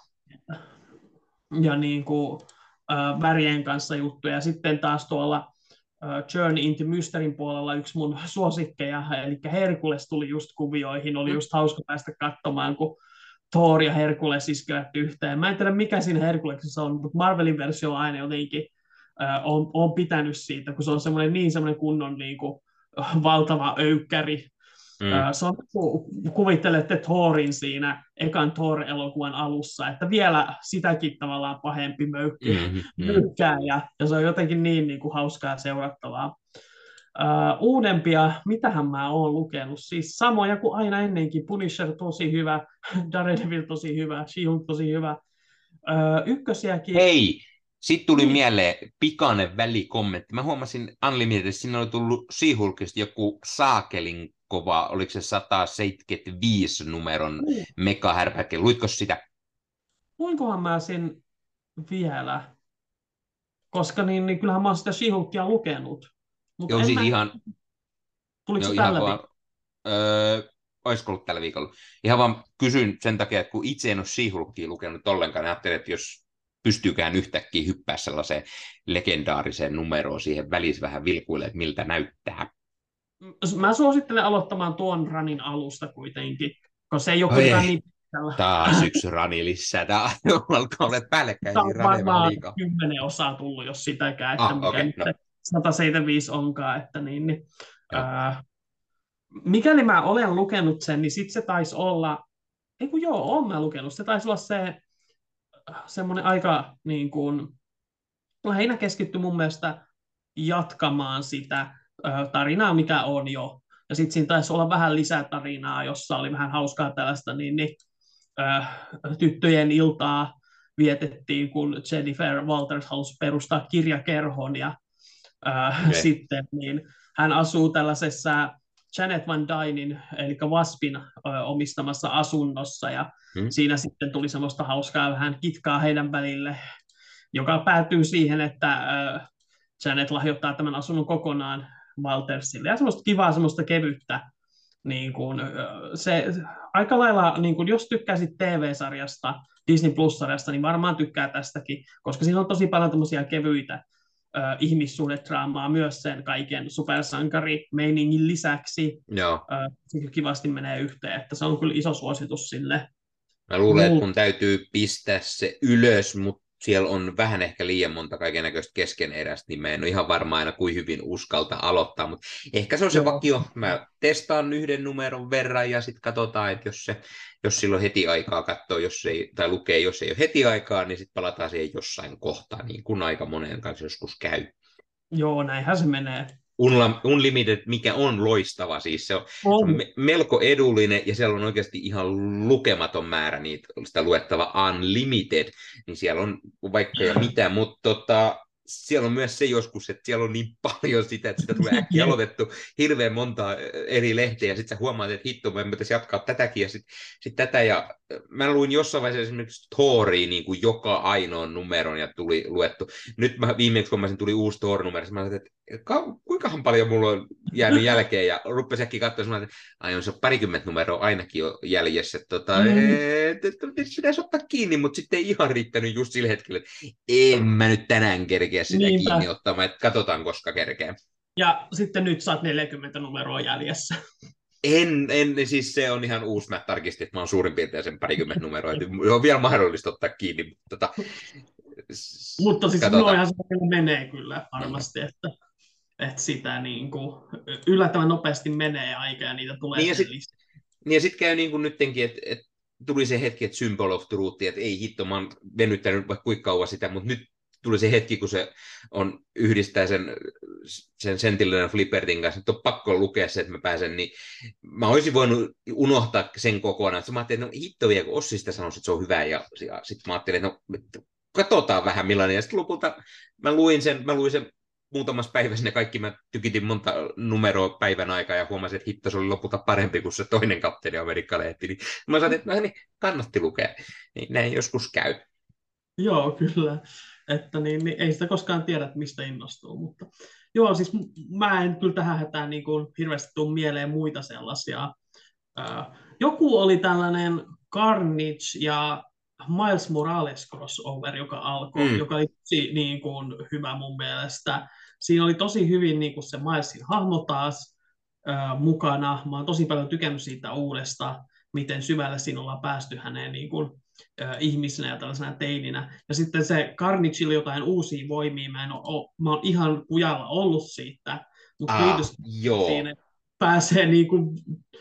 Ja niin kuin, ää, värien kanssa juttuja. Ja sitten taas tuolla ää, Journey into Mysterin puolella yksi mun suosikkeja, eli Herkules tuli just kuvioihin. Oli just hauska päästä katsomaan, kun Thor ja Herkules iskevät yhteen. Mä en tiedä, mikä siinä Herkuleksessa on, mutta Marvelin versio on aina jotenkin äh, on, on pitänyt siitä, kun se on semmoinen niin semmoinen kunnon niin kuin, valtava öykkäri. Mm. Äh, se on, ku, kuvittelette Thorin siinä ekan Thor-elokuvan alussa, että vielä sitäkin tavallaan pahempi möykky, Mm-hmm. möykkää, ja, ja se on jotenkin niin, niin kuin hauskaa seurattavaa. Uh, uudempia, mitähän mä oon lukenut, siis samoja kuin aina ennenkin, Punisher tosi hyvä, Daredevil tosi hyvä, She-Hulk tosi hyvä, uh, ykkösiäkin. Hei, sitten tuli Niin. mieleen pikainen välikommentti. Mä huomasin Unlimited, että siinä oli tullut She-Hulkista joku saakelin kova, oliko se sata seitsemänkymmentäviisi numeron Niin. megahärpäke. Luitko sitä? Kuinkohan mä sen vielä, koska niin, niin kyllähän mä oon sitä She-Hulkia lukenut. Mut Joo, en siis mä, ihan, tuliko joo, se ihan tällä vaan, viikolla? öö, olisiko ollut tällä viikolla. Ihan vaan kysyn sen takia, että kun itse en ole She-Hulkia lukenut ollenkaan, niin ajattelin, että jos pystyykään yhtäkkiä hyppää sellaiseen legendaariseen numeroon siihen välissä vähän vilkuille, että miltä näyttää. Mä suosittelen aloittamaan tuon ranin alusta kuitenkin, koska se ei ole Oi kuitenkaan ei. niin pitkällä. Taas yksi rani lisää. Tämä alkaa olla päällekkäin Tämä on raneja vähän varmaan liikaa. kymmenen osaa tullut, jos sitäkään, että Ah, mikä okei, nyt no. se sata seitsemänkymmentäviisi onkaan. Että niin, niin, Joo. ää, mikäli mä olen lukenut sen, niin sitten se taisi olla, ei kun joo, olen mä lukenut, se taisi olla se semmoinen aika niin kuin, lähinnä keskittyi mun mielestä jatkamaan sitä ö, tarinaa, mikä on jo. Ja sitten siinä taisi olla vähän lisätarinaa, jossa oli vähän hauskaa tällaista, niin, niin ö, tyttöjen iltaa vietettiin, kun Jennifer Walters halusi perustaa kirjakerhon ja ö, Okay. sitten niin hän asuu tällaisessa Janet Van Dynen, eli Waspin ö, omistamassa asunnossa ja Hmm? siinä sitten tuli semmoista hauskaa vähän kitkaa heidän välille, joka päätyy siihen, että ö, Janet lahjoittaa tämän asunnon kokonaan Waltersille. Ja semmoista kivaa, semmoista kevyttä. Niin kuin, se, aika lailla, niin kuin, jos tykkäsit T V-sarjasta, Disney Plus-sarjasta, niin varmaan tykkää tästäkin, koska siinä on tosi paljon tämmöisiä kevyitä ö, ihmissuhdedraamaa myös sen kaiken supersankari-meiningin lisäksi. Joo. Ö, se kivasti menee yhteen, että se on kyllä iso suositus sille. Mä luulen, että Mulla, mun täytyy pistää se ylös, mutta siellä on vähän ehkä liian monta kaikennäköistä keskeneräistä, niin mä en ole ihan varma aina, kuin hyvin uskalta aloittaa, mutta ehkä se on se joo, vakio. Mä testaan yhden numeron verran ja sitten katsotaan, että jos, se, jos silloin heti aikaa katsoa, jos ei, tai lukee, jos ei ole heti aikaa, niin sitten palataan siihen jossain kohtaa, niin kuin aika monen kanssa joskus käy. joo, näinhän se menee. Unla- Unlimited, mikä on loistava, siis se on, se on On. me- melko edullinen ja siellä on oikeasti ihan lukematon määrä niitä, sitä luettava Unlimited, niin siellä on vaikka ja mitä, mutta tota, siellä on myös se joskus, että siellä on niin paljon sitä, että sitä tulee äkkiä aloitettu hirveän monta eri lehteä ja sitten sä huomaat, että hitto, mä pitäisi jatkaa tätäkin ja sitten sit tätä ja mä luin jossain vaiheessa esimerkiksi Thoria niin kuin joka ainoan numeron ja tuli luettu. Nyt mä viimeksi, kun mä sen tuli uusi Thor-numero, mä ajattelin, että ka- kuinkahan paljon mulla on jäänyt jälkeen ja rupesin äkkiä katsoa, että ai on se parikymmentä numeroa ainakin jo jäljessä, että tota, Mm. et, et, et, pitäisi ottaa kiinni, mutta sitten ei ihan riittänyt just sillä hetkellä, että en mä nyt tänään kerkeä sitä Niinpä. kiinni ottamaan, että katsotaan koska kerkeä. Ja sitten nyt saat neljäkymmentä numeroa jäljessä. En, en, siis se on ihan uusi. Mä tarkistin, että mä oon suurin piirtein sen parikymmentä numeroa. Että on vielä mahdollista ottaa kiinni. Mutta tota, Mutta siis katsotaan. noihan se menee kyllä varmasti, että, että sitä niin kuin yllättävän nopeasti menee aika ja niitä tulee Niin ja sen sit- lisää. Niin ja sitten käy niin kuin nyttenkin, että et tuli se hetki, että Symbol of Truth, että ei hitto, mä oon venyttänyt vaikka kuinka kauan sitä, mutta nyt tuli se hetki, kun se on yhdistää sen, sen Sentinelin Flippertin kanssa, että on pakko lukea se, että mä pääsen, niin mä olisin voinut unohtaa sen kokonaan. Sitten mä ajattelin, että no hitto vielä, kun Ossi sitä sanoi, että se on hyvä, ja, ja sitten mä ajattelin, että no katsotaan vähän millainen, ja sitten lopulta mä luin sen, mä luin sen muutamassa päivässä ne kaikki, mä tykitin monta numeroa päivän aikaa ja huomasin, että hitto se oli lopulta parempi kuin se toinen Kapteeni Amerikka-lehti. Niin mä sanoin, että no niin, kannatti lukea. Niin näin joskus käy. Joo, kyllä. Että niin, niin, ei sitä koskaan tiedä, että mistä innostuu. Mutta joo, siis m- mä en kyllä tähän hätään niin kuin hirveästi tule mieleen muita sellaisia. Ää, joku oli tällainen Carnage ja Miles Morales crossover, joka alkoi, Mm. joka oli tosi niin kuin, hyvä mun mielestä. Siinä oli tosi hyvin niin kuin se Milesin hahmo taas ää, mukana. Mä oon tosi paljon tykännyt siitä uudesta, miten syvälle siinä ollaan päästy häneen niin kuin, ää, ihmisenä ja tällaisena teininä. Ja sitten se Carnageilla jotain uusia voimia, mä, en ole, mä oon ihan kujalla ollut siitä, mutta Ah, kiitos joo. siinä pääsee niin kuin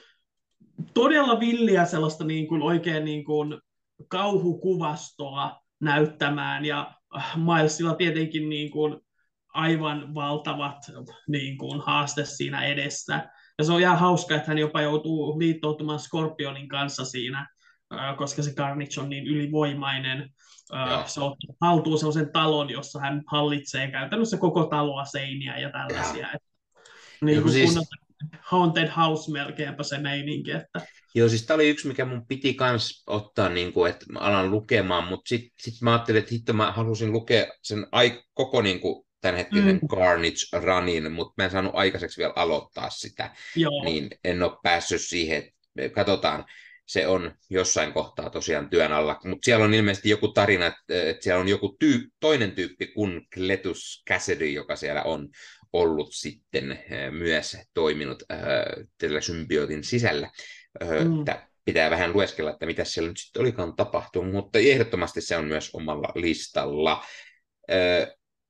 todella villiä sellaista niin kuin oikein niin kuin kauhukuvastoa näyttämään ja Milesilla tietenkin niin kuin aivan valtavat niin kuin haaste siinä edessä. Ja se on ihan hauska, että hän jopa joutuu liittoutumaan Scorpionin kanssa siinä, koska se Carnage on niin ylivoimainen. Joo. Se on haltuun sellaisen talon, jossa hän hallitsee käytännössä koko taloa, seiniä ja tällaisia. Ja. Niin Ja kun kuin siis- kun Haunted House melkeinpä se meininki, että Joo, siis tämä oli yksi, mikä mun piti kans ottaa, niin kuin, että mä alan lukemaan, mutta sitten sit mä ajattelin, että hitto, mä halusin lukea sen ai, koko niin kuin, tämänhetkisen Mm. Carnage Runin, mutta mä en saanut aikaiseksi vielä aloittaa sitä, joo, niin en ole päässyt siihen, että katsotaan, se on jossain kohtaa tosiaan työn alla, mutta siellä on ilmeisesti joku tarina, että, että siellä on joku tyy- toinen tyyppi kuin Cletus Cassidy, joka siellä on ollut sitten äh, myös toiminut äh, tällä symbiootin sisällä. Öö, Mm. tää pitää vähän lueskella, että mitä siellä nyt sitten olikaan tapahtunut, mutta ehdottomasti se on myös omalla listalla. Öö,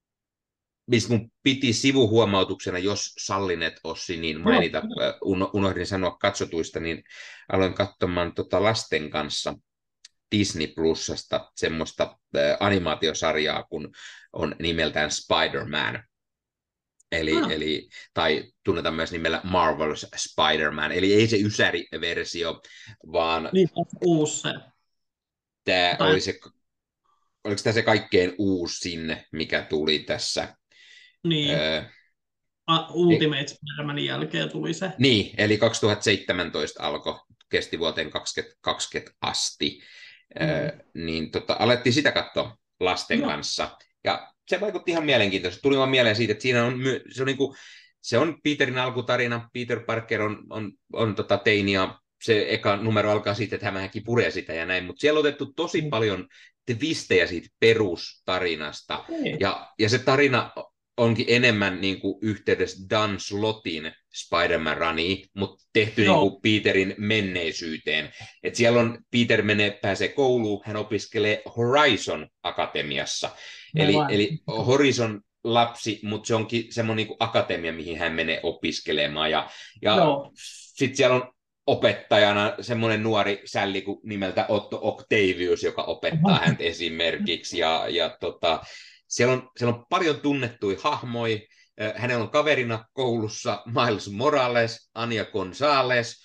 mistä mun piti sivuhuomautuksena, jos sallinet Ossi, niin mainita, Joo. uno- unohdin sanoa katsotuista, niin aloin katsomaan tota lasten kanssa Disney Plusasta semmoista äh, animaatiosarjaa, kun on nimeltään Spider-Man. Eli, Ah, eli, tai tunnetaan myös nimellä Marvel's Spider-Man. Eli ei se Ysäri-versio, vaan niin on uusi se. tämä Tai, oli se, oliko tämä se kaikkein uusin, mikä tuli tässä. niin, Öö, A, Ultimate Spider-Manin jälkeen tuli se. Niin, eli kaksituhattaseitsemäntoista alkoi, kesti vuoteen kaksituhattakaksikymmentä asti. Mm. Öö, niin tota, alettiin sitä katsoa lasten Joo, kanssa. Ja se vaikutti ihan mielenkiintoista. Tuli vaan mieleen siitä, että siinä on, my- se on, niinku, se on Peterin alkutarina. Peter Parker on, on, on tota teini ja se eka numero alkaa siitä, että hän puree sitä ja näin. Mutta siellä on otettu tosi mm. paljon twistejä siitä perustarinasta. Okei. Ja, ja se tarina onkin enemmän niin kuin yhteydessä Dan Slottin Spider-Man Runiin, mutta tehty niin Joo, kuin Peterin menneisyyteen. Et siellä on, Peter menee, pääsee kouluun, hän opiskelee Horizon Akatemiassa. Eli, aivan. eli Horizon lapsi, mutta se onkin semmoinen niin akatemia, mihin hän menee opiskelemaan. Ja, ja Joo. sitten siellä on opettajana semmoinen nuori sälli kuin nimeltä Otto Octavius, joka opettaa häntä esimerkiksi. Ja, ja tota, siellä, on, siellä on paljon tunnettuja hahmoja. Hänellä on kaverina koulussa Miles Morales, Anya Gonzalez.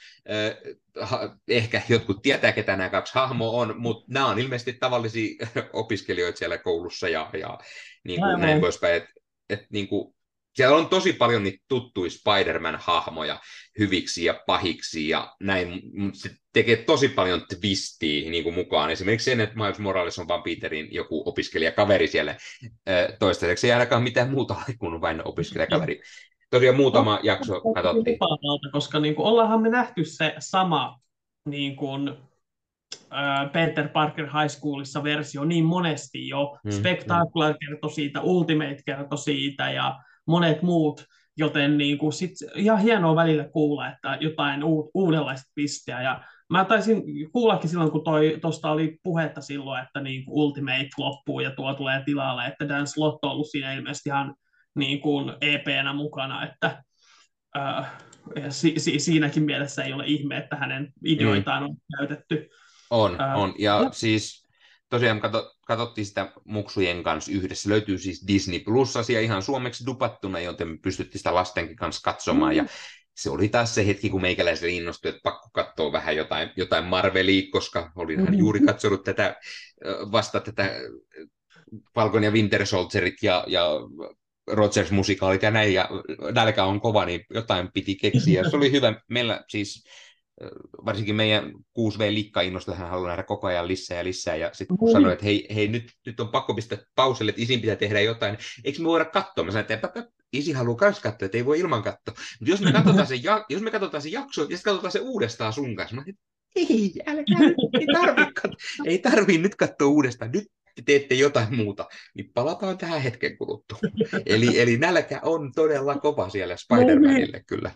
Ehkä jotkut tietää, ketä nämä kaksi hahmoa on, mutta nämä on ilmeisesti tavallisia opiskelijoita siellä koulussa ja, ja niin kuin näin Aivan. poispäin. Et, et niin kuin, siellä on tosi paljon niitä tuttuja Spider-Man-hahmoja hyviksi ja pahiksi ja näin. Se tekee tosi paljon twistiä niin kuin mukaan. Esimerkiksi sen, että Miles Morales on vaan Peterin joku opiskelijakaveri siellä. Toistaiseksi ei ainakaan mitään muuta ole kuin vain opiskelijakaveri. Tosiaan On muutama jakso katsottiin. lupaavalta, koska niin kuin, ollaanhan me nähty se sama niin kuin, äh, Peter Parker High Schoolissa versio niin monesti jo. Hmm, hmm. Spectacular kertoi siitä, Ultimate kertoi siitä ja monet muut, joten niin kuin, sit, ihan hienoa välillä kuulla, että jotain u- uudenlaista pisteä. Ja mä taisin kuullakin silloin, kun tuosta oli puhetta silloin, että niin kuin Ultimate loppuu ja tuo tulee tilalle, että Dan Slott on ollut siinä ilmeisesti ihan niin kuin E P:nä mukana, että äh, si- si- siinäkin mielessä ei ole ihme, että hänen Hmm. ideoitaan on käytetty. On, Äh, on. Ja ja, siis tosiaan kato, katsottiin sitä muksujen kanssa yhdessä. Löytyy siis Disney Plus-asia ihan suomeksi dupattuna, joten me pystyttiin sitä lastenkin kanssa katsomaan. Ja se oli taas se hetki, kun meikäläiselle innostui, että pakko katsoa vähän jotain, jotain Marvelia, koska olinhan juuri katsonut tätä, vasta tätä Falcon ja Winter Soldierit ja, ja Rogers-musikaalit ja näin, ja nälkä on kova, niin jotain piti keksiä. Se oli hyvä. Meillä siis varsinkin meidän kuusi V-likka innostui, hän haluaa nähdä koko ajan lisää ja lisää, ja sitten kun sanoi, että hei, hei nyt, nyt on pakko pistää pauselle, että isin pitää tehdä jotain, eikö me voida katsoa? Mä sanoin, että isi haluaa myös katsoa, että ei voi ilman katsoa. Mutta jos me katsotaan se, ja, jos me katsotaan se jakso, ja sitten katsotaan se uudestaan sun kanssa, mä sanoin, ei, älkää nyt, ei tarvi, ei tarvi nyt katsoa uudestaan, nyt te teette jotain muuta, niin palataan tähän hetken kuluttua. Eli, eli nälkä on todella kova siellä Spider-Manille kyllä.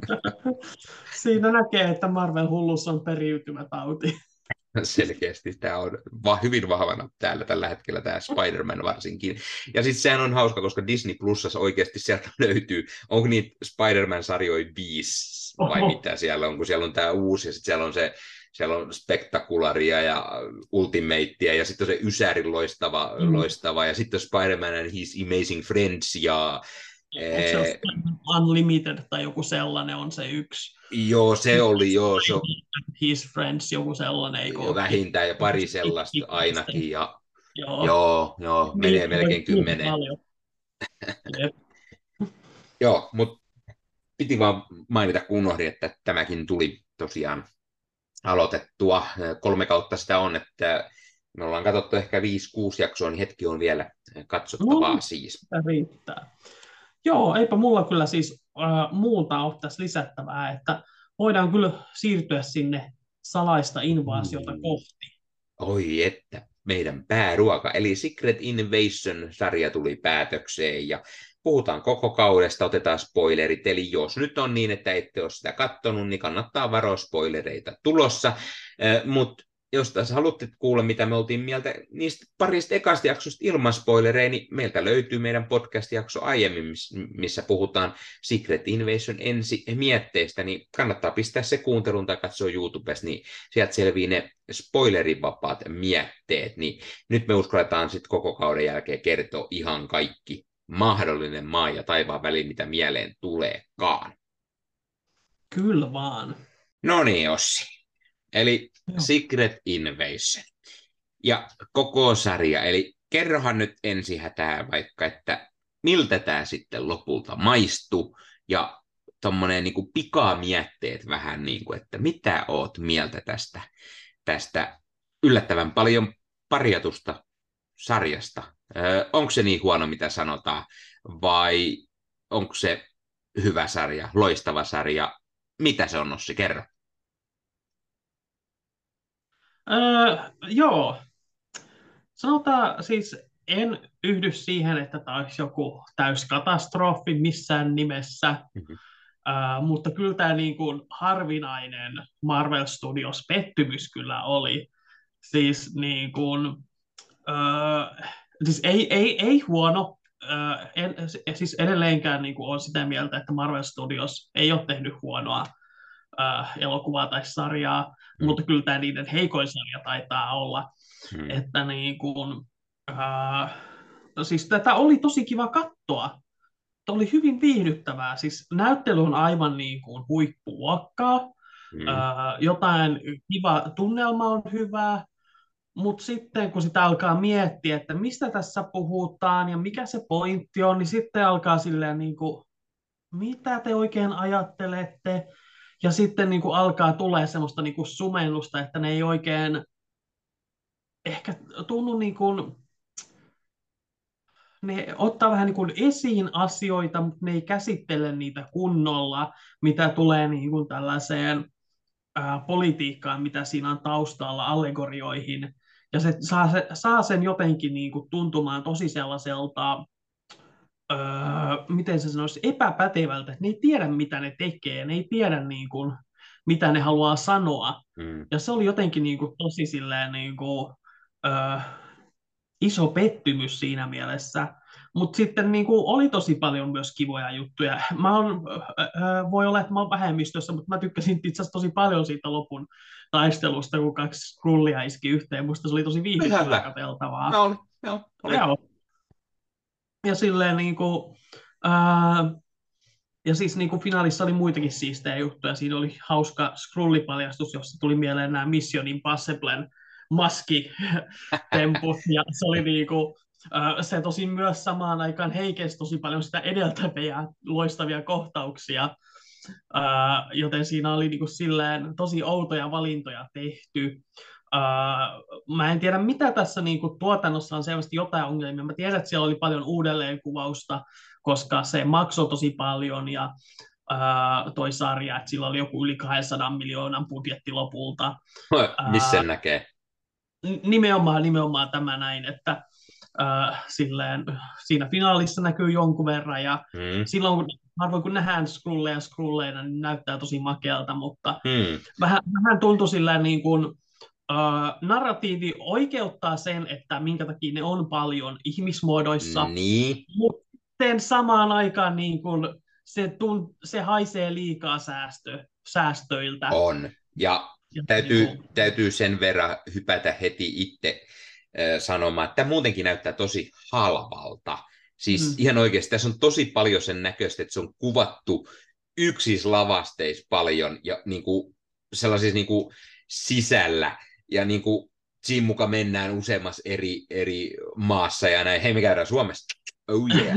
Siinä näkee, että Marvel-hullus on periytymätauti. Selkeästi tämä on va- hyvin vahvana täällä tällä hetkellä, tämä Spider-Man varsinkin. Ja sitten sehän on hauska, koska Disney Plusassa oikeasti sieltä löytyy, onko niitä Spider-Man-sarjoja viisi vai Oho. mitä siellä on, kun siellä on tämä uusi ja sitten siellä on se siellä on Spektakularia ja Ultimatea ja sitten on se Ysärin loistava, mm. loistava ja sitten Spider-Man and His Amazing Friends ja Onko se Unlimited tai joku sellainen on se yksi? Joo, se oli, joo. Se His Friends, joku sellainen. Eikö vähintään ja pari sellaista ainakin. Ja, joo, joo, joo menee niin, melkein kymmeneen. Joo, mutta piti vaan mainita, kun unohdin, että tämäkin tuli tosiaan aloitettua. Kolme kautta sitä on, että me ollaan katsottu ehkä viisi, kuusi jaksoa, niin hetki on vielä katsottavaa no, siis. Riittää. Joo, eipä mulla kyllä siis äh, muuta ole tässä lisättävää, että voidaan kyllä siirtyä sinne salaista invaasiota mm. kohti. Oi että, meidän pääruoka, eli Secret Invasion-sarja tuli päätökseen ja puhutaan koko kaudesta, otetaan spoilerit, eli jos nyt on niin, että ette ole sitä katsonut, niin kannattaa varoa spoilereita tulossa, äh, mutta jos taas haluatte kuulla, mitä me oltiin mieltä niistä parista ekasta jaksosta ilman spoilereja, niin meiltä löytyy meidän podcast-jakso aiemmin, missä puhutaan Secret Invasion ensi mietteistä, niin kannattaa pistää se kuuntelun tai katsoa YouTubesta, niin sieltä selvii ne spoilerivapaat mietteet, niin nyt me uskalletaan sitten koko kauden jälkeen kertoa ihan kaikki mahdollinen maa ja taivaan väliin, mitä mieleen tuleekaan. Kyllä vaan. No niin, Ossi. Eli Joo. Secret Invasion. Ja koko sarja, eli kerrohan nyt ensi hätää vaikka, että miltä tämä sitten lopulta maistuu, ja tommonen niin kuin pikamietteet vähän, niin kuin, että mitä oot mieltä tästä, tästä yllättävän paljon parjatusta sarjasta. Öö, onko se niin huono, mitä sanotaan, vai onko se hyvä sarja, loistava sarja? Mitä se on, Ossi, kerro. Öö, joo, sanotaan siis en yhdy siihen, että tämä olisi joku täyskatastrofi missään nimessä, Mhm. öö, mutta kyllä tämä niin kuin harvinainen Marvel Studios pettymys kyllä oli. Siis niin kuin, öö, siis ei, ei, ei huono, öö, en, siis edelleenkään niin kuin olen sitä mieltä, että Marvel Studios ei ole tehnyt huonoa äh, elokuvaa tai sarjaa, Mm. mutta kyllä tämä niiden heikoin sarja taitaa olla. Mm. Että niin kuin, äh, siis tätä oli tosi kiva katsoa. Tämä oli hyvin viihdyttävää. Siis näyttely on aivan niin kuin huippuluokkaa. Mm. Äh, jotain kiva tunnelma on hyvää. Mutta sitten kun sitä alkaa miettiä, että mistä tässä puhutaan ja mikä se pointti on, niin sitten alkaa silleen niin kuin, mitä te oikein ajattelette? Ja sitten niin kuin alkaa tulee semmoista niin kuin sumennusta, että ne ei oikein ehkä tunnu niin kuin, ne ottaa vähän niin kuin esiin asioita, mutta ne ei käsittele niitä kunnolla, mitä tulee niin kuin tällaiseen ää, politiikkaan, mitä siinä on taustalla, allegorioihin. Ja se saa, se, saa sen jotenkin niin kuin tuntumaan tosi sellaiselta, öö, miten se sanoisi, epäpätevältä, että ne ei tiedä, mitä ne tekee, ne ei tiedä, niin kuin, mitä ne haluaa sanoa. Mm. Ja se oli jotenkin niin kuin, tosi silleen, niin kuin, öö, iso pettymys siinä mielessä. Mutta sitten niin kuin, oli tosi paljon myös kivoja juttuja. Mä on, öö, voi olla, että mä oon vähemmistössä, mutta mä tykkäsin itse asiassa tosi paljon siitä lopun taistelusta, kun kaksi skrullia iski yhteen. Musta se oli tosi Ihan viihdyttävää hyvä. katseltavaa. No, oli, joo, oli. Joo. Ja silleen niin kuin, ää, ja siis niin kuin finaalissa oli muitakin siistejä juttuja. Siinä oli hauska scrollipaljastus, jossa tuli mieleen nämä Mission Impossiblen maskitemput. Ja se oli niin kuin, äh, se tosin myös samaan aikaan heikensi tosi paljon sitä edeltäviä loistavia kohtauksia. Äh, joten siinä oli niin kuin silleen tosi outoja valintoja tehty. Uh, mä en tiedä, mitä tässä niin kuin, tuotannossa on selvästi jotain ongelmia. Mä tiedän, että siellä oli paljon uudelleenkuvausta, koska se maksoi tosi paljon ja uh, toi sarja, että sillä oli joku yli kahdensadan miljoonan budjetti lopulta. Missä sen Uh, näkee? nimenomaan, nimenomaan tämä näin, että uh, silleen, siinä finaalissa näkyy jonkun verran ja Mm. silloin kun harvoin kun nähdään skrulleja skrulleina, niin näyttää tosi makealta, mutta Mm. vähän, vähän tuntui sillä niin kuin Uh, narratiivi oikeuttaa sen, että minkä takia ne on paljon ihmismuodoissa, Niin. mutta samaan aikaan niin kun se, tun, se haisee liikaa säästö, säästöiltä. On. Ja Ja täytyy, niin kun, täytyy sen verran hypätä heti itse äh, sanomaan, että tämä muutenkin näyttää tosi halvalta. Siis mm. ihan oikeasti tässä on tosi paljon sen näköistä, että se on kuvattu yksissä lavasteissa paljon ja niin kuin, sellaisissa niin kuin, sisällä. Ja niin kuin siinä mukaan mennään useammassa eri, eri maassa ja näin. Hei, me käydään Suomessa. Oh yeah.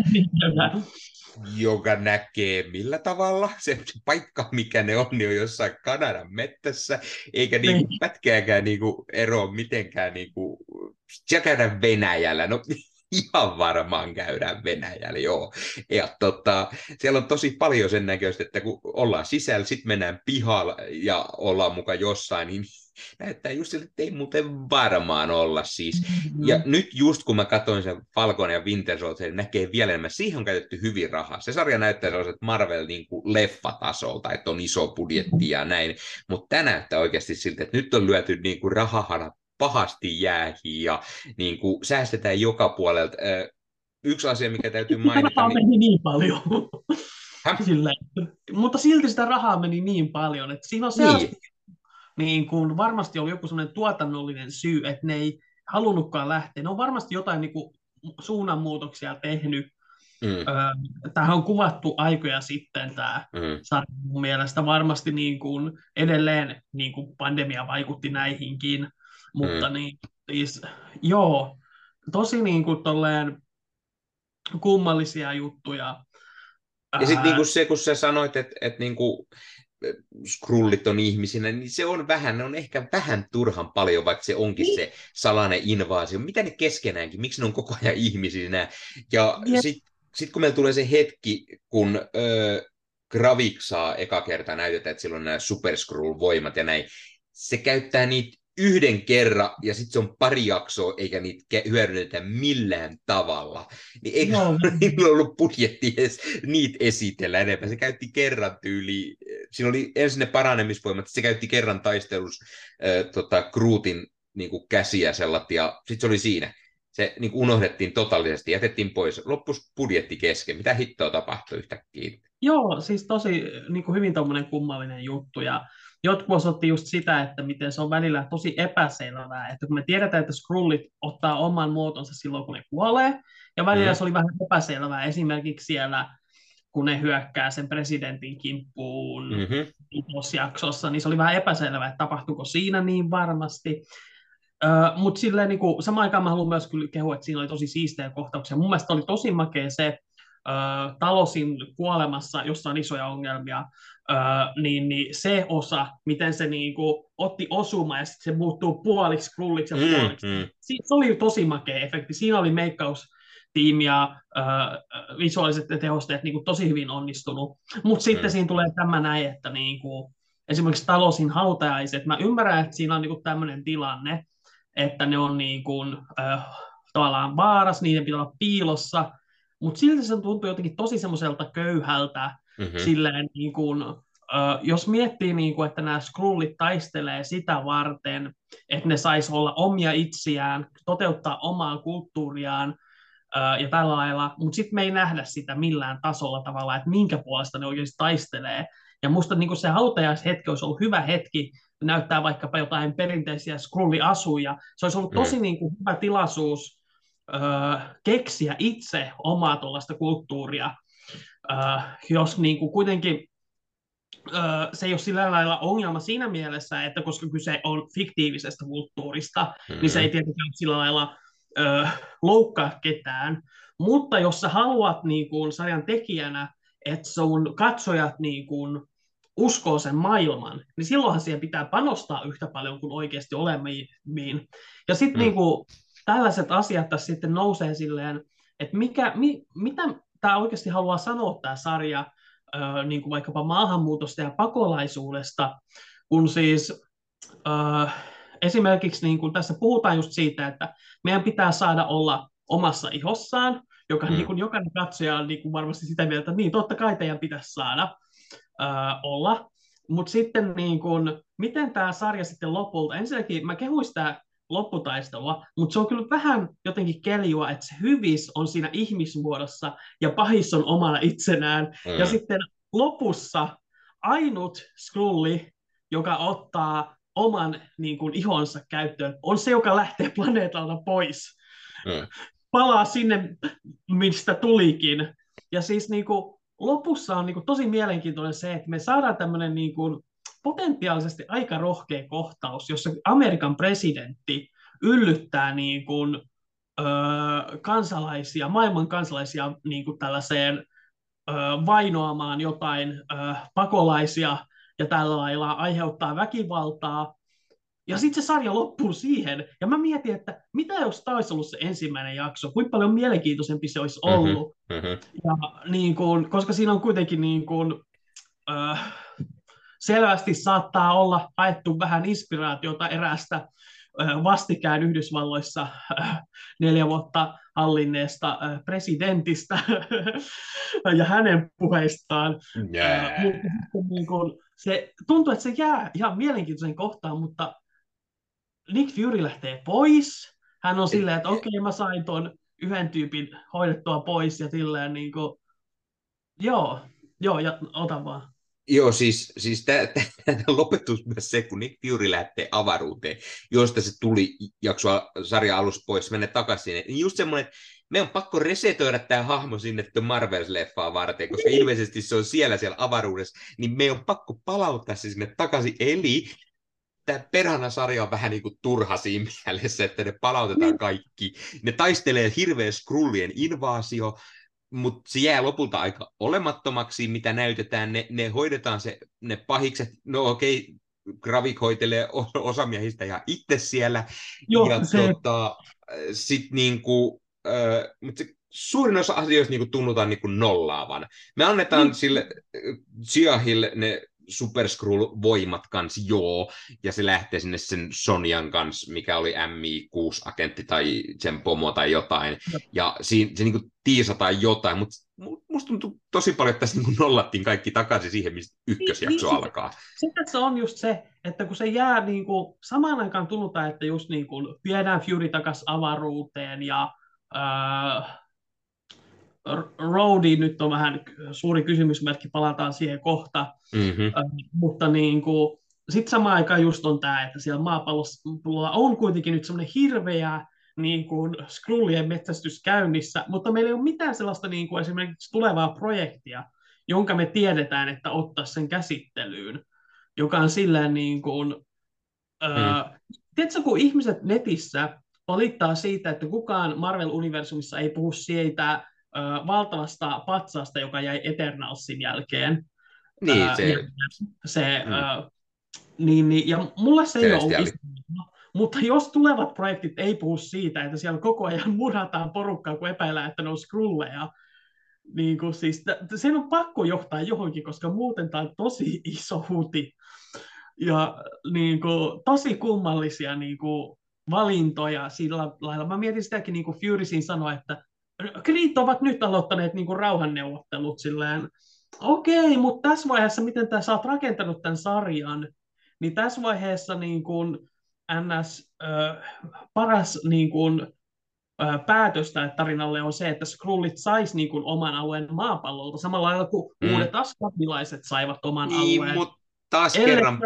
Joka näkee millä tavalla. Se, se paikka, mikä ne on, niin on jossain Kanadan mettässä. Eikä niin kuin pätkääkään niin kuin eroa mitenkään. Niin kuin, siellä käydään Venäjällä. No, ihan varmaan käydään Venäjällä, joo. Ja tota, siellä on tosi paljon sen näköistä, että kun ollaan sisällä, sitten mennään pihalle ja ollaan mukaan jossain, niin näyttää just siltä, että ei muuten varmaan olla siis. Ja Mm. nyt just kun mä katsoin sen Falcon ja Winter Soldier, niin näkee vielä enemmän. Siihen on käytetty hyvin rahaa. Se sarja näyttää sellaiset Marvel niin kuin leffatasolta, että on iso budjetti ja näin. Mutta tämä näyttää oikeasti siltä, että nyt on lyöty niin kuin rahahanat pahasti jäähiin ja niin kuin säästetään joka puolelta. Yksi asia, mikä täytyy Sitä mainita, rahaa niin... meni niin paljon. Häh? Sillä, mutta silti sitä rahaa meni niin paljon, että siinä on selvästi Niin. niin kuin, varmasti oli joku semmoinen tuotannollinen syy, että ne ei halunnutkaan lähteä. Ne on varmasti jotain niin kuin, suunnanmuutoksia tehnyt. Mm, Tämähän on kuvattu aikoja sitten tämä mm, sarja mun mielestä. Varmasti niin kuin, edelleen niin kuin pandemia vaikutti näihinkin, mutta mm. niin, siis, joo, tosi niin kuin, tolleen kummallisia juttuja. Ja sitten Ää, niinku se, kun sä sanoit, että et niinku skrullit on ihmisinä, niin se on vähän, ne on ehkä vähän turhan paljon, vaikka se onkin se salainen invaasio. Mitä ne keskenäänkin, miksi ne on koko ajan ihmisinä? Ja jep, sitten sit kun meillä tulee se hetki, kun öö, Gravik saa eka kertaa näytetään, että sillä on nämä Super Skrull-voimat ja näin, se käyttää niitä yhden kerran ja sitten se on pari jaksoa eikä niitä hyödynnetä millään tavalla. Niin eikö joo, niillä ollut budjetti edes niitä esitellä enemmän? Se käytti kerran tyyli, siinä oli ensin ne paranemisvoimat, se käytti kerran taistelussa äh, tota, Grootin niin kuin käsiä sellat ja sitten se oli siinä. Se niin kuin unohdettiin totaalisesti, jätettiin pois. Loppus budjetti kesken. Mitä hittoa tapahtui yhtäkkiä? joo, siis tosi niin kuin hyvin tommonen kummallinen juttu. Ja jotkut osoitti just sitä, että miten se on välillä tosi epäselvää. Että kun me tiedetään, että Skrullit ottaa oman muotonsa silloin, kun ne kuolee, ja välillä Mm, se oli vähän epäselvää. Esimerkiksi siellä, kun ne hyökkää sen presidentin kimppuun mm-hmm, jaksossa, niin se oli vähän epäselvää, että tapahtuuko siinä niin varmasti. Öö, Mutta silleen niin kuin, samaan aikaan mä haluan myös kyllä kehua, että siinä oli tosi siistejä kohtauksia. Mun mielestä oli tosi makea se öö, Talosin kuolemassa, jossa on isoja ongelmia, öö, niin, niin se osa, miten se niin kuin, otti osuma ja sitten se muuttuu puoliksi krulliksi ja puoliksi. mm-hmm, Si- se oli tosi makea efekti. Siinä oli meikkaus tiimi ja öö, visuaaliset tehosteet niin kuin, tosi hyvin onnistunut. Mutta sitten mm, siinä tulee tämä näin, että niin kuin, esimerkiksi Talosin hautajaiset, mä ymmärrän, että siinä on niin kuin, tämmöinen tilanne, että ne on niin kuin, äh, tavallaan vaarassa, niiden pitää olla piilossa, mutta silti se tuntuu jotenkin tosi semmoiselta köyhältä, mm-hmm, silleen niin kuin, äh, jos miettii, niin kuin, että nämä skrullit taistelee sitä varten, että ne sais olla omia itseään, toteuttaa omaa kulttuuriaan, äh, ja tällä lailla, mutta sitten me ei nähdä sitä millään tasolla tavallaan, että minkä puolesta ne oikeasti taistelee. Ja musta niin se hautajaishetki olisi ollut hyvä hetki näyttää vaikkapa jotain perinteisiä skrulliasuja. Se olisi ollut mm, tosi niin kuin hyvä tilaisuus ö, keksiä itse omaa tuollaista kulttuuria, ö, jos niin kuin kuitenkin ö, se ei ole sillä lailla ongelma siinä mielessä, että koska kyse on fiktiivisestä kulttuurista, niin se ei mm-hmm, tietenkään sillä lailla ö, loukkaa ketään. Mutta jos sä haluat niin kuin sarjan tekijänä, että sun katsojat niin kuin uskoo sen maailman, niin silloinhan siihen pitää panostaa yhtä paljon kuin oikeasti olemiin. Ja sitten mm, niinku, tällaiset asiat tässä sitten nousee silleen, että mikä, mi, mitä tämä oikeasti haluaa sanoa tämä sarja, ö, niin kuin vaikkapa maahanmuutosta ja pakolaisuudesta, kun siis ö, esimerkiksi niin kuin tässä puhutaan just siitä, että meidän pitää saada olla omassa ihossaan, joka niin mm. kuin jokainen katsoja on niin kuin varmasti sitä mieltä, että niin totta kai teidän pitäisi saada ää, olla. Mutta sitten niin kun, miten tämä sarja sitten lopulta, ensinnäkin mä kehuin sitä lopputaistelua, mutta se on kyllä vähän jotenkin keljua, että se hyvis on siinä ihmismuodossa ja pahis on omana itsenään. Ja Mm, sitten lopussa ainut Skrulli, joka ottaa oman niin kun, ihonsa käyttöön, on se, joka lähtee planeetalta pois. mm, Palaa sinne, mistä tulikin. Ja siis niin kuin, lopussa on niin kuin, tosi mielenkiintoinen se, että me saadaan tämmöinen niin kuin, potentiaalisesti aika rohkea kohtaus, jossa Amerikan presidentti yllyttää niin kuin, öö, kansalaisia, maailman kansalaisia niin kuin tällaiseen öö, vainoamaan jotain öö, pakolaisia ja tällä lailla aiheuttaa väkivaltaa. Ja sitten se sarja loppuu siihen. Ja mä mietin, että mitä jos tämä olisi ollut se ensimmäinen jakso, kuinka paljon mielenkiintoisempi se olisi Mm-hmm, ollut. mm-hmm. Ja niin kuin, koska siinä on kuitenkin niin kuin, äh, selvästi saattaa olla haettu vähän inspiraatiota eräästä äh, vastikään Yhdysvalloissa äh, neljä vuotta hallinneesta äh, presidentistä ja hänen puheistaan. Äh, Yeah. mutta sitten niin kuin, se tuntuu, että se jää ihan mielenkiintoisen kohtaan, mutta Nick Fury lähtee pois. Hän on silleen, että okei, okay, mä sain tuon yhden tyypin hoidettua pois ja silleen niin kuin, joo, joo, ja ota vaan. Joo, siis, siis tämä lopetus myös se, kun Nick Fury lähtee avaruuteen, josta se tuli jaksoa sarja alussa pois, mennä takaisin sinne. Niin just semmoinen, että me on pakko resetoida tämä hahmo sinne Marvel-leffaa varten, koska ilmeisesti se on siellä siellä avaruudessa, niin me on pakko palauttaa se sinne takaisin. Eli tämä Perhana-sarja on vähän niin kuin turha siinä mielessä, että ne palautetaan kaikki. Ne taistelee hirveä Skrullien invaasio, mutta se jää lopulta aika olemattomaksi, mitä näytetään. Ne, ne hoidetaan se, ne pahikset, no okei, Gravik hoitelee osa miehistä ihan itse siellä. Joo, Ja se, tota, sitten niinku, äh, mutta se suurin osa asioista niinku tunnutaan niinku nollaavan. Me annetaan niin, sille Ziahille ne Super Skrull-voimat kanssa, joo, ja se lähtee sinne sen Sonjan kanssa, mikä oli M I kuusi-agentti tai sen pomo tai jotain, ja siinä, se niinku tiisataan jotain, mutta musta tuntuu tosi paljon, että tässä niinku nollattiin kaikki takaisin siihen, mistä niin, ykkösjakso niin, alkaa. se, se on just se, että kun se jää niin kuin, samaan aikaan tunnutaan, että just niin kuin, viedään Fury takaisin avaruuteen ja äh, Rhodey nyt on vähän suuri kysymysmerkki, palataan siihen kohta, Mm-hmm. äh, mutta niin kuin, sitten samaan aikaan just on tämä, että siellä maapallolla on kuitenkin nyt semmoinen hirveä niin kuin Skrullien metsästys käynnissä, mutta meillä ei ole mitään sellaista niin kuin esimerkiksi tulevaa projektia, jonka me tiedetään, että ottaa sen käsittelyyn, joka on silleen niin kuin, Mm. äh, tiedätkö, kun ihmiset netissä valittaa siitä, että kukaan Marvel-universumissa ei puhu siitä äh, valtavasta patsaasta, joka jäi Eternalsin jälkeen, Niin, äh, se se, mm, äh, niin, niin, ja mulle se ei ole ollut Celestiali. iso, mutta jos tulevat projektit ei puhu siitä, että siellä koko ajan murhataan porukkaa, kun epäillään, että ne on skrulleja, niin kuin siis, sen on pakko johtaa johonkin, koska muuten tämä on tosi iso huti. Ja niin kuin, tosi kummallisia niin kuin, valintoja sillä lailla. Mä mietin sitäkin, niin kuin Fury siinä sanoi, että Kriit ovat nyt aloittaneet niin kuin, rauhanneuvottelut silleen, okei, mutta tässä vaiheessa, miten tämä, sä oot rakentanut tämän sarjan, niin tässä vaiheessa niin kuin, N S äh, paras niin kuin, äh, päätös tälle tarinalle on se, että Skrullit sais niin kuin, oman alueen maapallolta, samalla lailla kuin Mm. uudet asgarbilaiset saivat oman Niin, alueen. mutta taas Ellei kerran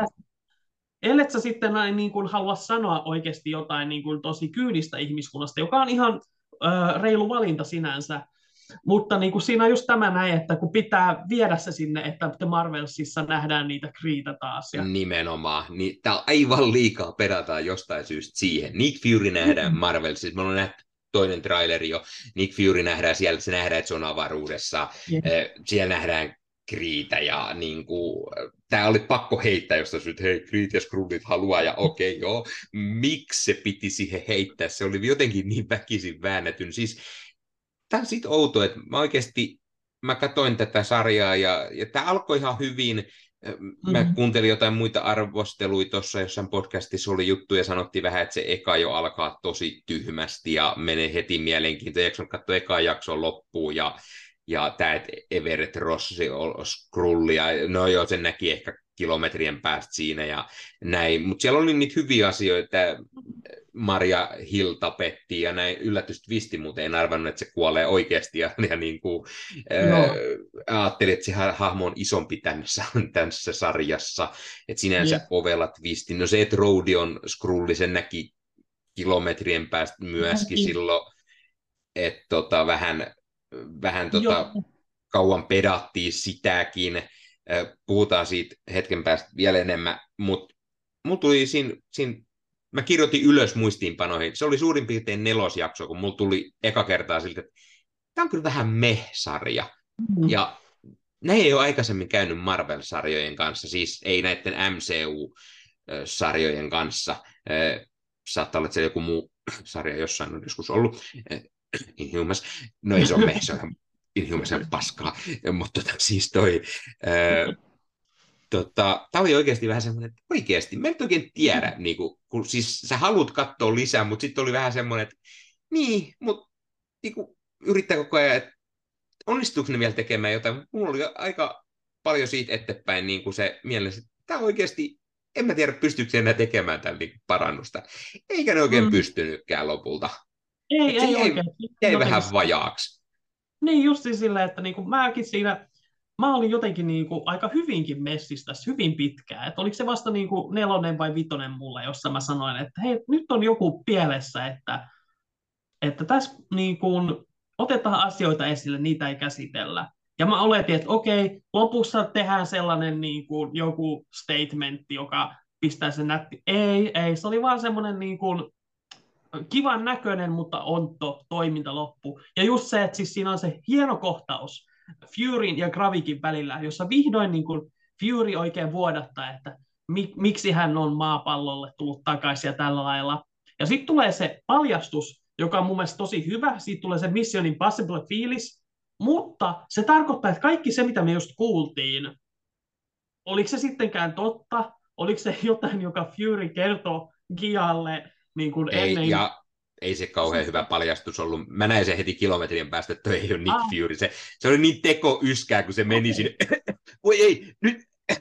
Ellet sä sitten näin niin kuin halua sanoa oikeasti jotain niin kuin tosi kyynistä ihmiskunnasta, joka on ihan ö, reilu valinta sinänsä. Mutta niin kuin siinä on just tämä näin, että kun pitää viedä se sinne, että The Marvelsissa nähdään niitä kriitä taas. Ja... nimenomaan, niin tää on aivan liikaa perataan jostain syystä siihen. Nick Fury nähdään Mm. Marvelsissa, me ollaan nähty toinen traileri jo, Nick Fury nähdään siellä, se nähdään, että se on avaruudessa, Yeah. siellä nähdään Kriitä ja niin kuin, tämä oli pakko heittää jostain syystä, hei Kriit ja Skrullit haluaa ja okei okay, joo, miksi se piti siihen heittää, se oli jotenkin niin väkisin väännetyn, siis tämä on siitä outoa, että mä oikeasti mä katsoin tätä sarjaa ja, ja tämä alkoi ihan hyvin. Mä Mm-hmm. kuuntelin jotain muita arvosteluja tuossa jossain podcastissa oli juttu ja sanottiin vähän, että se eka jo alkaa tosi tyhmästi ja menee heti mielenkiintoon. Jakson katsoa eka jakson loppuun ja, ja tämä, että Everett Rossi on Skrulli ja no joo, sen näki ehkä kilometrien päästä siinä ja näin. Mutta siellä oli niitä hyviä asioita, Maria Hill tapettiin ja näin yllätystvisti, mutta en arvannut, että se kuolee oikeasti ja, ja niin kuin, ää, ajattelin, että se hahmo on isompi tässä, tässä sarjassa, että sinänsä Yeah. ovela twisti. No se, että Rhodey on Skrulli, sen näki kilometrien päästä myöskin Näki. silloin, että tota, vähän, vähän tota, Joo. kauan pedattiin sitäkin, puhutaan siitä hetken päästä vielä enemmän, mutta mulla tuli siinä, siinä mä kirjoitin ylös muistiinpanoihin. Se oli suurin piirtein nelosjakso, kun mulla tuli eka kertaa siltä, että tämä on kyllä vähän meh-sarja. Mm. Ja näin ei ole aikaisemmin käynyt Marvel-sarjojen kanssa, siis ei näiden M C U sarjojen kanssa. Saattaa olla, että se joku muu sarja jossain on joskus ollut. Inhumans. No ei se ole me, se on Inhumans on paskaa. Mutta tota, siis toi... Tota, tämä oli oikeasti vähän semmoinen, että oikeasti, mä en oikein tiedä, niin kuin, kun siis sä haluat katsoa lisää, mutta sitten oli vähän semmoinen, että niin, mutta niin kuin, yrittää koko ajan, että onnistuuko ne vielä tekemään jotain. Mulla oli aika paljon siitä eteenpäin niin kuin se mielessä, että tämä oikeasti, en mä tiedä, pystyykö enää tekemään tällä niin parannusta. Eikä ne oikein Mm. pystynytkään lopulta. Ei, Et se ei jäi, oikein. jäi vähän Jotenkin- vajaaksi. Niin just silleen, että niinku mäkin siinä, mä olin jotenkin niinku aika hyvinkin messissä tässä hyvin pitkään. Että oliko se vasta niinku nelonen vai vitonen mulle, jossa mä sanoin, että hei, nyt on joku pielessä, että, että tässä niinku otetaan asioita esille, niitä ei käsitellä. Ja mä oletin, että okei, lopussa tehdään sellainen niinku joku statementti, joka pistää sen nätti. Ei, ei, se oli vaan semmoinen niinku kivan näköinen, mutta onto toiminta loppu. Ja just se, että siis siinä on se hieno kohtaus Furyn ja Gravikin välillä, jossa vihdoin niin kuin Fury oikein vuodattaa, että mi- miksi hän on maapallolle tullut takaisin ja tällä lailla. Ja sitten tulee se paljastus, joka on mun mielestä tosi hyvä. Siitä tulee se Mission Impossible fiilis, mutta se tarkoittaa, että kaikki se, mitä me just kuultiin, oliko se sittenkään totta, oliko se jotain, joka Fury kertoo Gialle niin kuin Ei, ennen. ja ei se kauhean hyvä paljastus ollut. Mä näin sen heti kilometrien päästä, että toi ei ole Nick Ah. Fury. Se, se oli niin tekoyskää, kun se meni Okei. sinne. Voi ei, nyt...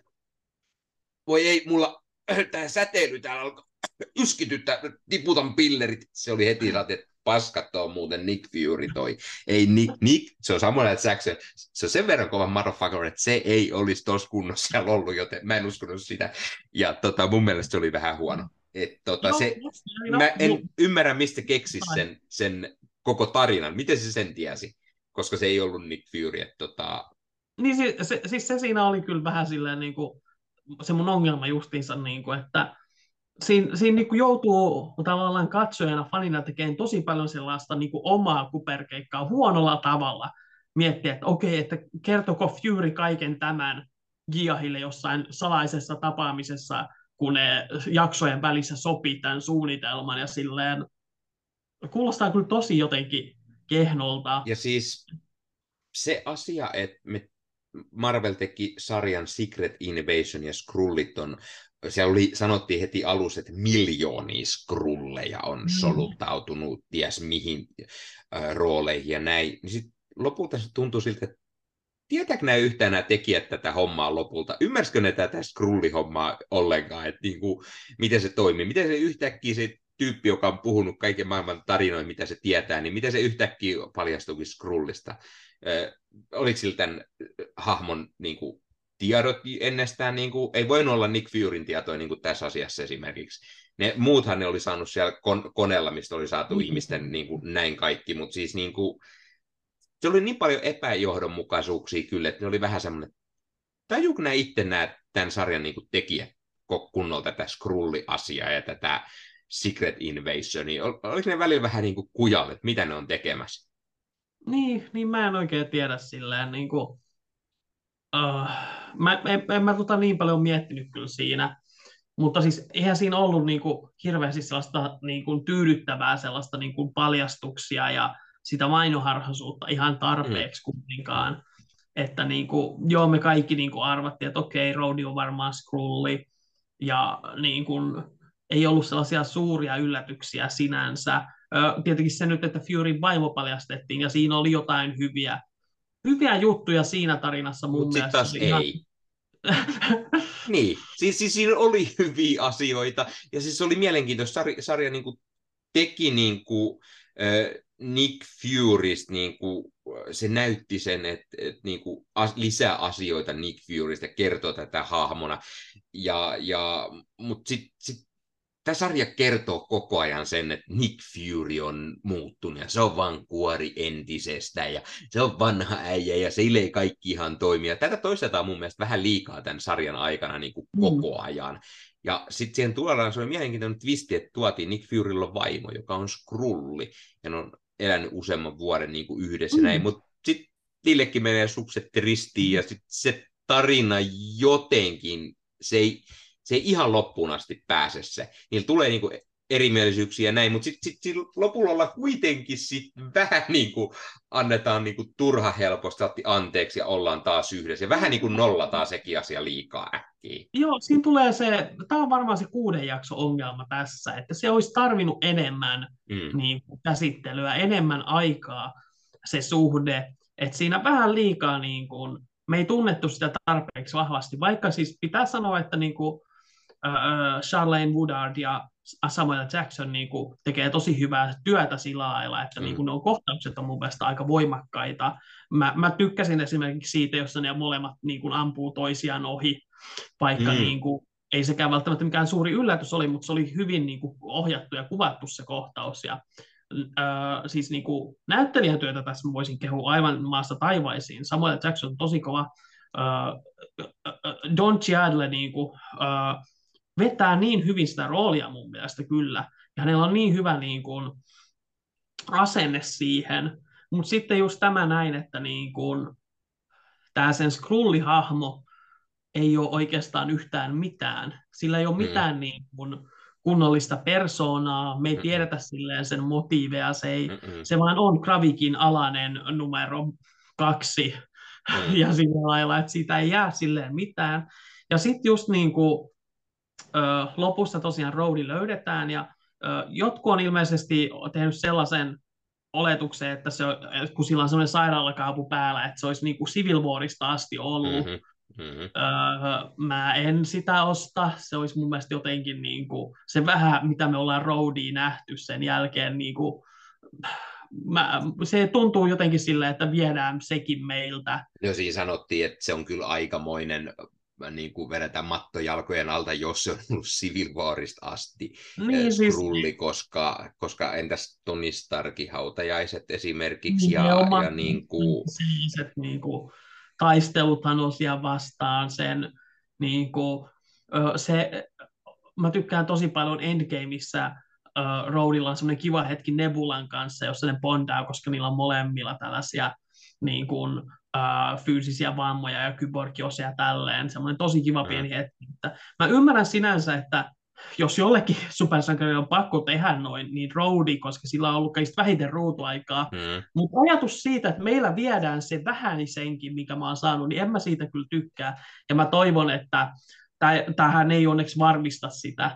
Voi ei, mulla tää säteily täällä alkaa yskityttää, tiputan pillerit. Se oli heti saati, että paskat on muuten Nick Fury toi. Ei Nick, Nick se on Samuel L. Jackson. Se on sen verran kova motherfucker, että se ei olisi tuossa kunnossa siellä ollut, joten mä en uskonut sitä. Ja tota, mun mielestä se oli vähän huono. Et, tota, No, se, no, mä en mu- ymmärrä, mistä keksis sen, sen koko tarinan. Miten se sen tiesi? Koska se ei ollut Nick Fury. Et, tota... Niin se, se, siis se siinä oli kyllä vähän silleen niin kuin, se mun ongelma justiinsa, niin kuin, että siinä, siinä niin kuin joutuu tavallaan katsojana, fanina tekemään tosi paljon sellaista niin kuin omaa kuperkeikkaa huonolla tavalla. Miettiä, että okei, että kertoko Fury kaiken tämän Giahille jossain salaisessa tapaamisessa, kun ne jaksojen välissä sopii tämän suunnitelman ja silleen, kuulostaa kyllä tosi jotenkin kehnolta. Ja siis se asia, että me Marvel teki sarjan Secret Invasion ja Skrullit on, siellä oli, sanottiin heti alussa, että miljoonia Skrulleja on Mm. soluttautunut ties mihin äh, rooleihin ja näin. Niin sit lopulta se tuntui siltä, että tietääkö nämä yhtään nämä tekijät tätä hommaa lopulta? Ymmärsikö ne tätä Skrulli-hommaa ollenkaan, että niinku, miten se toimii? Miten se yhtäkkiä se tyyppi, joka on puhunut kaiken maailman tarinoita, mitä se tietää, niin miten se yhtäkkiä paljastuikin Skrullista? Ö, oliko sillä tämän hahmon niin kuin, tiedot ennestään? Niin kuin, ei voinut olla Nick Furyn tietoja niin kuin tässä asiassa esimerkiksi. Ne, muuthan ne oli saanut siellä kon- koneella, mistä oli saatu mm-hmm. ihmisten niin kuin, näin kaikki, mutta siis niin kuin, se oli niin paljon epäjohdonmukaisuuksia kyllä, että ne oli vähän semmoinen, tajuuko nämä itse nämä tämän sarjan niin kuin, tekijät kunnolla tätä Skrulli-asiaa ja tätä Secret Invasionia? Oliko ne välillä vähän niin kuin kujalle, että mitä ne on tekemässä? Niin, niin mä en oikein tiedä silleen, niin kuin, uh, mä, en, en mä tota niin paljon miettinyt kyllä siinä, mutta siis eihän siinä ollut niin kuin, hirveästi sellaista niin kuin, tyydyttävää sellaista niin kuin, paljastuksia ja sitä mainoharhaisuutta ihan tarpeeksi mm. kumminkaan. Että niin kuin, joo, me kaikki niin kuin, arvattiin, että okei, Rhodey on varmaan Skrulli, ja niin kuin, ei ollut sellaisia suuria yllätyksiä sinänsä. Ö, tietenkin se nyt, että Furyn vaimo paljastettiin, ja siinä oli jotain hyviä, hyviä juttuja siinä tarinassa mun Mutta sitten mielestä. taas ei. Ihan... Niin, siis, siis siinä oli hyviä asioita, ja siis oli mielenkiintoista, sarja, sarja niin kuin teki niin kuin, äh, Nick Furystä, niin kuin, se näytti sen, että et, niin kuin, as, lisää asioita Nick Furystä ja kertoo tätä hahmona, ja, ja, mutta sitten sit, tämä sarja kertoo koko ajan sen, että Nick Fury on muuttunut ja se on vaan kuori entisestä ja se on vanha äijä ja sille ei kaikki ihan toimi. Ja tätä toistetaan mun mielestä vähän liikaa tämän sarjan aikana niin kuin koko ajan. Ja sitten siihen tuodaan, se oli mielenkiintoinen twisti, että tuotiin Nick Furylla vaimo, joka on Skrulli ja ne on elänyt useamman vuoden niin kuin yhdessä mm. näin, mutta sitten niillekin menee sukset ristiin ja sitten se tarina jotenkin, se ei se ei ihan loppuun asti pääse se. Niillä tulee niin kuin erimielisyyksiä ja näin, mutta sitten sit, sit lopulla ollaan kuitenkin sit vähän niin kuin annetaan niin kuin turha helposti anteeksi ja ollaan taas yhdessä. Ja vähän niin kuin nollataan sekin asia liikaa äkkiä. Joo, siinä tulee se, tämä on varmaan se kuuden jakso ongelma tässä, että se olisi tarvinnut enemmän Mm. niin, käsittelyä, enemmän aikaa se suhde, että siinä vähän liikaa niin kuin, me ei tunnettu sitä tarpeeksi vahvasti, vaikka siis pitää sanoa, että niin kuin, äh, Charlene Woodard ja Samuel Jackson niin kuin, tekee tosi hyvää työtä sillä lailla, että mm. niin kuin, ne on kohtaukset on mun mielestä aika voimakkaita. Mä, mä tykkäsin esimerkiksi siitä, jossa ne molemmat niin kuin, ampuu toisiaan ohi, vaikka mm. niin kuin, ei sekään välttämättä mikään suuri yllätys oli, mutta se oli hyvin niin kuin, ohjattu ja kuvattu se kohtaus. Ja, äh, siis niin kuin, näyttelijätyötä tässä voisin kehua aivan maasta taivaisiin. Samuel Jackson on tosi kova. Äh, Don Cheadle niin kuin, äh, vetää niin hyvin sitä roolia mun mielestä kyllä. Ja hänellä on niin hyvä niin kuin, asenne siihen. Mutta sitten just tämä näin, että niin kuin, tämä sen Skrulli-hahmo ei ole oikeastaan yhtään mitään. Sillä ei ole mitään mm. niin kuin kunnollista persoonaa, me ei Mm-mm. tiedetä silleen sen motiiveja, se, ei, se vaan on Kravikin alainen numero kaksi, mm. ja sillä lailla, että siitä ei jää silleen mitään. Ja sitten just niin kuin, ö, lopussa tosiaan Rhodey löydetään, ja ö, jotkut on ilmeisesti tehnyt sellaisen oletuksen, että se, kun sillä on sellainen sairaalakaapu päällä, että se olisi niin kuin Civil Warista asti ollut. Mm-hmm. Mm-hmm. Öö, mä en sitä osta. Se olisi mun mielestä jotenkin niin kuin, se vähän, mitä me ollaan Rhodey nähty sen jälkeen. Niin kuin, mä, se tuntuu jotenkin silleen, että viedään sekin meiltä. Jo siinä sanottiin, että se on kyllä aikamoinen, niin kuin vedetään matto jalkojen alta, jos se on ollut Civil Warista asti niin, Skrulli, siis, koska, koska entäs Tony Starkin hautajaiset esimerkiksi. Niin, ja, oma, ja niin kuin... sellaiset niin kuin taistelut Thanosia vastaan, sen niin kuin, se, mä tykkään tosi paljon Endgameissa, uh, Rhodeylla on semmoinen kiva hetki Nebulan kanssa, jossa ne bondaa, koska niillä on molemmilla tällaisia niin kuin, uh, fyysisiä vammoja ja kyborgiosia ja tälleen, semmoinen tosi kiva mm. pieni hetki. Että mä ymmärrän sinänsä, että jos jollekin supersankarille on pakko tehdä noin, niin Rhodey, koska sillä on ollut kaikista vähiten ruutuaikaa. Mm. Mutta ajatus siitä, että meillä viedään se vähäisenkin, mikä mä oon saanut, niin en mä siitä kyllä tykkää. Ja mä toivon, että tämähän ei onneksi varmista sitä,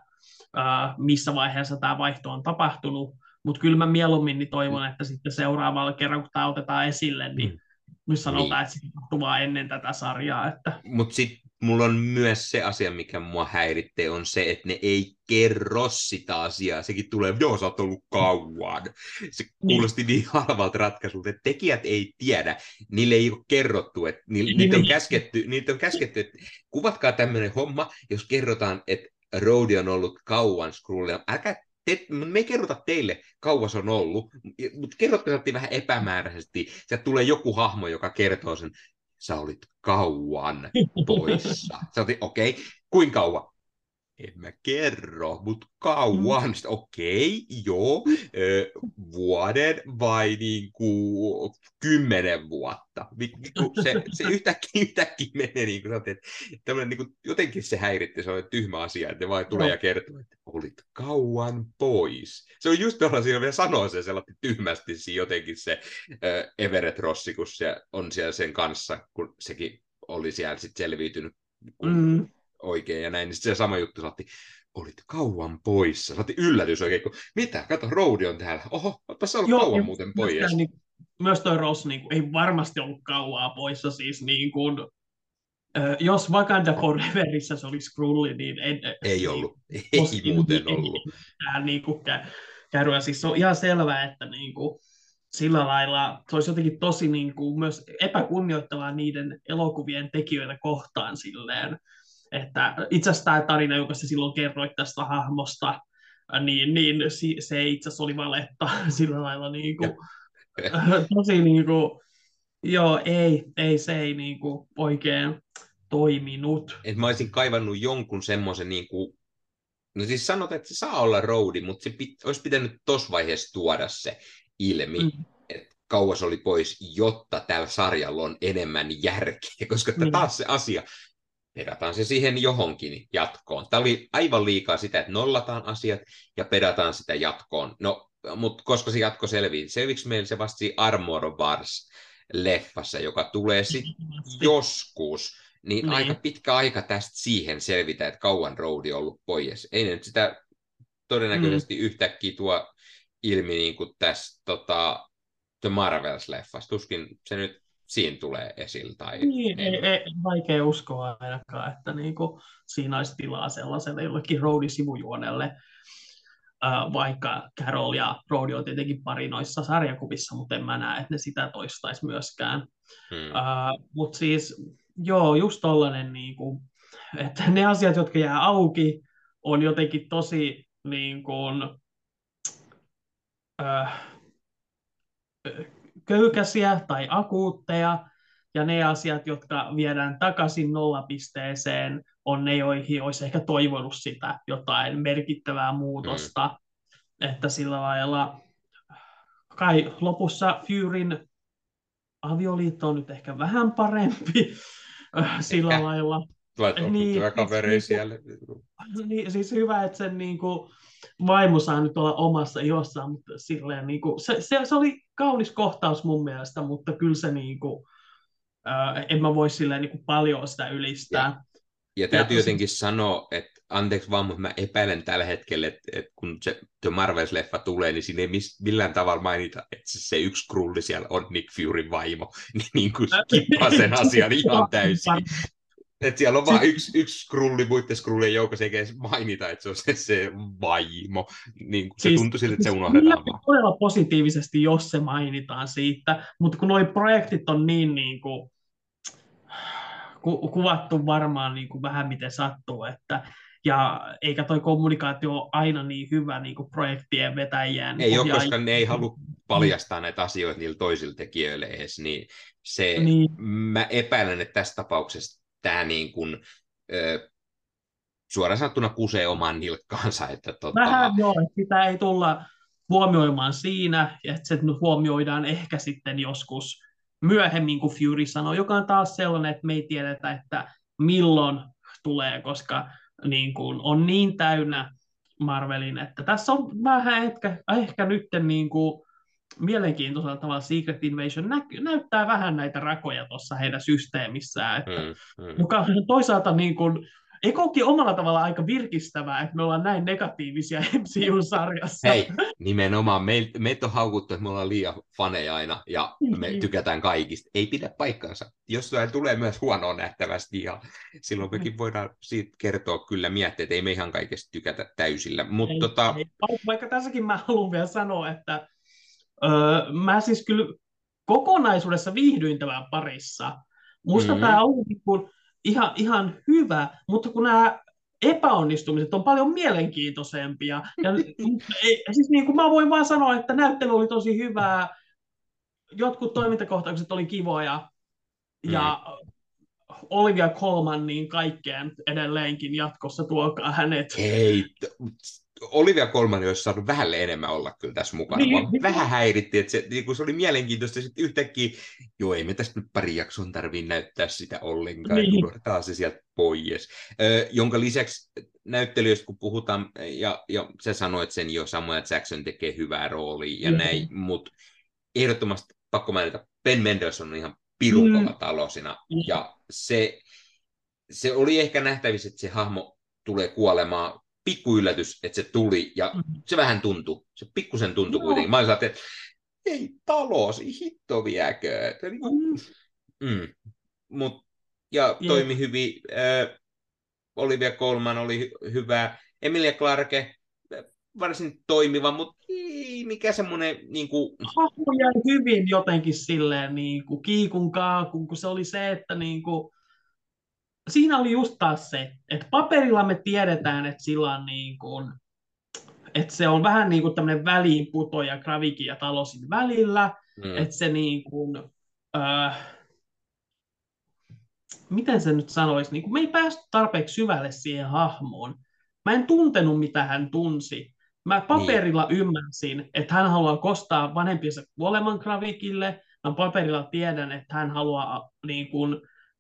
missä vaiheessa tämä vaihto on tapahtunut. Mutta kyllä mä mieluummin niin toivon, että sitten seuraavalla kerralla, kun tämä otetaan esille, niin mm. sanotaan, niin. että se tapahtuu vaan ennen tätä sarjaa. Että... Mutta sitten mulla on myös se asia, mikä mua häiritsee, on se, että ne ei kerro sitä asiaa. Sekin tulee, joo, sä oot ollut kauan. Se kuulosti niin, niin halvalta ratkaisulta, että tekijät ei tiedä. Niille ei ole kerrottu, että niille, niitä, on käsketty, niitä on käsketty, että kuvatkaa tämmöinen homma, jos kerrotaan, että Rhodey on ollut kauan Skrullilla. Älkää Te, me ei kerrota teille, kauas on ollut, mutta kerrottiin vähän epämääräisesti. Sieltä tulee joku hahmo, joka kertoo sen, sä olit kauan poissa. Sä olit, okei, okay, kuinka kauan? En mä kerro, mutta kauan. Mm. Okei, okay, joo, ö, vuoden vai niinku kymmenen vuotta. Se, se yhtäkkiä, yhtäkkiä menee, niin kuin että tämmöinen, niin kuin, jotenkin se häiritti, se on tyhmä asia, että ne vaan tulee no. ja kertoo, että olit kauan pois. Se on just tuolla, siinä vielä sanoo se sellainen tyhmästi siinä jotenkin se ö, Everett Rossi, kun se on siellä sen kanssa, kun sekin oli siellä sitten selviytynyt, kun mm. oikein ja näin, niin se sama juttu saatti, olit kauan poissa. Saatti yllätys oikein, kun mitä, kato, Rhodey on täällä. Oho, ootpa sä ollut Joo, kauan muuten pois. Niin, myös toi Ross niin kuin, ei varmasti ollut kauaa poissa, siis niin kuin, äh, jos Wakanda Foreverissä se oli Skrulli, niin en, ei niin, ollut, ei muuten ei, ollut. Ei, niin kuin, käydä. Siis se on ihan selvää, että niin kuin, sillä lailla se olisi jotenkin tosi niin kuin, myös epäkunnioittavaa niiden elokuvien tekijöitä kohtaan silleen, että itse asiassa tämä tarina, jonka sä silloin kerroit tästä hahmosta, niin, niin se itse asiassa oli valetta sillä lailla niin kuin, tosi niin kuin, joo, ei, ei se ei niin kuin, oikein toiminut. Et mä olisin kaivannut jonkun semmoisen, niin kuin, no siis sanotaan, että se saa olla Rhodey, mutta se pit, olisi pitänyt tuossa vaiheessa tuoda se ilmi, mm. että kauas oli pois, jotta tällä sarjalla on enemmän järkeä, koska mm. taas se asia, pedataan se siihen johonkin jatkoon. Tämä oli aivan liikaa sitä, että nollataan asiat ja pedataan sitä jatkoon. No, mutta koska se jatko selvii? Selviikö meillä se vasta siinä Armor Wars-leffassa, joka tulee sitten joskus, niin, niin aika pitkä aika tästä siihen selvitä, että kauan Rhodey on ollut pois. Ei nyt sitä todennäköisesti mm. yhtäkkiä tuo ilmi niin kuin tässä tota, The Marvels-leffassa. Tuskin se nyt siinä tulee esille. Tai niin, ei, ei, vaikea uskoa ainakaan, että niinku siinä olisi tilaa sellaiselle jollekin Rhodey-sivujuonelle, äh, vaikka Carol ja Rhodey on tietenkin pari noissa sarjakuvissa, mutta en mä näe, että ne sitä toistaisi myöskään. Hmm. Äh, mutta siis, joo, just tollainen, niinku, että ne asiat, jotka jää auki, on jotenkin tosi niin kuin, äh, köykäisiä tai akuutteja, ja ne asiat, jotka viedään takaisin nollapisteeseen, on ne, joihin olisi ehkä toivonut sitä jotain merkittävää muutosta, mm. että sillä lailla kai lopussa Furyn avioliitto on nyt ehkä vähän parempi sillä ehkä. lailla. Niin, kaveri siellä. Niin, siis hyvä, että sen niin kuin, vaimo saa nyt olla omassa ihossaan, mutta silleen, niin kuin, se, se, se oli kaunis kohtaus mun mielestä, mutta kyllä se niin kuin, ää, en mä voi silleen niin kuin, paljon sitä ylistää. Ja, ja täytyy ja, jotenkin se... sanoa, että anteeksi vaan, mutta mä epäilen tällä hetkellä, että, että kun se The Marvels-leffa tulee, niin siinä ei millään tavalla mainita, että se yksi krulli siellä on Nick Furyn vaimo, niin kuin kippaa sen asian ihan täysin. Että siellä on vain yksi, yksi skrulli muiden skrullien joukossa, eikä edes mainita, että se on se, se vaimo. Niin, se siis, tuntui siltä, että se unohdetaan vaan. Todella positiivisesti, jos se mainitaan siitä, mutta kun nuo projektit on niin, niin kuin, ku, kuvattu varmaan niin kuin vähän miten sattuu, että, ja eikä toi kommunikaatio ole aina niin hyvä niin kuin projektien vetäjien. Ei ole, koska ne ei halua paljastaa näitä asioita niille toisille tekijöille edes, niin se, niin. Mä epäilen, että tässä tapauksessa tämä niin kuin, ö, suoraan sanottuna kusee omaan nilkkaansa. Että tota... Vähän joo, että sitä ei tulla huomioimaan siinä, että se huomioidaan ehkä sitten joskus myöhemmin, kun Fury sanoo, joka on taas sellainen, että me ei tiedetä, että milloin tulee, koska niin kuin on niin täynnä Marvelin, että tässä on vähän ehkä, ehkä nyt niin kuin mielenkiintoisella tavalla Secret Invasion nä- näyttää vähän näitä rakoja tuossa heidän systeemissään, että mm, mm. Mukaan toisaalta niin kuin, ekokin omalla tavalla aika virkistävää, että me ollaan näin negatiivisia M C U-sarjassa. Hei, nimenomaan. Meitä meit on haukuttu, että me ollaan liian faneja aina ja me tykätään kaikista. Ei pidä paikkaansa. Jos tulee myös huonoa nähtävästi ja silloin mekin voidaan siitä kertoa kyllä miettiä, että ei me ihan kaikesta tykätä täysillä. Mut ei, tota... ei. Vaikka tässäkin mä haluan vielä sanoa, että öö, mä siis kyllä kokonaisuudessa viihdyin tämän parissa. Musta mm-hmm. tämä on niin kuin Ihan, ihan hyvä, mutta kun nämä epäonnistumiset on paljon mielenkiintoisempia. Ja, siis niin kuin mä voin vaan sanoa, että näyttely oli tosi hyvää, jotkut toimintakohtaukset oli kivoja, ja mm. Olivia Colman niin kaikkeen edelleenkin jatkossa tuokaa hänet. Ei, Olivia Colman olisi saanut vähän enemmän olla kyllä tässä mukana. Niin, niin, vähän häiritti, että se, niin se oli mielenkiintoista, ja sitten yhtäkkiä, joo, ei me tästä nyt pari jakson tarvitse näyttää sitä ollenkaan, niin. Unohdetaan se sieltä pois. Ö, jonka lisäksi näyttelijöistä, kun puhutaan, ja, ja sä sanoit sen jo, Samuel Jackson tekee hyvää roolia ja mm. näin, mutta ehdottomasti pakko mainita, Ben Mendelsohn on ihan pirun kova mm. talosina, mm. ja se, se oli ehkä nähtävissä, että se hahmo tulee kuolemaan. Pikku yllätys, että se tuli, ja se vähän tuntui. Se pikkusen tuntui no. kuitenkin. Mä olin että ei talos, hitto viekö. Mm. Mm. Mut, ja toimi yeah. hyvin. Äh, Olivia Colman oli hyvä. Emilia Clarke, varsin toimiva, mutta ei mikä semmoinen... Niin kuin... Hahmo jäi hyvin jotenkin silleen niin kuin kiikun kaakun, kun se oli se, että niin kuin siinä oli just taas se, että paperilla me tiedetään, että sillä on niin kuin, että se on vähän niin kuin tämmöinen väliinputoja Kravikin ja Talosin välillä, mm. että se niin kuin, äh, miten se nyt sanoisi, niin kuin me ei päästy tarpeeksi syvälle siihen hahmoon. Mä en tuntenut, mitä hän tunsi. Mä paperilla niin. ymmärsin, että hän haluaa kostaa vanhempiensa kuoleman Kravikille. Mä paperilla tiedän, että hän haluaa niin kuin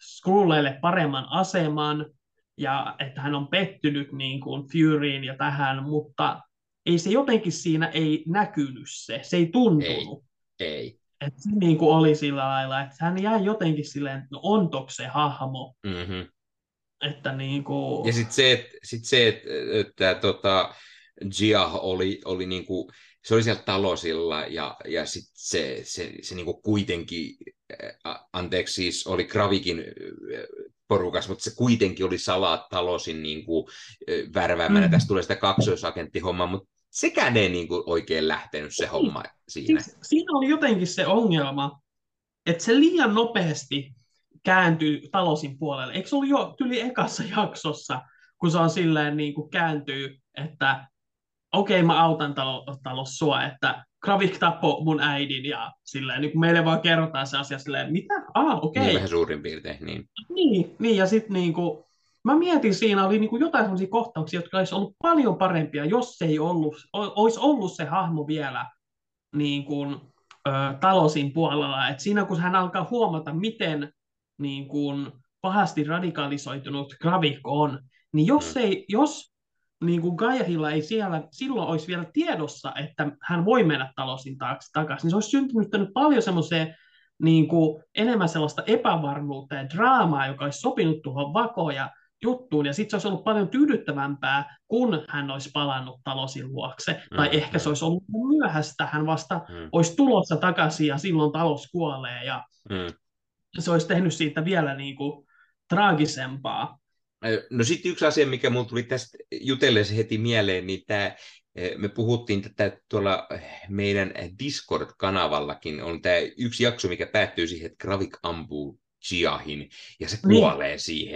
Skrulleille paremman aseman, ja että hän on pettynyt niin kuin Furyin ja tähän, mutta ei se jotenkin siinä ei näkynyt se, se ei Ei, tuntunut. ei. Että se niin kuin oli sillä lailla, että hän jäi jotenkin silleen, että no ontoksi se hahmo, Mm-hmm. että niin kuin... Ja sitten se, että sit se, että, että tota, Gia oli, oli niinku, se oli siellä talosilla ja, ja sitten se, se, se niinku kuitenkin, ä, anteeksi siis, oli Kravikin ä, porukas, mutta se kuitenkin oli salaa talosin niinku, ä, värväämänä. Mm. Tästä tulee sitä kaksoisagenttihommaa, mutta sekään ei niinku oikein lähtenyt se Niin. homma siinä. Siis siinä oli jotenkin se ongelma, että se liian nopeasti kääntyy talosin puolelle. Eikö se ollut jo tyli ekassa jaksossa, kun se on silleen niin kuin kääntyy, että okei, okay, mä autan talo, talos sua, että Kravik tappoi mun äidin ja silleen, niin kuin meille vaan kerrotaan se asia silleen, mitä? Ah, okei. Niin Okay. vähän suurin piirtein, niin. Niin, niin ja sitten niin kuin, mä mietin, siinä oli niin kuin jotain sellaisia kohtauksia, jotka olisi ollut paljon parempia, jos ei ollut, olisi ollut se hahmo vielä niin kuin, ö, Talosin puolella. Et siinä kun hän alkaa huomata, miten niin kuin, pahasti radikalisoitunut Gravik on, niin jos, Mm. ei, jos niin kuin Gaiahilla ei siellä, silloin olisi vielä tiedossa, että hän voi mennä Talosin takaisin, niin se olisi syntynyt paljon semmoiseen niin kuin, enemmän sellaista epävarmuutta ja draamaa, joka olisi sopinut tuohon vakoja juttuun, ja sitten se olisi ollut paljon tyydyttävämpää, kun hän olisi palannut Talosin luokse, Mm, tai ehkä mm, se olisi ollut myöhäistä, hän vasta mm, olisi tulossa takaisin, ja silloin Talos kuolee, ja mm. se olisi tehnyt siitä vielä niin kuin traagisempaa. No sitten yksi asia, mikä mulle tuli tästä jutellessa heti mieleen, niin tämä, me puhuttiin tätä tuolla meidän Discord-kanavallakin, on tämä yksi jakso, mikä päättyy siihen, että Gravik ampuu Chiahin ja se kuolee niin siihen.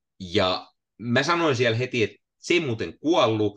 Ja mä sanoin siellä heti, että se ei muuten kuollut,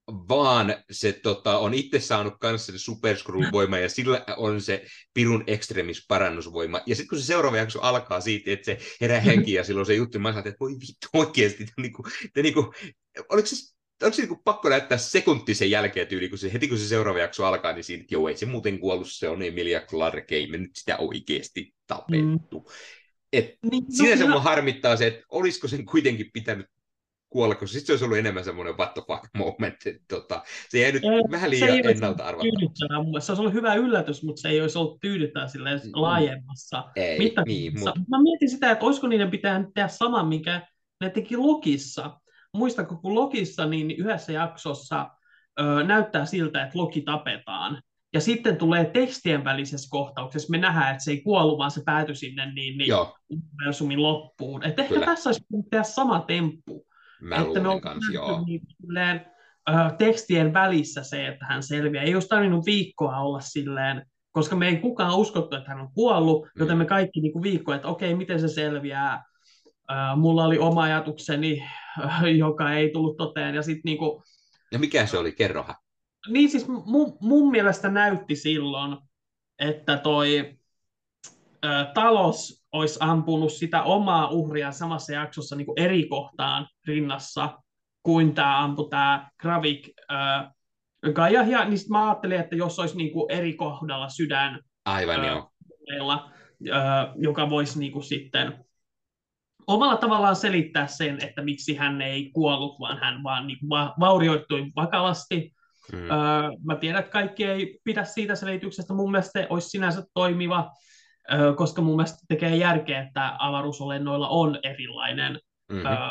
vaan se tota, on itse saanut kanssa se Super Skrull-voima, ja sillä on se pirun ekstremis-parannusvoima. Ja sitten kun se seuraava jakso alkaa siitä, että se herää henkiin, ja silloin se juttu, mä sanoin, että voi vittu oikeasti, te niinku, te niinku, oliko se, oliko se niinku pakko näyttää sekunti sen jälkeen tyyli, kun se, heti kun se seuraava jakso alkaa, niin siinä, että joo, ei se muuten kuollut, se on Emilia Clarke, ei me nyt sitä oikeasti tapettu. Mm. Et niin, no, sinänsä mua harmittaa se, että olisiko sen kuitenkin pitänyt kuolla, koska sitten se olisi ollut enemmän semmoinen what the fuck moment. Tota, se jäi nyt ei, vähän liian ennalta arvattavaa. Se olisi ollut hyvä yllätys, mutta se ei olisi ollut tyydyttävää silleen laajemmassa ei, mittakaavassa. Niin, mut... Mä mietin sitä, että olisiko niiden pitää tehdä sama, mikä ne teki Lokissa. Muistatko, kun Lokissa niin yhdessä jaksossa ö, näyttää siltä, että Loki tapetaan. Ja sitten tulee tekstien välisessä kohtauksessa, me nähdään, että se ei kuollut, vaan se päätyi sinne niin, niin universumin loppuun. Että ehkä Kyllä. tässä olisi tehdä sama temppu. Mä että me on kans, joo. Niin, silleen, ö, tekstien välissä se, että hän selviää. Ei olisi tarvinnut viikkoa olla silleen, koska me ei kukaan uskottu, että hän on kuollut, mm. joten me kaikki niin kuin viikko, että okei, miten se selviää. Ö, mulla oli oma ajatukseni, ö, joka ei tullut toteen. Ja, sit, niin kuin, ja mikä se oli? Kerrohan. Niin siis mun, mun mielestä näytti silloin, että toi ö, Talos olisi ampunut sitä omaa uhria samassa jaksossa niin kuin eri kohtaan rinnassa, kuin tämä ampui tämä Gravik äh, Gaiahia, niin mä ajattelin, että jos olisi niin kuin eri kohdalla sydän, Aivan, äh, joo. Meillä, äh, joka voisi niin kuin sitten omalla tavallaan selittää sen, että miksi hän ei kuollut, vaan hän vaan niin kuin va- vaurioittui vakavasti. Mm. Äh, mä tiedän, että kaikki ei pidä siitä selityksestä. Mun mielestä se olisi sinänsä toimiva, äh, koska mun mielestä tekee järkeä, että avaruusolennoilla on erilainen mm-hmm. äh,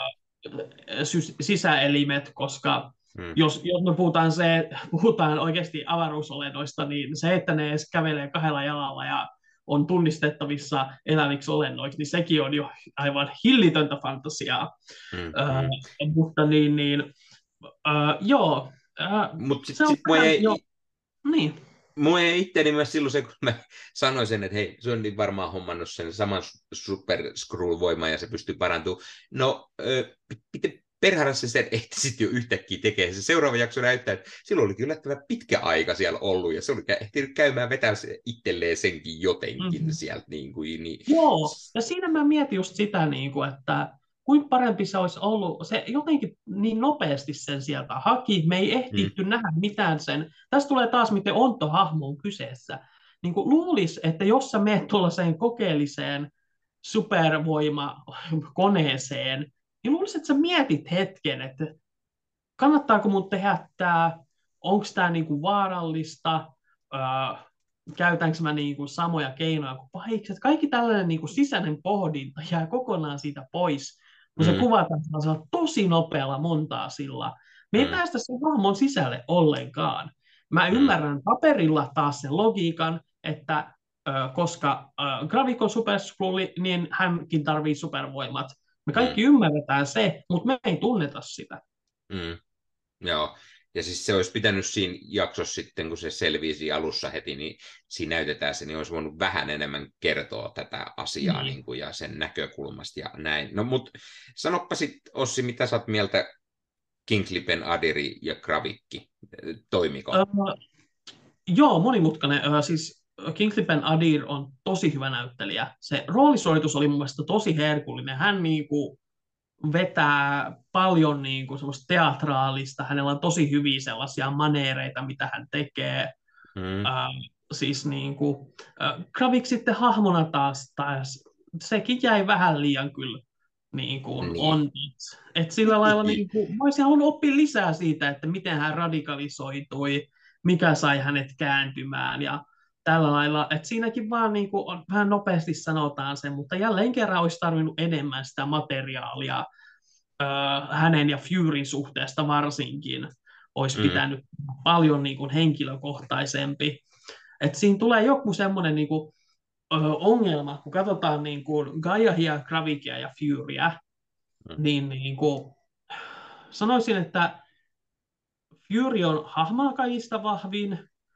sisäelimet, koska hmm. jos, jos me puhutaan, se, puhutaan oikeasti avaruusolennoista, niin se, että ne edes kävelee kahdella jalalla ja on tunnistettavissa eläviksi olennoiksi, niin sekin on jo aivan hillitöntä fantasiaa. Hmm. Uh, mutta niin, niin uh, joo. Uh, Mutta sitten sit mua ei... Jo, niin. Mua ei itseäni myös silloin se, kun mä sanoin sen, että hei, se on niin varmaan hommannut sen saman Super Skrull-voiman ja se pystyy parantumaan. No, perharassa se ehti sitten jo yhtäkkiä tekee. Se seuraava jakso näyttää, että silloin oli yllättävän pitkä aika siellä ollut ja se oli ehtinyt käymään vetää itselleen senkin jotenkin mm-hmm. sieltä. Niin kuin, niin... Joo, ja siinä mä mietin just sitä, niin kuin, että kuinka parempi se olisi ollut, se jotenkin niin nopeasti sen sieltä haki, me ei ehtitty mm. nähdä mitään sen. Tässä tulee taas, miten onto hahmo on kyseessä. Niin kuin luulisi, että jos sä menet tuollaiseen kokeelliseen supervoimakoneeseen, niin luulisin, että sä mietit hetken, että kannattaako mun tehdä tämä, onko tämä niinku vaarallista, öö, käytänkö mä niinku samoja keinoja kuin pahikset. Kaikki tällainen niinku sisäinen pohdinta jää kokonaan siitä pois, kun se Mm, kuvataan sellaisella tosi nopealla montaasilla. Me ei mm, päästä sen hahmon sisälle ollenkaan. Mä mm, ymmärrän paperilla taas sen logiikan, että ö, koska ö, Gravikon superskrulli, niin hänkin tarvii supervoimat. Me mm, kaikki ymmärretään se, mutta me ei tunneta sitä. mm. Joo, ja siis se olisi pitänyt siinä jaksossa sitten, kun se selvisi alussa heti, niin siinä näytetään se, niin olisi voinut vähän enemmän kertoa tätä asiaa Niin. niin kuin, ja sen näkökulmasta ja näin. No mutta sanoppa sitten, Ossi, mitä sä oot mieltä Kingsley Ben Adiri ja Kravikki, toimiko? Ö, joo, monimutkainen. Ö, siis Kingsley Ben Adir on tosi hyvä näyttelijä. Se roolisuoritus oli mun mielestä tosi herkullinen. Hän niinku vetää paljon niinku semmoista teatraalista. Hänellä on tosi hyviä sellaisia maneereita, mitä hän tekee. Mm, Ö, siis niinku, ö, Kravik sitten hahmona taas, taas, sekin jäi vähän liian kyllä niin kuin niin. on. Et sillä lailla niin kuin, mä olisin halunnut oppia lisää siitä, että miten hän radikalisoitui, mikä sai hänet kääntymään ja tällä lailla. Et siinäkin vaan niin kuin, on, vähän nopeasti sanotaan sen, mutta jälleen kerran olisi tarvinnut enemmän sitä materiaalia ö, hänen ja Furyn suhteesta varsinkin. Olisi Mm, pitänyt paljon niin kuin, henkilökohtaisempi. Et siinä tulee joku semmoinen niin kuin, ö, ongelma, kun katsotaan niin kuin Gaiahia, Gravikia ja Furyä, mm, niin, niin kuin, sanoisin, että Fury on hahmona kaikista vahvin,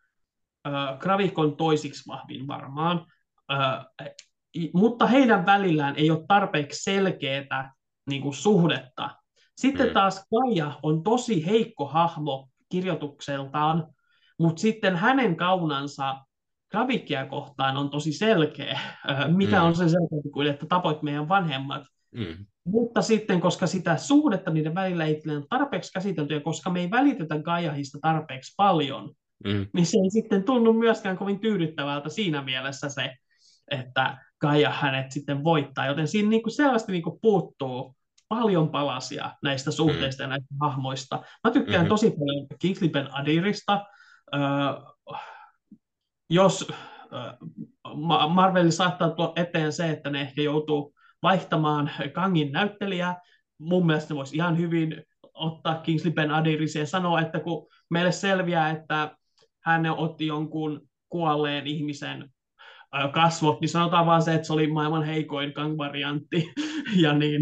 äh, Gravik on toisiksi vahvin varmaan, äh, mutta heidän välillään ei ole tarpeeksi selkeää niin kuin, suhdetta. Sitten mm, taas Gaia on tosi heikko hahmo kirjoitukseltaan, mutta sitten hänen kaunansa Gravikia kohtaan on tosi selkeä. Äh, mikä mm, on sen selkeä kuin, että tapoit meidän vanhemmat. mm, Mutta sitten, koska sitä suhdetta niiden välillä ei ole tarpeeksi käsitelty, ja koska me ei välitetä Gaiahista tarpeeksi paljon, mm, niin se ei sitten tunnu myöskään kovin tyydyttävältä siinä mielessä se, että Gaia hänet sitten voittaa. Joten siinä niin kuin selvästi niin kuin puuttuu paljon palasia näistä mm, suhteista ja näistä hahmoista. Mä tykkään mm, tosi paljon Kingsley Ben Adirista. Öö, jos Marvel saattaa tulla eteen se, että ne ehkä joutuu vaihtamaan Kangin näyttelijää, mun mielestä ne voisi ihan hyvin ottaa Kingsley Ben Adirisen ja sanoa, että kun meille selviää, että hän otti jonkun kuolleen ihmisen kasvot, niin sanotaan vaan se, että se oli maailman heikoin Kang-variantti. Ja niin.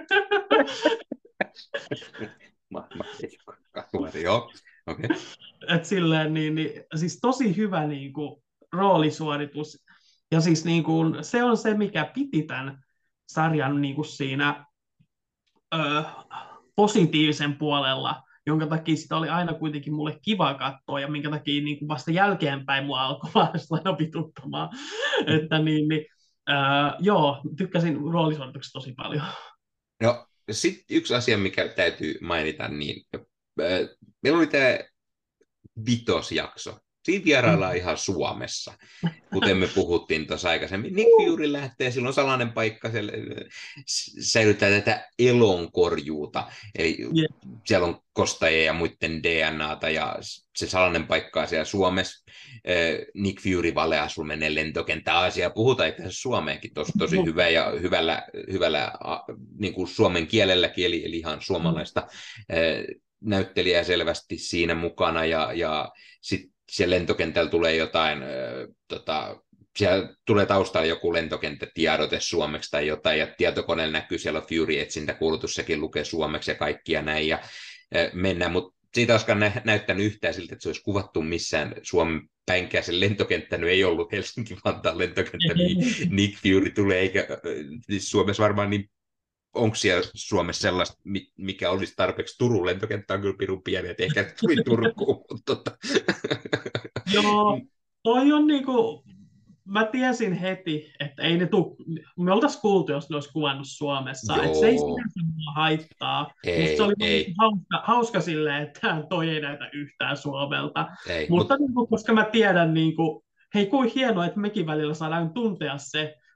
Maailman heikko kaveri, joo. Okei. Et silleen, niin, niin, siis tosi hyvä niin kuin, roolisuoritus. Ja siis niin kuin, se on se, mikä piti tämän sarjan niin kuin siinä ö, positiivisen puolella, jonka takia sitä oli aina kuitenkin mulle kiva katsoa, ja minkä takia niin kuin vasta jälkeenpäin mua alkoi vaan aina vituttamaan. Että niin, niin, ö, joo, tykkäsin roolisuorituksesta tosi paljon. No, sitten yksi asia, mikä täytyy mainita, niin äh, meillä oli tämä vitosjakso. Siinä vieraillaan ihan Suomessa, kuten me puhuttiin tuossa aikaisemmin. Nick Fury lähtee, silloin salainen paikka, se säilyttää tätä elonkorjuuta. Eli Yeah. siellä on kostajia ja muiden D N A:ta, ja se salainen paikka on siellä Suomessa. Nick Fury valeaa sulle menee lentokenttään Aasiaan. Puhutaan itse asiassa suomeenkin tosi, tosi hyvä ja hyvällä, hyvällä niin kuin suomen kielelläkin, eli, eli ihan suomalaista näyttelijää selvästi siinä mukana, ja, ja sitten siellä lentokentällä tulee jotain, äh, tota, siellä tulee taustalla joku lentokenttätiedote suomeksi tai jotain, ja tietokoneella näkyy, siellä on Fury-etsintäkuulutus, sekin lukee suomeksi ja kaikki ja näin, ja äh, mennään, mutta siitä olisikaan nä- näyttänyt yhtään siltä, että se olisi kuvattu missään Suomen päinkään. Se lentokenttä nyt ei ollut Helsinki-Vantaan lentokenttä, mihin Nick Fury tulee, eikä äh, siis Suomessa varmaan niin. Onko siellä Suomessa sellaista, mikä olisi tarpeeksi? Turun lentokenttä on kyllä pirun pieni, että ehkä tuli Turkuun. Mutta tota. Joo, toi on niinku, mä tiesin heti, että ei ne tuu, me oltaisiin kuultu, jos ne olisi kuvannut Suomessa, että se ei Joo, sinänsä mua haittaa. Musta se ei, oli ei, hauska, hauska silleen, että toi ei näytä yhtään Suomelta. ei. Mutta Mut, niinku, koska mä tiedän, niinku, hei kuin hienoa, että mekin välillä saadaan tuntea se,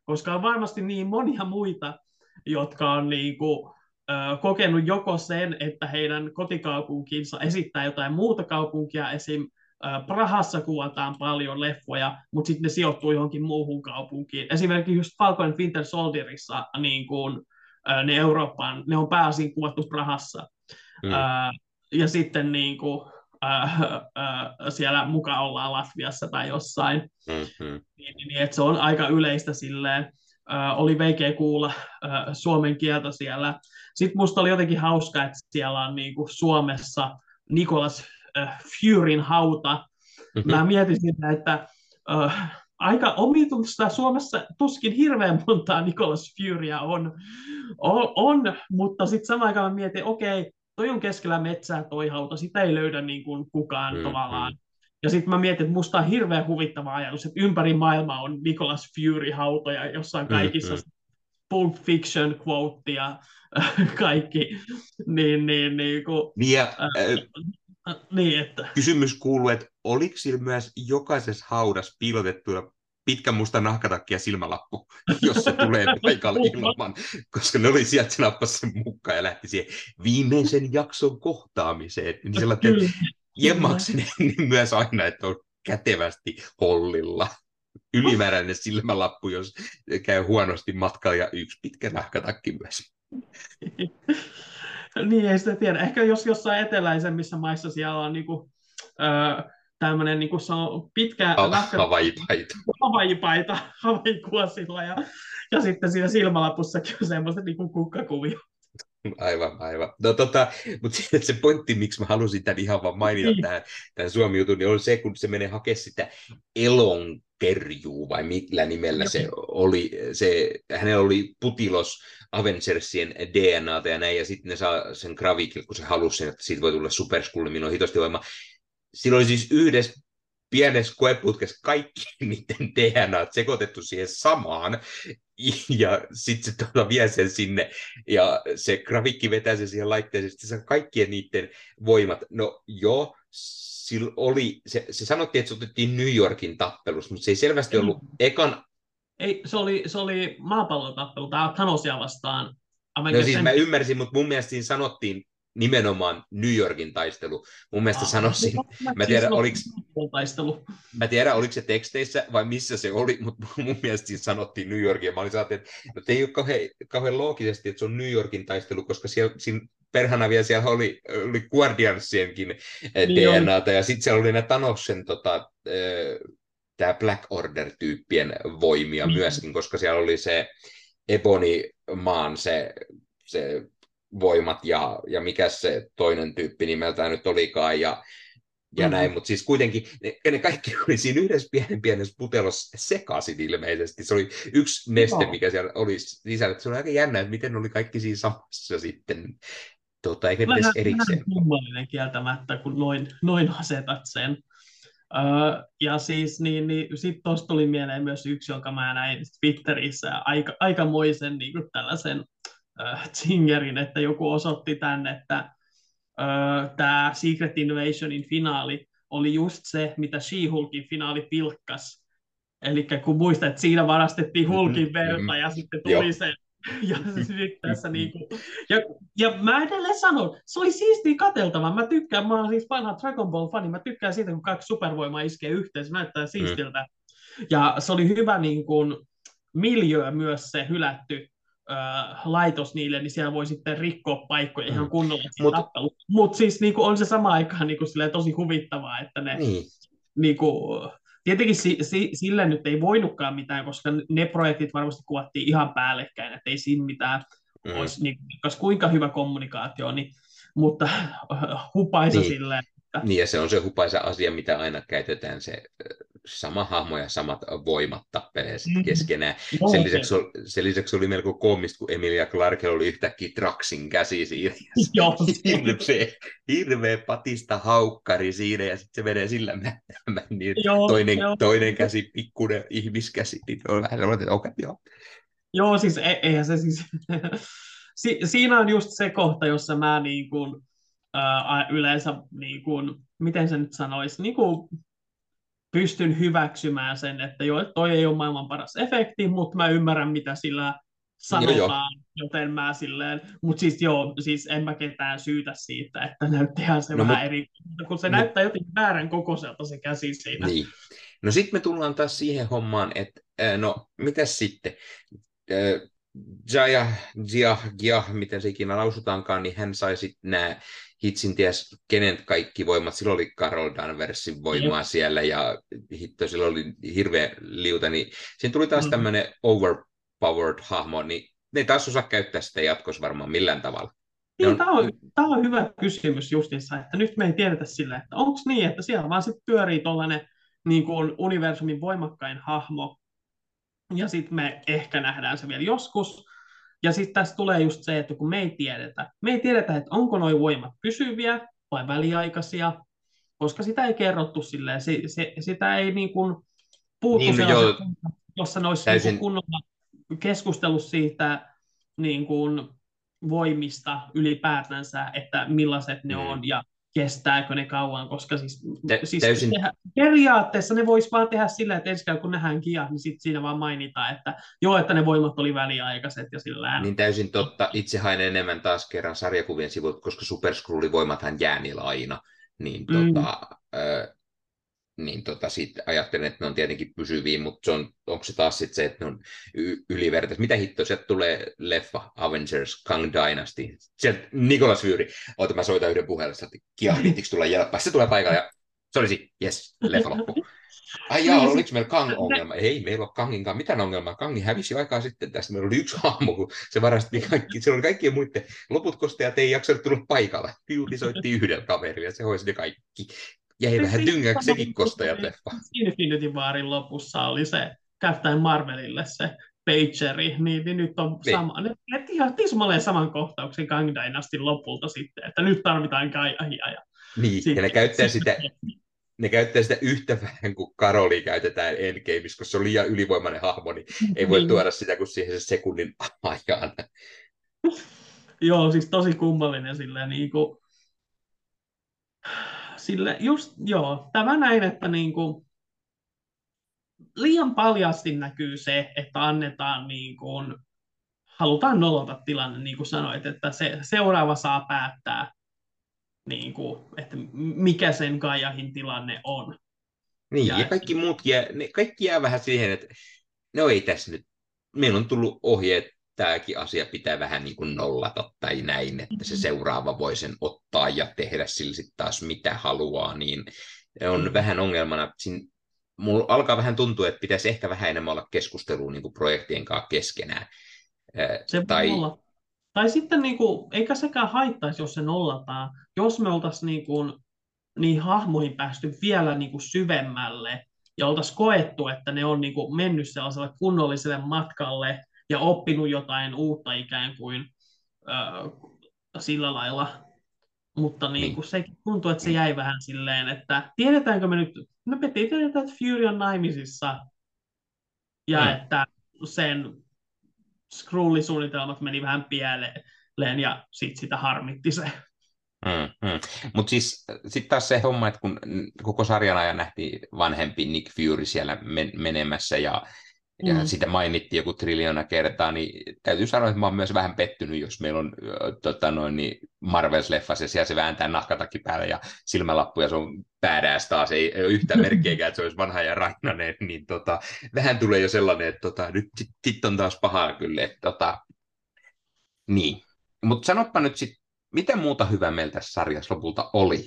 koska on varmasti niin monia muita, jotka on niin kuin, ö, kokenut joko sen, että heidän kotikaupunkinsa esittää jotain muuta kaupunkia, esim. ö, Prahassa kuvataan paljon leffoja, mutta sitten ne sijoittuu johonkin muuhun kaupunkiin. Esimerkiksi just Falcon and Winter Soldierissa niin kuin, ö, ne Eurooppaan, ne on pääosin kuvattu Prahassa. Ö, Mm. ja sitten niin kuin, äh, äh, siellä mukaan ollaan Latviassa tai jossain. Mm-hmm. Niin, niin, että se on aika yleistä silleen. Äh, oli veikeä kuulla äh, suomen kieltä siellä. Sitten musta oli jotenkin hauska, että siellä on niin kuin Suomessa Nicholas äh, Furyn hauta. Mä Mm-hmm. mietin sitä, että äh, aika omituista Suomessa tuskin hirveän montaa Nicholas Furya on, on, on mutta sitten samaan aikaan mä mietin, okei, toi on keskellä metsää toi hauta, sitä ei löydä niin kuin kukaan tavallaan. Mm-hmm. Ja sitten mä mietin, että musta on hirveän huvittava ajatus, että ympäri maailmaa on Nicholas Fury-hautoja, jossa on kaikissa Mm-hmm. Pulp Fiction quote ja kaikki. Niin, niin, niin, kun, Niin, ja, äh, niin, että... kysymys kuuluu, että oliko sillä myös jokaisessa haudassa piilotettuna pitkä musta nahkatakki ja silmälappu, jos se tulee paikalle ilman, koska ne oli sieltä, se nappasi sen mukaan ja lähti siihen viimeisen jakson kohtaamiseen. Niin sellainen jemmaksen niin myös aina, että on kätevästi hollilla. Ylimääräinen silmälappu, jos käy huonosti matkalla ja yksi pitkä nahkatakki myös. Niin, ei sitä tiedä. Ehkä jos jossain eteläisemmissä maissa siellä on niinku, öö, tämmöinen niinku, se on pitkä nahkatakki. Havajipaita. Havajipaita havajikuosilla ja, ja sitten siinä silmälapussakin on semmoista niinku kukkakuvia. Aivan, aivan. No tota, mutta se pointti, miksi mä halusin tämän ihan vaan mainita niin. tähän, tämän Suomi-jutun, niin on se, kun se menee hakemaan sitä elonkerjuu, vai millä nimellä se oli. Se, hänellä oli Putilos Avengersien D N A:ta ja näin, ja sitten ne saa sen gravikille, kun se halusi sen, että siitä voi tulla superskulle, minun on hitosti voima. Siinä oli siis yhdessä pienessä koeputkessa kaikki niiden D N A:t sekoitettu siihen samaan, ja sitten se tuota vie sen sinne, ja se grafikki vetää sen siihen laitteeseen, sitten saa kaikkien niiden voimat. No joo, sillä oli, se, se sanottiin, että se otettiin New Yorkin tappelussa, mutta se ei selvästi ollut ekan... Ei, se oli, se oli maapallon tappelu, tämä Thanosia vastaan. No siis mä ymmärsin, mutta mun mielestä siinä sanottiin nimenomaan New Yorkin taistelu. Mun mielestä ah, sanoisin, mä, mä tiedän, oliko, mä tiedän, oliko se teksteissä vai missä se oli, mutta mun mielestä siinä sanottiin New Yorkin, ja mä olin ajatellut, että no, ei ole kauhean, kauhean loogisesti, että se on New Yorkin taistelu, koska siellä, siinä perhana vielä siellä oli, oli Guardiansienkin niin D N A:ta, ja sitten siellä oli ne Thanosen tota, tämä Black Order-tyyppien voimia mm. myöskin, koska siellä oli se Ebony-maan se, se voimat ja, ja mikä se toinen tyyppi nimeltään nyt olikaan ja, ja mm-hmm. näin, mutta siis kuitenkin ne, ne kaikki oli siinä yhdessä pienen pienessä putelossa sekaisin ilmeisesti. Se oli yksi neste, no. mikä siellä oli sisällä. Se oli aika jännä, että miten oli kaikki siinä samassa sitten. Tota, eikä edes erikseen. Vähän kummallinen kieltämättä, kun noin, noin asetat sen. Öö, ja siis niin, niin sitten tuosta tuli mieleen myös yksi, jonka mä näin Twitterissä aika, aikamoisen niin kuin tällaisen Zingerin, että joku osoitti tämän, että ö, tämä Secret Invasionin finaali oli just se, mitä She-Hulkin finaali pilkkas. Eli kun muistat, että siinä varastettiin Hulkin verta mm-hmm. ja sitten tuli Joo. se. Ja, tässä niinku, ja, ja mä edelleen sanon, se oli siistiä katseltavaa. Mä tykkään, mä oon siis vanha Dragon Ball-fani, mä tykkään siitä, kun kaksi supervoimaa iskee yhteen, se näyttää siistiltä. Mm. Ja se oli hyvä niin kuin, miljöö myös se hylätty laitos niille, niin siellä voi sitten rikkoa paikkoja ihan kunnolla. Mutta Mut siis niinku, on se samaan aikaan niinku, tosi huvittavaa, että ne... Niin. Niinku, tietenkin si, si, sillä nyt ei voinutkaan mitään, koska ne projektit varmasti kuvattiin ihan päällekkäin, että ei siinä mitään mm. olisi, niin, kuinka hyvä kommunikaatio, niin, mutta hupaisa niin. silleen. Että... Niin, ja se on se hupaisa asia, mitä aina käytetään, se sama hahmo ja samat voimat tappelee sitten keskenään. Mm. Sen, lisäksi oli, sen lisäksi oli melko koomista, kun Emilia Clarke oli yhtäkkiä Draxin käsi siinä. hirveä, hirveä patista haukkari siinä, ja sitten se menee sillä mättämään. Niin joo, toinen, joo. toinen käsi, pikkuinen ihmiskäsi. Niin on vähän sellainen, että okei, okay, joo. Joo, siis e- eihän se siis... si- siinä on just se kohta, jossa mä niin kuin, äh, yleensä, niin kuin, miten se nyt sanoisi, niin kuin, pystyn hyväksymään sen, että joo, toi ei ole maailman paras efekti, mutta mä ymmärrän, mitä sillä Joo, joo. sanotaan, joten mä silleen, mutta siis joo, siis en mä ketään syytä siitä, että näyttihän se No vähän mut, eri, kun se mut näyttää jotenkin väärän kokoiselta se käsi siinä. niin. No sitten me tullaan taas siihen hommaan, että äh, no mitäs sitten? Äh, Jaya, Jia, Gia, miten se ikinä lausutaankaan, niin hän sai sitten nämä hitsin ties kenen kaikki voimat. Silloin oli Carol Danversin Jep. voimaa siellä ja hitto, sillä oli hirveä liuta, niin siinä tuli taas Mm. tämmöinen overpowered hahmo, niin ne ei taas osaa käyttää sitä jatkossa varmaan millään tavalla. Ne Niin, on, tämä on, tää on hyvä kysymys justiinsa, että nyt me ei tiedetä sillä, että onko niin, että siellä vaan sitten pyörii tuollainen niin kuin universumin voimakkain hahmo, ja sitten me ehkä nähdään se vielä joskus. Ja sitten tässä tulee just se, että kun me ei tiedetä, me ei tiedetä, että onko nuo voimat pysyviä vai väliaikaisia, koska sitä ei kerrottu silleen, se, se, sitä ei niin kuin puhuttu niin no sellaiset, joo, jossa ne olisi niin kuin täysin, kunnolla keskustellut siitä niin kuin voimista ylipäätänsä, että millaiset ne mm, on ja kestääkö ne kauan, koska siis, tä, siis täysin tehdä, periaatteessa ne vois vaan tehdä sillä, että ensi kerralla kun nähdään Kia, niin sit siinä vaan mainitaan, että joo, että ne voimat oli väliaikaiset ja sillä Niin täysin totta. Itse hain enemmän taas kerran sarjakuvien sivut, koska Super Skrullin voimathan jää niillä aina. Niin, mm, tota, ö, niin tota, sitten ajattelen, että ne on tietenkin pysyviä, mutta se on, onko se taas sit se, että ne on y- ylivertaisia. Mitä hittoa, sieltä tulee leffa Avengers Kang Dynasty. Sieltä Nicolas Fury. Oota, mä soitan yhden puhelun, että kiahdittiinko tulla jälppää. Se tulee paikalle ja se olisi, yes, leffa loppu. Ai jaa, niin, oliko siis, meillä ne, Kang-ongelma? Ei, meillä ole Kanginkaan mitään ongelmaa. Kangi hävisi jo aikaa sitten tästä. Meillä oli yksi hahmo, kun se varasti kaikki. Se oli kaikkien muiden. Loput kostajat ei jaksanut tulla paikalle. Fury soitti yhdellä kaverilla ja se hoisi ne kaikki. Jäi siis, vähän siis, tyngäksi sama sekin juttu oli kostajat-leffa. Infinity Warin lopussa oli se Captain Marvelille se pageri, niin, niin nyt on Niin, sama. Ne, ne ihan tismalleen saman kohtauksen Kang Dynastin lopulta sitten, että nyt tarvitaan kaijahia ja niin, ja ne sitten, käyttää sitten sitä, ne käyttää sitä yhtä vähän kuin Karoli käytetään Endgameissa, koska se on liian ylivoimainen hahmo, niin ei voi niin, tuoda sitä kuin siihen se sekunnin ajan. joo, siis tosi kummallinen silleen niin kuin, sille, just, joo, tämä näin, että niin kuin, liian paljasti näkyy se, että annetaan niin kuin, halutaan nolota tilanne, niin kuin sanoit, että se seuraava saa päättää, niin kuin, että mikä sen Kaijahin tilanne on. Niin, Ja ja että, kaikki muut jää, ne, kaikki jää vähän siihen, että no ei tässä nyt, meillä on tullut ohje, että tämäkin asia pitää vähän niin kuin nollata tai näin, että se seuraava voi sen ottaa ja tehdä sillä sitten taas mitä haluaa, niin on mm, vähän ongelmana. Siinä, mulla alkaa vähän tuntua, että pitäisi ehkä vähän enemmän olla keskustelua niin kuin projektien kanssa keskenään. Ää, se voi tai olla. Tai sitten, niin kuin, eikä sekään haittaisi, jos se nollataan, jos me oltaisiin niin kuin, niin hahmoihin päästy vielä niin kuin syvemmälle ja oltaisiin koettu, että ne on niin kuin mennyt sellaiselle kunnolliselle matkalle ja oppinut jotain uutta ikään kuin ö, sillä lailla. Mutta niin niin, kuin se tuntuu, että se niin, jäi vähän silleen, että tiedetäänkö me nyt, me piti tietää, että Fury on naimisissa ja mm. että sen Skrulli-suunnitelmat meni vähän pieleen ja sit sitä harmitti se. Mm, mm. Mutta siis sitten taas se homma, että kun koko sarjan ajan nähtiin vanhempi Nick Fury siellä men- menemässä ja, ja Mm. sitä mainittiin joku triljoona kertaa, niin täytyy sanoa, että mä oon myös vähän pettynyt, jos meillä on ö, tota noin, niin Marvels-leffassa ja siellä se vääntää nahkatakki päälle ja silmälappu ja se on badass taas, ei, ei ole yhtään merkkiäkään, että se olisi vanha ja rainainen, niin tota, vähän tulee jo sellainen, että tota, nyt sit, sit on taas pahaa kyllä, että tota, niin. Mutta sanoppa nyt sitten, mitä muuta hyvää meillä tässä sarjassa lopulta oli?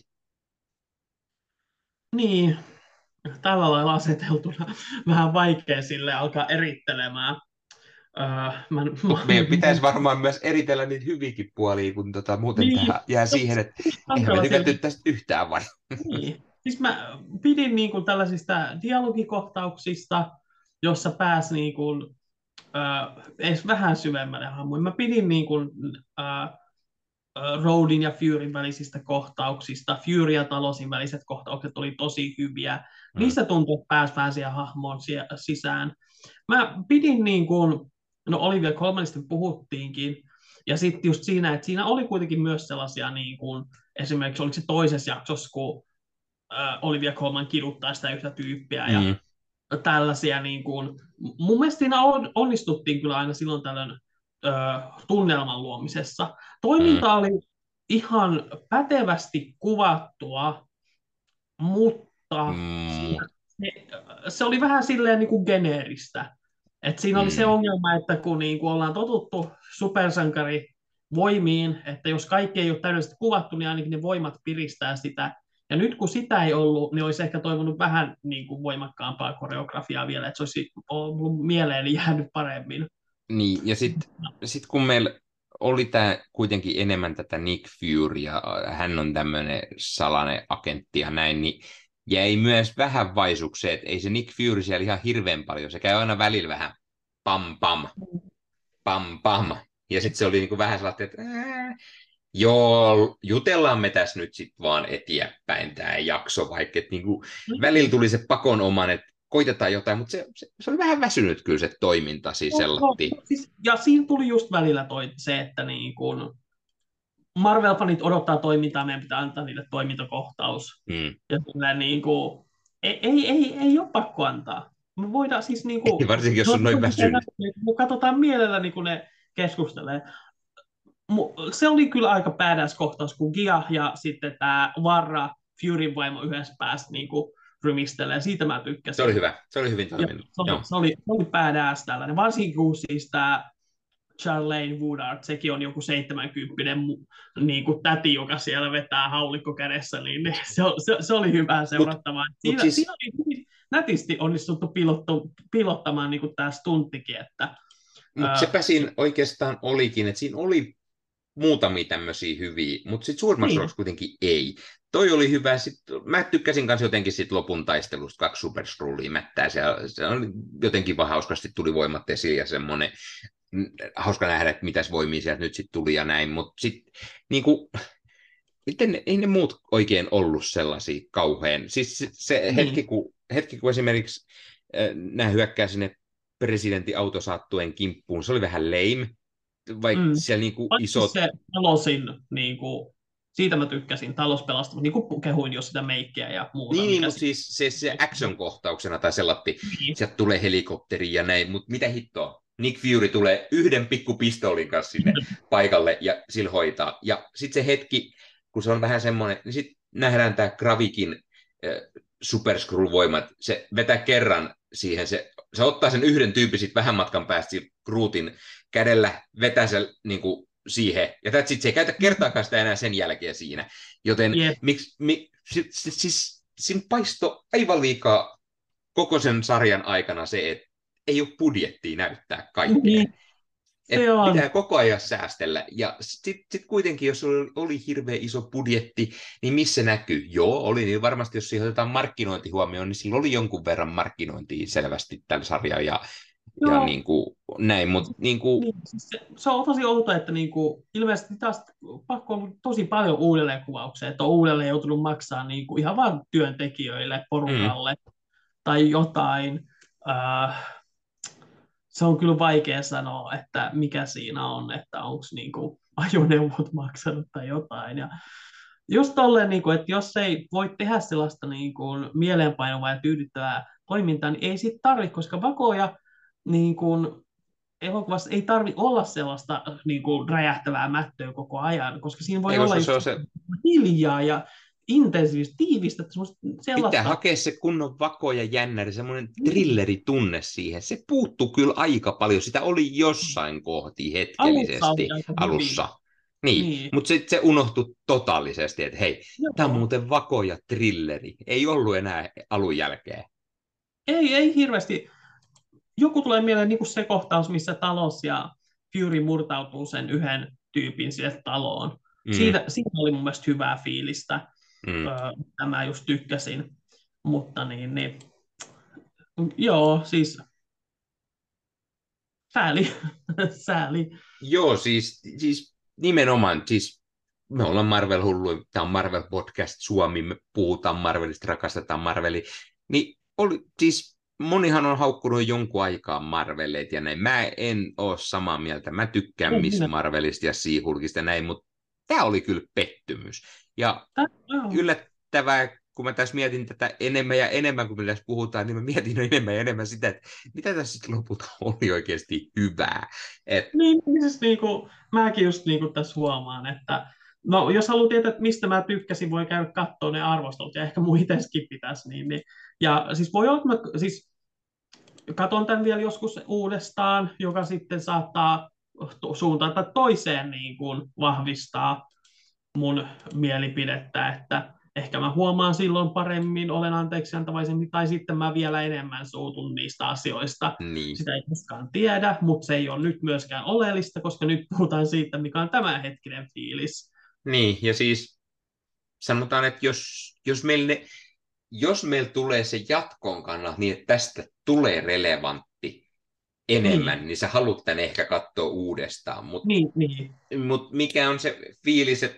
Niin, tällä lailla aseteltuna vähän vaikea sille alkaa erittelemään. Öö, mä, mä, Mutta meidän pitäisi varmaan myös eritellä niitä hyviäkin puolia, kun tota, muuten niin, tähän jää siihen, että eihän me hankala tykätty sille. tästä yhtään vaan. Niin. Siis mä pidin niin kuin tällaisista dialogikohtauksista, jossa pääsi niin kuin, äh, edes vähän syvemmälle hahmoihin. Mä pidin niin kuin, äh, Rodin ja Furyn välisistä kohtauksista. Fury ja Talosin väliset kohtaukset oli tosi hyviä. Mm. Niistä tuntui, että pääsi vähän siihen hahmoon sisään. Mä pidin niin kuin, no Olivia Colmanista puhuttiinkin, ja sitten just siinä, että siinä oli kuitenkin myös sellaisia, niin kuin, esimerkiksi oliko se toisessa jaksossa, kun äh, Olivia Colman kiduttaa sitä yhtä tyyppiä ja Mm, tällaisia. Niin kuin, mun mielestä siinä on, onnistuttiin kyllä aina silloin tällöin äh, tunnelman luomisessa. mm, Toiminta oli ihan pätevästi kuvattua, mutta mm, siinä, se, se oli vähän silleen niin kuin geneeristä. Et siinä oli se mm. ongelma, että kun niin kuin ollaan totuttu supersankari voimiin, että jos kaikki ei ole täydellisesti kuvattu, niin ainakin ne voimat piristää sitä. Ja nyt kun sitä ei ollut, niin olisi ehkä toivonut vähän niin kuin voimakkaampaa koreografiaa vielä, että se olisi ollut mieleeni jäänyt paremmin. Niin, ja sitten sit kun meillä oli tämä kuitenkin enemmän tätä Nick Fury, ja hän on tämmöinen salainen agentti ja näin, niin jäi myös vähän vaisukseen, että ei se Nick Fury siellä ihan hirveän paljon, se käy aina välillä vähän pam pam, pam pam, ja sitten se oli niinku vähän sellainen, että ää, joo, jutellaan me tässä nyt sitten vaan eteenpäin tämä jakso, vaikka että niinku, välillä tuli se pakonomainen, että koitetaan jotain, mutta se, se, se oli vähän väsynyt kyllä se toiminta, siis No, no, sellatti. siis, ja siinä tuli just välillä toi, se, että niin kun Marvel-fanit odottaa toimintaa, meidän pitää antaa niille toimintakohtaus. Mm. Ja silleen niin kuin, ei, ei, ei, ei ole pakko antaa. Me voidaan siis niin kuin, Varsinkin, jos no, on noin väsynyt. me katsotaan mielelläni, kun ne keskustelee. Mu- Se oli kyllä aika badass kohtaus, kun Gia ja sitten tämä Varra Furyn vaimo yhdessä päästä niin kuin rymistelee. Siitä mä Se oli tykkäsin. hyvä. Se oli hyvin Ja toiminut. se oli, Joo. se oli, se oli badass tällainen. Varsinkin kun siis tämä Charlene Woodard, sekin on joku seitsemänkymppinen niin kuin täti, joka siellä vetää haulikko kädessä, niin ne- se, se, se oli hyvää Mutta seurattavaa. mut Siinä, siinä siis, oli hyvin nätisti onnistuttu pilottu, pilottamaan niin kuin tämä stunttikin, että mut ää, sepä siinä oikeastaan olikin, että siinä oli muutamia tämmöisiä hyviä, mutta sitten suurimmaksi niin, osaksi kuitenkin ei. Toi oli hyvä. Sit, mä tykkäsin kanssa jotenkin sit lopun taistelusta, kaksi superstrullia mättää. Se, se oli jotenkin vaan hauskasti tuli voimat esiin ja semmoinen mm, hauska nähdä, että mitäs voimia sieltä nyt sitten tuli ja näin. Mutta sitten niinku, miten, ei ne muut oikein ollut sellaisia kauhean. Siis se, se hetki, niin. kun, hetki, kun esimerkiksi äh, nämä hyökkää sinne presidentin autosaattuen kimppuun, se oli vähän lame, vaikka Mm. siellä niinku Paitsi isot. se talosin, niin kuin, siitä mä tykkäsin, talouspelasta, niin kuin kehuin jo sitä meikkiä ja muuta, Niin, niin mikä mutta siinä. siis se, se action-kohtauksena tai sellatti, Niin. sieltä tulee helikopteri ja näin, mutta mitä hittoa? Nick Fury tulee yhden pikku pistoolin kanssa sinne paikalle ja sillä hoitaa. Ja sitten se hetki, kun se on vähän semmoinen, niin sitten nähdään tämä Gravikin äh, Super Skrull-voimat, se vetää kerran siihen, se, se ottaa sen yhden tyypin sitten vähän matkan päästä Grootin kädellä, vetää sen niin kuin, siihen, ja sitten se ei käytä kertaakaan sitä enää sen jälkeen siinä. Joten Jep. miksi, mi, si, si, siis siinä paisto aivan liikaa koko sen sarjan aikana se, että ei ole budjettia näyttää kaikkea. Niin, Et se on. pitää koko ajan säästellä. Ja sitten sit kuitenkin, jos oli, oli hirveän iso budjetti, niin missä se näkyy? Joo, oli niin varmasti, jos siihen otetaan markkinointi huomioon, niin sillä oli jonkun verran markkinointia selvästi tällä sarjalla ja, ja Joo, niin kuin, näin. Mutta niin kuin, niin, siis se, se on tosi outo, että niinku, ilmeisesti taas pakko ollut tosi paljon uudelleenkuvauksia, että on uudelleen joutunut maksaa niinku ihan vain työntekijöille, mm, porukalle tai jotain. Äh, se on kyllä vaikea sanoa, että mikä siinä on, että onko niinku ajoneuvot maksanut tai jotain. Ja just tolleen, niinku, että jos ei voi tehdä sellaista niinku mieleenpainuvaa ja tyydyttävää toimintaa, niin ei sit tarvitse, koska vakoja niin kuin, elokuvassa ei tarvi olla sellaista niin kuin, räjähtävää mättöä koko ajan, koska siinä voi ei, olla koska se just on se hiljaa ja intensiivistä, tiivistä, semmoista pitää sellaista. hakea se kunnon vako ja jännäri, semmoinen thrilleritunne siihen. Se puuttuu kyllä aika paljon. Sitä oli jossain kohti Alussa oli hetkellisesti aika hyvin. alussa. Niin, Niin. mutta sitten se unohtui totaalisesti, että hei, tämä on Joo. muuten vako ja thrilleri. Ei ollut enää alun jälkeen. Ei, ei hirveästi. Joku tulee mieleen niin kuin se kohtaus, missä Talos ja Fury murtautuu sen yhden tyypin sille taloon. Mm, Siitä, siitä oli mun mielestä hyvää fiilistä. mm. Öö, Tämä just tykkäsin. Mutta niin, niin. Joo, siis sääli. sääli. Joo, siis, siis nimenomaan, siis me ollaan Marvel-hulluja, tämä on Marvel-podcast Suomi, me puhutaan Marvelista, rakastetaan Marvelia, niin oli, siis monihan on haukkunut jonkun aikaa Marveleita ja näin. Mä en ole samaa mieltä, mä tykkään En Miss minä. Marvelista ja She-Hulkista ja näin, mutta tämä oli kyllä pettymys. Ja Tä- joo. yllättävää kun mä tässä mietin tätä enemmän ja enemmän, kun me tässä puhutaan, niin mä mietin enemmän ja enemmän sitä, että mitä tässä sitten lopulta oli oikeasti hyvää. Et... Niin, niin siis niin kuin, mäkin just niin kuin tässä huomaan, että no, jos haluaa tietää, että mistä mä tykkäsin, voi käydä katsoa ne arvostelut, ja ehkä mun itsekin pitäisi. Niin, niin. Ja siis voi olla, että mä siis katson tämän vielä joskus uudestaan, joka sitten saattaa suuntaan tai toiseen niin kuin vahvistaa mun mielipidettä, että ehkä mä huomaan silloin paremmin, olen anteeksi antavaisemmin, tai sitten mä vielä enemmän suutun niistä asioista. Niin. Sitä ei koskaan tiedä, mutta se ei ole nyt myöskään oleellista, koska nyt puhutaan siitä, mikä on tämänhetkinen fiilis. Niin, ja siis sanotaan, että jos, jos meillä ne, jos meillä tulee se jatkoon kannalta niin, että tästä tulee relevantti enemmän, niin, niin sä haluat tän ehkä katsoa uudestaan. Mutta niin, niin. mut mikä on se fiilis, että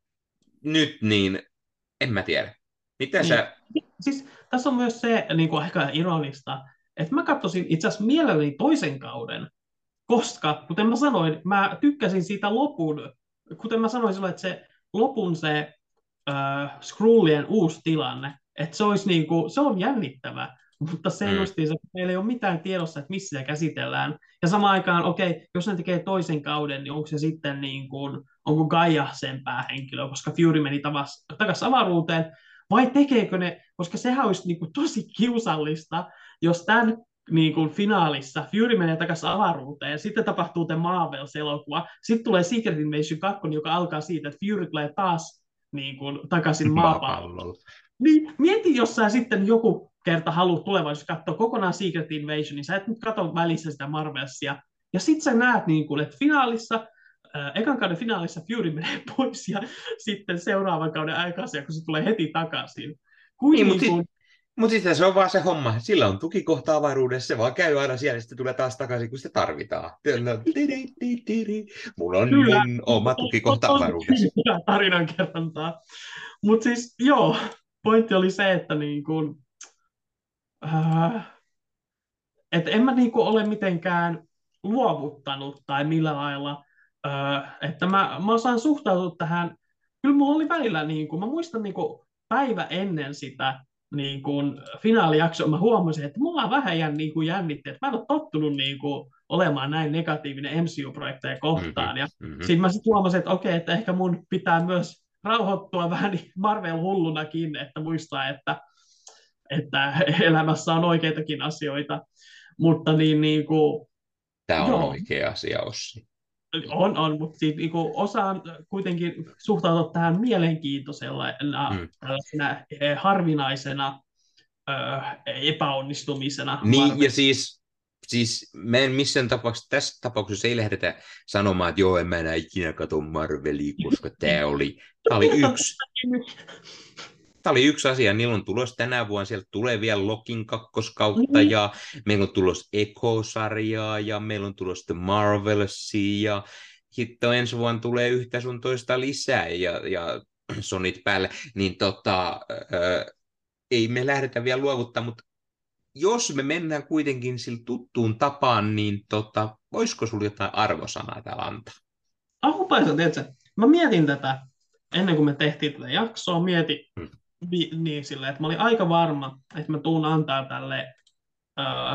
nyt niin, en mä tiedä. Mitä niin. sä... Siis tässä on myös se niin kuin aika ironista, että mä katsoisin itse asiassa mielelläni toisen kauden, koska, kuten mä sanoin, mä tykkäsin siitä lopun, kuten mä sanoin silloin, että se lopun se äh, Skrullien uusi tilanne, että se olisi niin kuin, se on jännittävä, mutta se Mm. justiin se, meillä ei ole mitään tiedossa, että missä se käsitellään. Ja samaan aikaan, okei, okay, jos ne tekee toisen kauden, niin onko se sitten niin kuin, onko Gaia sen päähenkilö, koska Fury meni takaisin avaruuteen, vai tekeekö ne, koska sehän olisi niin kuin tosi kiusallista, jos tämän niin kuin finaalissa Fury menee takaisin avaruuteen, sitten tapahtuu The Marvels-elokuva, sitten tulee Secret Invasion kaksi, joka alkaa siitä, että Fury tulee taas niin kuin, takaisin maapallolle. Niin, mieti, jos sä sitten joku kerta haluat tulevaisuudessa katsoa kokonaan Secret Invasion, niin sä et nyt katso välissä sitä Marvelsia, ja sitten sä näet, niin kuin, että finaalissa, äh, ekan kauden finaalissa Fury menee pois, ja sitten seuraavan kauden aikaisin, kun se tulee heti takaisin. Kuin Niin, niin, mutta kuin... Mutta sitten se on vaan se homma. Sillä on tukikohta avaruudessa. Se vaan käy aina siellä ja sitten tulee taas takaisin, kun sitä tarvitaan. Mulla on Kyllä. mun oma tukikohta avaruudessa. Tarinankerrontaa. Mutta siis joo, pointti oli se, että niin kuin, äh, et en mä niin kuin ole mitenkään luovuttanut tai millä lailla, äh, että mä, mä osaan suhtautua tähän. Kyllä mulla oli välillä, niin kuin, mä muistan niin kuin päivä ennen sitä niin kuin finaalijaksoa, mä huomasin, että mulla on vähän jän, niin kuin jännitti, että mä en ole tottunut niin kuin, olemaan näin negatiivinen M C U-projekteja kohtaan. Ja Mm-hmm. sitten mä sitten huomasin, että okei, että ehkä mun pitää myös rauhoittua vähän Marvel-hullunakin, että muistaa, että, että elämässä on oikeitakin asioita. Mutta niin, niin kuin, Tämä on joo, oikea asia, Ossi. on, on, mutta siitä, niin kuin, osaan kuitenkin suhtautua tähän mielenkiintoisella mm. tällaisena harvinaisena ö, epäonnistumisena. Niin, Marvel. ja siis, siis mä en missään tapauksessa, tässä tapauksessa ei lähdetä sanomaan, että joo, en mä enää ikinä katso Marvelia, koska tämä oli, tää oli yksi. Tämä oli yksi asia. Niillä on tulos tänä vuonna, sieltä tulee vielä Lokin kakkoskautta, mm-hmm. ja meillä on tulos Echo-sarjaa, ja meillä on tulos The Marvelsia, ja hitto ensi vuonna tulee yhtä sun toista lisää, ja, ja sonit päälle. Niin tota, äh, ei me lähdetä vielä luovuttaa, mutta jos me mennään kuitenkin sillä tuttuun tapaan, niin tota, voisiko sulla jotain arvosanaa täällä antaa? Ahupaisa, tiedätkö? Mä mietin tätä ennen kuin me tehtiin tätä jaksoa, mietin hmm. vi, niin silleen, että mä olin aika varma, että mä tuun antaa tälle uh,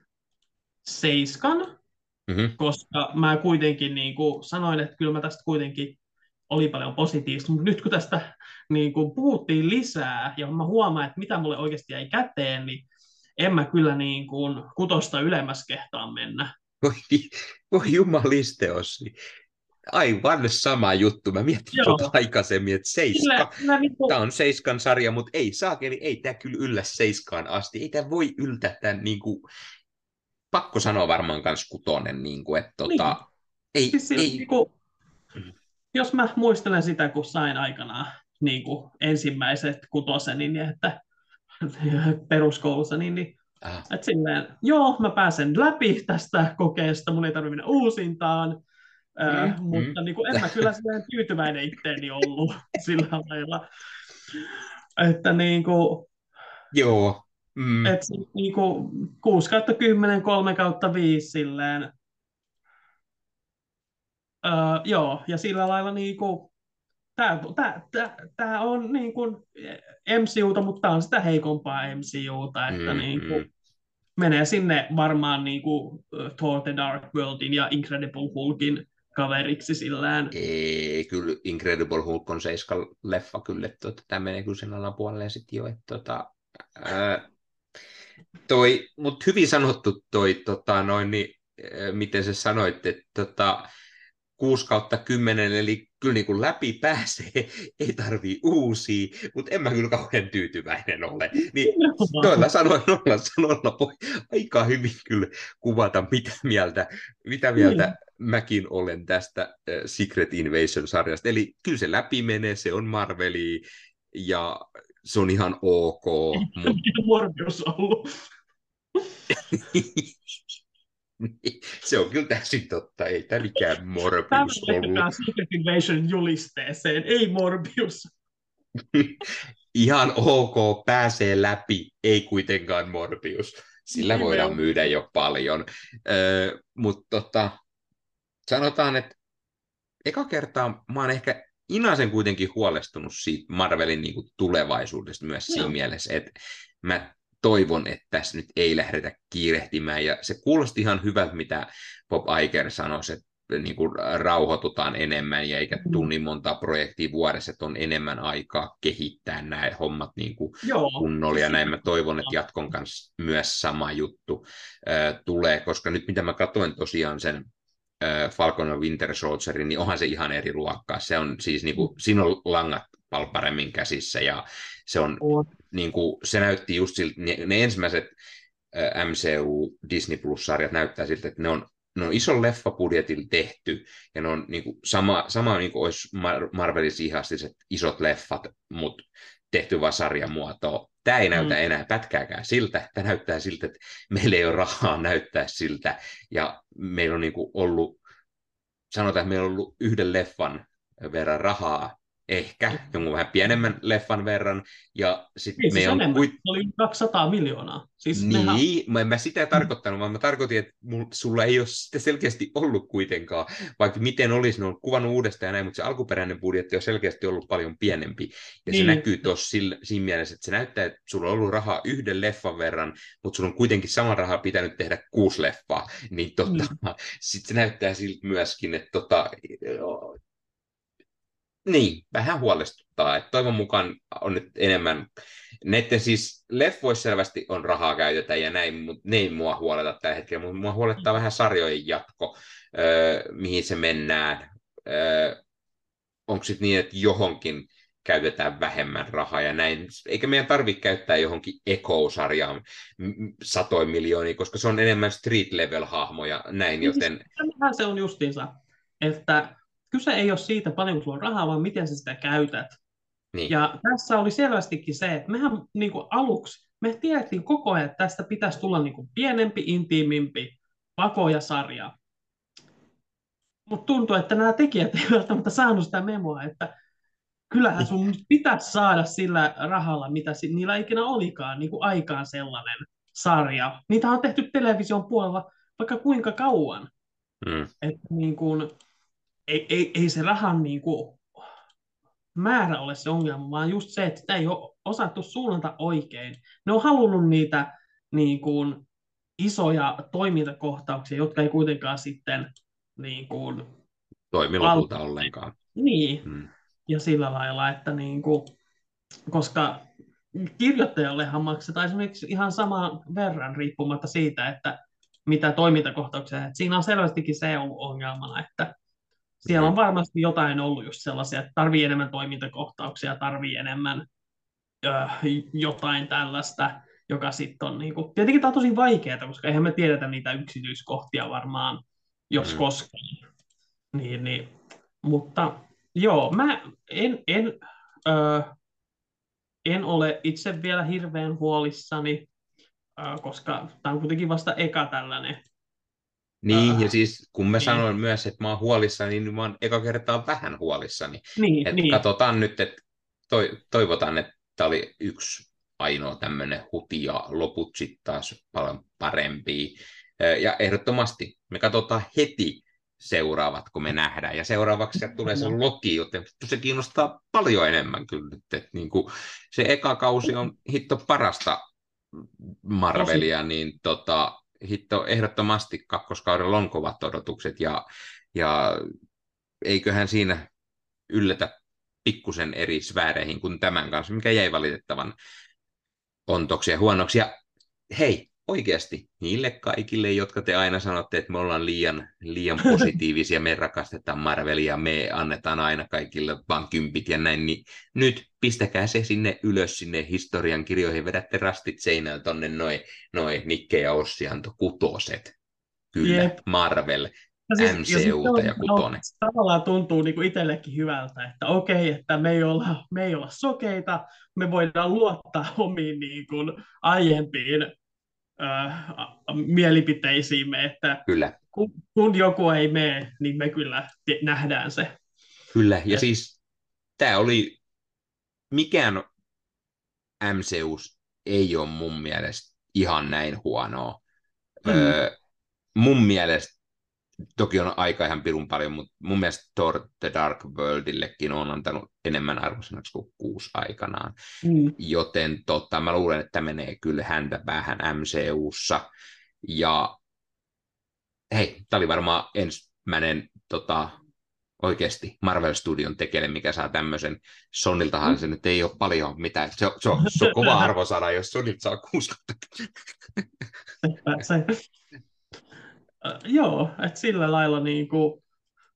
seiskan, mm-hmm. koska mä kuitenkin niin kuin sanoin, että kyllä mä tästä kuitenkin oli paljon positiivista, mutta nyt kun tästä niin kuin puhuttiin lisää ja mä huomaan, että mitä mulle oikeasti jäi käteen, niin en mä kyllä niin kuin kutosta ylemmäs kehtaan mennä. Voi, voi jumaliste, Ossi. Aivan sama juttu. Mä mietin tuota aikaisemmin, että Seiska, kyllä, niinku... tämä on Seiskan sarja, mutta ei saakeli, ei tämä kyllä yllä Seiskaan asti. Ei tämä voi yltää tämän, niin kuin, pakko sanoa varmaan kans kutonen, niin kuin, että tota, niin. ei, siis ei. Niin kuin, jos mä muistelen sitä, kun sain aikanaan niin kuin ensimmäiset kutoseni, niin että peruskoulussa, niin, niin ah. että silleen, joo, mä pääsen läpi tästä kokeesta, mun ei tarvitse mennä uusintaan, mm, äh, mm. mutta niin kuin, en mä kyllä silleen tyytyväinen itteeni ollut sillä lailla, että niin kuin, joo, mm. että niin kuin kuusi kautta kymmenen, kolme kautta viisi silleen, Uh, joo, ja sillä lailla niin kuin, Tämä, tämä, tämä, tämä on niin kuin M C Uta, mutta tämä on sitä heikompaa M C Uta, että niin kuin Mm-hmm. menee sinne varmaan niin kuin Thor the Dark Worldin ja Incredible Hulkin kaveriksi sillään. Ei, kyllä Incredible Hulk on seiska leffa kyllä, että tota, tämä menee kyllä sen alapuolelle sitten jo, että tota, ää, toi, mutta hyvin sanottu toi, tota, noin, niin, ää, miten sä sanoit, että tota, kuusi kautta kymmenen, eli kyllä niin kuin läpi pääsee, ei tarvii uusia, mutta en mä kyllä kauhean tyytyväinen ole. Niin noilla sanoilla, noilla sanoilla voi aika hyvin kyllä kuvata, mitä mieltä, mitä mieltä Niin. mäkin olen tästä äh, Secret Invasion-sarjasta. Eli kyllä se läpi menee, se on Marveli ja se on ihan ok, mutta Morbius ollut. se on kyllä täysin totta, ei tämä mikään Tämä Morbius ollut. laitetaan Secret Invasion julisteeseen, ei Morbius. Ihan ok, pääsee läpi, ei kuitenkaan Morbius. Sillä voidaan myydä jo paljon. Öö, Mutta tota, sanotaan, että eka kertaa mä oon ehkä inasen kuitenkin huolestunut siitä Marvelin niin kuin tulevaisuudesta myös siinä Joo. mielessä, että mä toivon, että tässä nyt ei lähdetä kiirehtimään. Ja se kuulosti ihan hyvältä, mitä Bob Iger sanoi, että niin kuin rauhoitutaan enemmän ja eikä tule niin monta projektia vuodessa, että on enemmän aikaa kehittää nämä hommat niin kuin Joo. kunnolla. Ja näin mä toivon, että jatkon kanssa myös sama juttu äh, tulee, koska nyt mitä mä katsoin tosiaan sen Falcon ja Winter Soldierin, niin onhan se ihan eri luokkaa. Se on siis, niin kuin, siinä on langat paljon paremmin käsissä ja se on, On. niin kuin, se näytti just siltä, ne, ne ensimmäiset M C U Disney Plus-sarjat näyttää siltä, että ne on, ne on ison leffabudjetilla tehty ja ne on niin kuin, sama, sama niin kuin olisi Mar- Marvelissa ihastiset isot leffat, mutta tehty vaan sarjamuotoa. Tämä ei näytä Mm. enää pätkääkään siltä. Tämä näyttää siltä, että meillä ei ole rahaa näyttää siltä. Ja meillä on niin kuin ollut, sanotaan, että meillä on ollut yhden leffan verran rahaa, ehkä jonkun vähän pienemmän leffan verran. Ja sitten Ei siis meidän on enemmän. kuit... Se oli kaksisataa miljoonaa. Siis nehän... Niin, mä en mä sitä tarkoittanut, vaan mä tarkoitin, että mul, sulla ei ole sitä selkeästi ollut kuitenkaan, vaikka miten olisi, ne on kuvannut uudestaan ja näin, mutta se alkuperäinen budjetti on selkeästi ollut paljon pienempi. Ja Niin. se näkyy tuossa siinä mielessä, että se näyttää, että sulla on ollut rahaa yhden leffan verran, mutta sulla on kuitenkin saman rahaa pitänyt tehdä kuusi leffaa. Niin tota, Niin. sitten se näyttää siltä myöskin, että tota, niin, vähän huolestuttaa. Että toivon mukaan on nyt enemmän. Näiden siis leffoissa selvästi on rahaa käytetä ja näin, mutta ne ei mua huoleta tällä hetkellä. Mutta mua huolettaa vähän sarjojen jatko, öö, mihin se mennään. Öö, onko sitten niin, että johonkin käytetään vähemmän rahaa ja näin. Eikä meidän tarvitse käyttää johonkin Echo-sarjaan satoin miljoonia, koska se on enemmän street-level-hahmoja näin, Niin siis, joten... tämähän se on justiinsa, että kyse ei ole siitä, paljonko sulla on rahaa, vaan miten sä sitä käytät. Niin. Ja tässä oli selvästikin se, että mehän niin kuin aluksi, me tiedettiin koko ajan, että tästä pitäisi tulla niin kuin pienempi, intiimimpi pakojasarja. Mutta tuntuu, että nämä tekijät eivät välttämättä saanut sitä memoa, että kyllähän sun pitäisi saada sillä rahalla, mitä si- niillä ikinä olikaan, niin kuin aikaan sellainen sarja. Niitä on tehty television puolella vaikka kuinka kauan. Mm. Että niin kuin, ei, ei, ei se rahan niin kuin, määrä ole se ongelma, vaan just se, että sitä ei ole osattu suunnata oikein. Ne on halunnut niitä niin kuin, isoja toimintakohtauksia, jotka ei kuitenkaan sitten niin kuin, Toimi lopulta ollenkaan. Niin, Mm. ja sillä lailla, että niin kuin, koska kirjoittajallehan maksetaan esimerkiksi ihan saman verran riippumatta siitä, että mitä toimintakohtauksia. Että siinä on selvästikin se ollut ongelmana, että siellä on varmasti jotain ollut just sellaisia, että tarvii enemmän toimintakohtauksia, tarvii enemmän ö, jotain tällaista, joka sitten on niin kuin, tietenkin tämä on tosi vaikeaa, koska eihän me tiedetä niitä yksityiskohtia varmaan, jos Mm. koskaan. Niin, niin. Mutta joo, mä en, en, ö, en ole itse vielä hirveän huolissani, ö, koska tämä on kuitenkin vasta eka tällainen. Niin, Ö, ja siis kun mä niin. sanoin myös, että mä oon huolissani, niin mä oon eka kertaa vähän huolissani. Niin, että niin. katsotaan nyt, että toi, toivotaan, että tämä oli yksi ainoa tämmöinen huti ja loput sitten taas paljon parempia. Ja ehdottomasti me katsotaan heti seuraavatko me nähdään. Ja seuraavaksi sieltä tulee se Loki, joten se kiinnostaa paljon enemmän kyllä. Että niin kuin se eka kausi on hitto parasta Marvelia, niin tota, hitto ehdottomasti kakkoskaudella on kovat odotukset. Ja, ja eiköhän siinä yllätä pikkusen eri sfääreihin kuin tämän kanssa, mikä jäi valitettavan ontoksi ja huonoksi. Ja hei, oikeasti niille kaikille, jotka te aina sanotte, että me ollaan liian, liian positiivisia, me rakastetaan Marvelia, me annetaan aina kaikille vaan kympit ja näin, niin nyt pistäkää se sinne ylös sinne historian kirjoihin, vedätte rastit seinään tonne noin noi Nikke ja Ossi antoi kutoset. Kyllä, Jep. Marvel. Ja siis, M C U:ta ja, ja kutonen. Tavallaan tuntuu niin kuin itsellekin hyvältä, että okei, että me ei olla, me ei olla sokeita, me voidaan luottaa omiin niin kuin aiempiin äh, mielipiteisiimme, että kyllä. Kun, kun joku ei mene, niin me kyllä nähdään se. Kyllä, ja Et... siis tämä oli, mikään M C U ei ole mun mielestä ihan näin huonoa. Mm. Öö, mun mielestä toki on aika ihan pirun paljon, mutta mun mielestä Thor The Dark Worldillekin on antanut enemmän arvosanaksi kuin kuusi aikanaan. Mm. Joten tota, mä luulen, että menee kyllä häntä päähän M C U:ssa. Ja hei, tää oli varmaan ensimmäinen tota, oikeasti Marvel Studion tekele, mikä saa tämmöisen. Soniltahan se nyt ei ole paljon mitään. Se, se, on, se on kova arvosana, jos Sonilta saa kuusi. Joo, että sillä lailla niin kuin,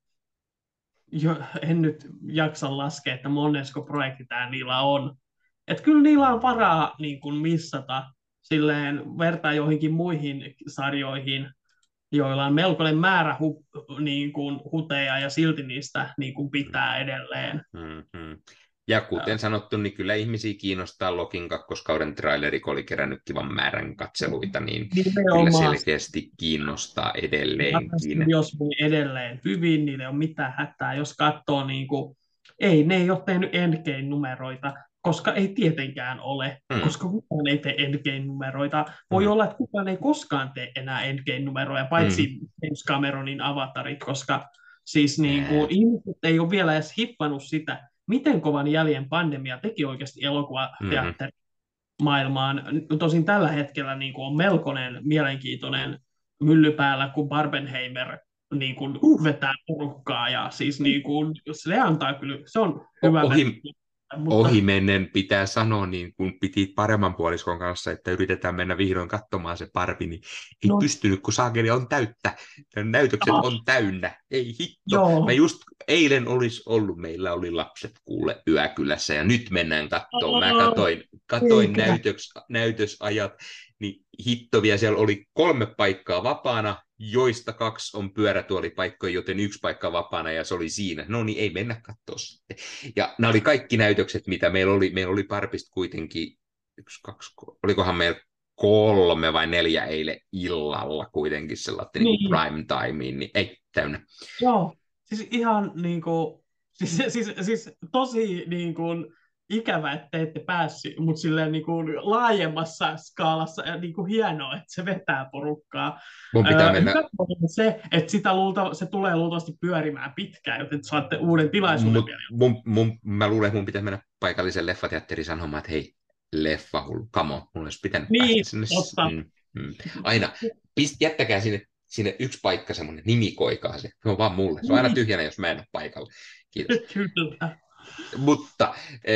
jo, en nyt jaksa laskea, että monesko projekti tämä niillä on. Että kyllä niillä on varaa niin kuin missata silleen vertaa joihinkin muihin sarjoihin, joilla on melkoinen määrä hu, niin kuin, huteja ja silti niistä niin kuin pitää edelleen. Mm-hmm. Ja kuten ja. sanottu, niin kyllä ihmisiä kiinnostaa Lokin kakkoskauden traileri, kun oli kerännyt kivan määrän katseluita, niin kyllä selkeästi kiinnostaa edelleenkin. Jos voi edelleen hyvin, niin ei ole mitään hätää. Jos katsoo, niin kuin, ei, ne ei ole tehnyt Endgame-numeroita, koska ei tietenkään ole, mm. koska kukaan ei tee Endgame-numeroita. Voi mm. olla, että kukaan ei koskaan tee enää Endgame-numeroja, paitsi mm. James Cameronin avatarit, koska siis niin kuin, ihmiset ei ole vielä edes hippannut sitä, miten kovan jäljen pandemia teki oikeasti elokuvateatteri mm-hmm. maailmaan. Tosin tällä hetkellä niin kuin on melkoinen mielenkiintoinen mylly päällä, kun Barbenheimer niin kuin uh. vetää porukkaa, ja siis niin kuin, se antaa kyllä, se on hyvä. Ohi, mutta... Ohimennen pitää sanoa, niin kun piti paremman puoliskon kanssa, että yritetään mennä vihdoin katsomaan se Barbie, niin ei no. pystynyt, kun saakeli on täyttä. Näytökset oh. on täynnä. Ei hitto. Joo. Mä just eilen olisi ollut, meillä oli lapset kuule yökylässä, ja nyt mennään katsomaan. Mä katoin, katoin näytöks, näytösajat, niin hitto vielä siellä oli kolme paikkaa vapaana, joista kaksi on pyörätuolipaikkoja, joten yksi paikka vapaana, ja se oli siinä. No niin, ei mennä katsoa sitten. Ja nämä oli kaikki näytökset, mitä meillä oli. Meillä oli Barbista kuitenkin, yksi, kaksi, olikohan meillä kolme vai neljä eilen illalla kuitenkin sellainen niin. niin prime timeen, niin ei täynnä. Joo, siis ihan niin kuin, siis, siis, siis tosi niin kuin, ikävä, että ette päässyt, mutta silleen niin kuin laajemmassa skaalassa ja niin kuin hienoa, että se vetää porukkaa. Mun pitää mennä... Se, että sitä luulta, se tulee luultavasti pyörimään pitkään, joten saatte uuden tilaisuuden vielä. Mun, mun, mä luulen, että mun pitää mennä paikallisen leffateatteriin sanomaan, että hei, leffa hullu, come on, mulla olisi pitänyt niin, päästä sinne. Mm, mm. Aina, pist, jättäkää sinne, sinne yksi paikka, semmoinen nimikoikaa se, se on vaan mulle. Se on aina tyhjänä, jos mä en ole paikalla. Kiitos. Kyllä. Mutta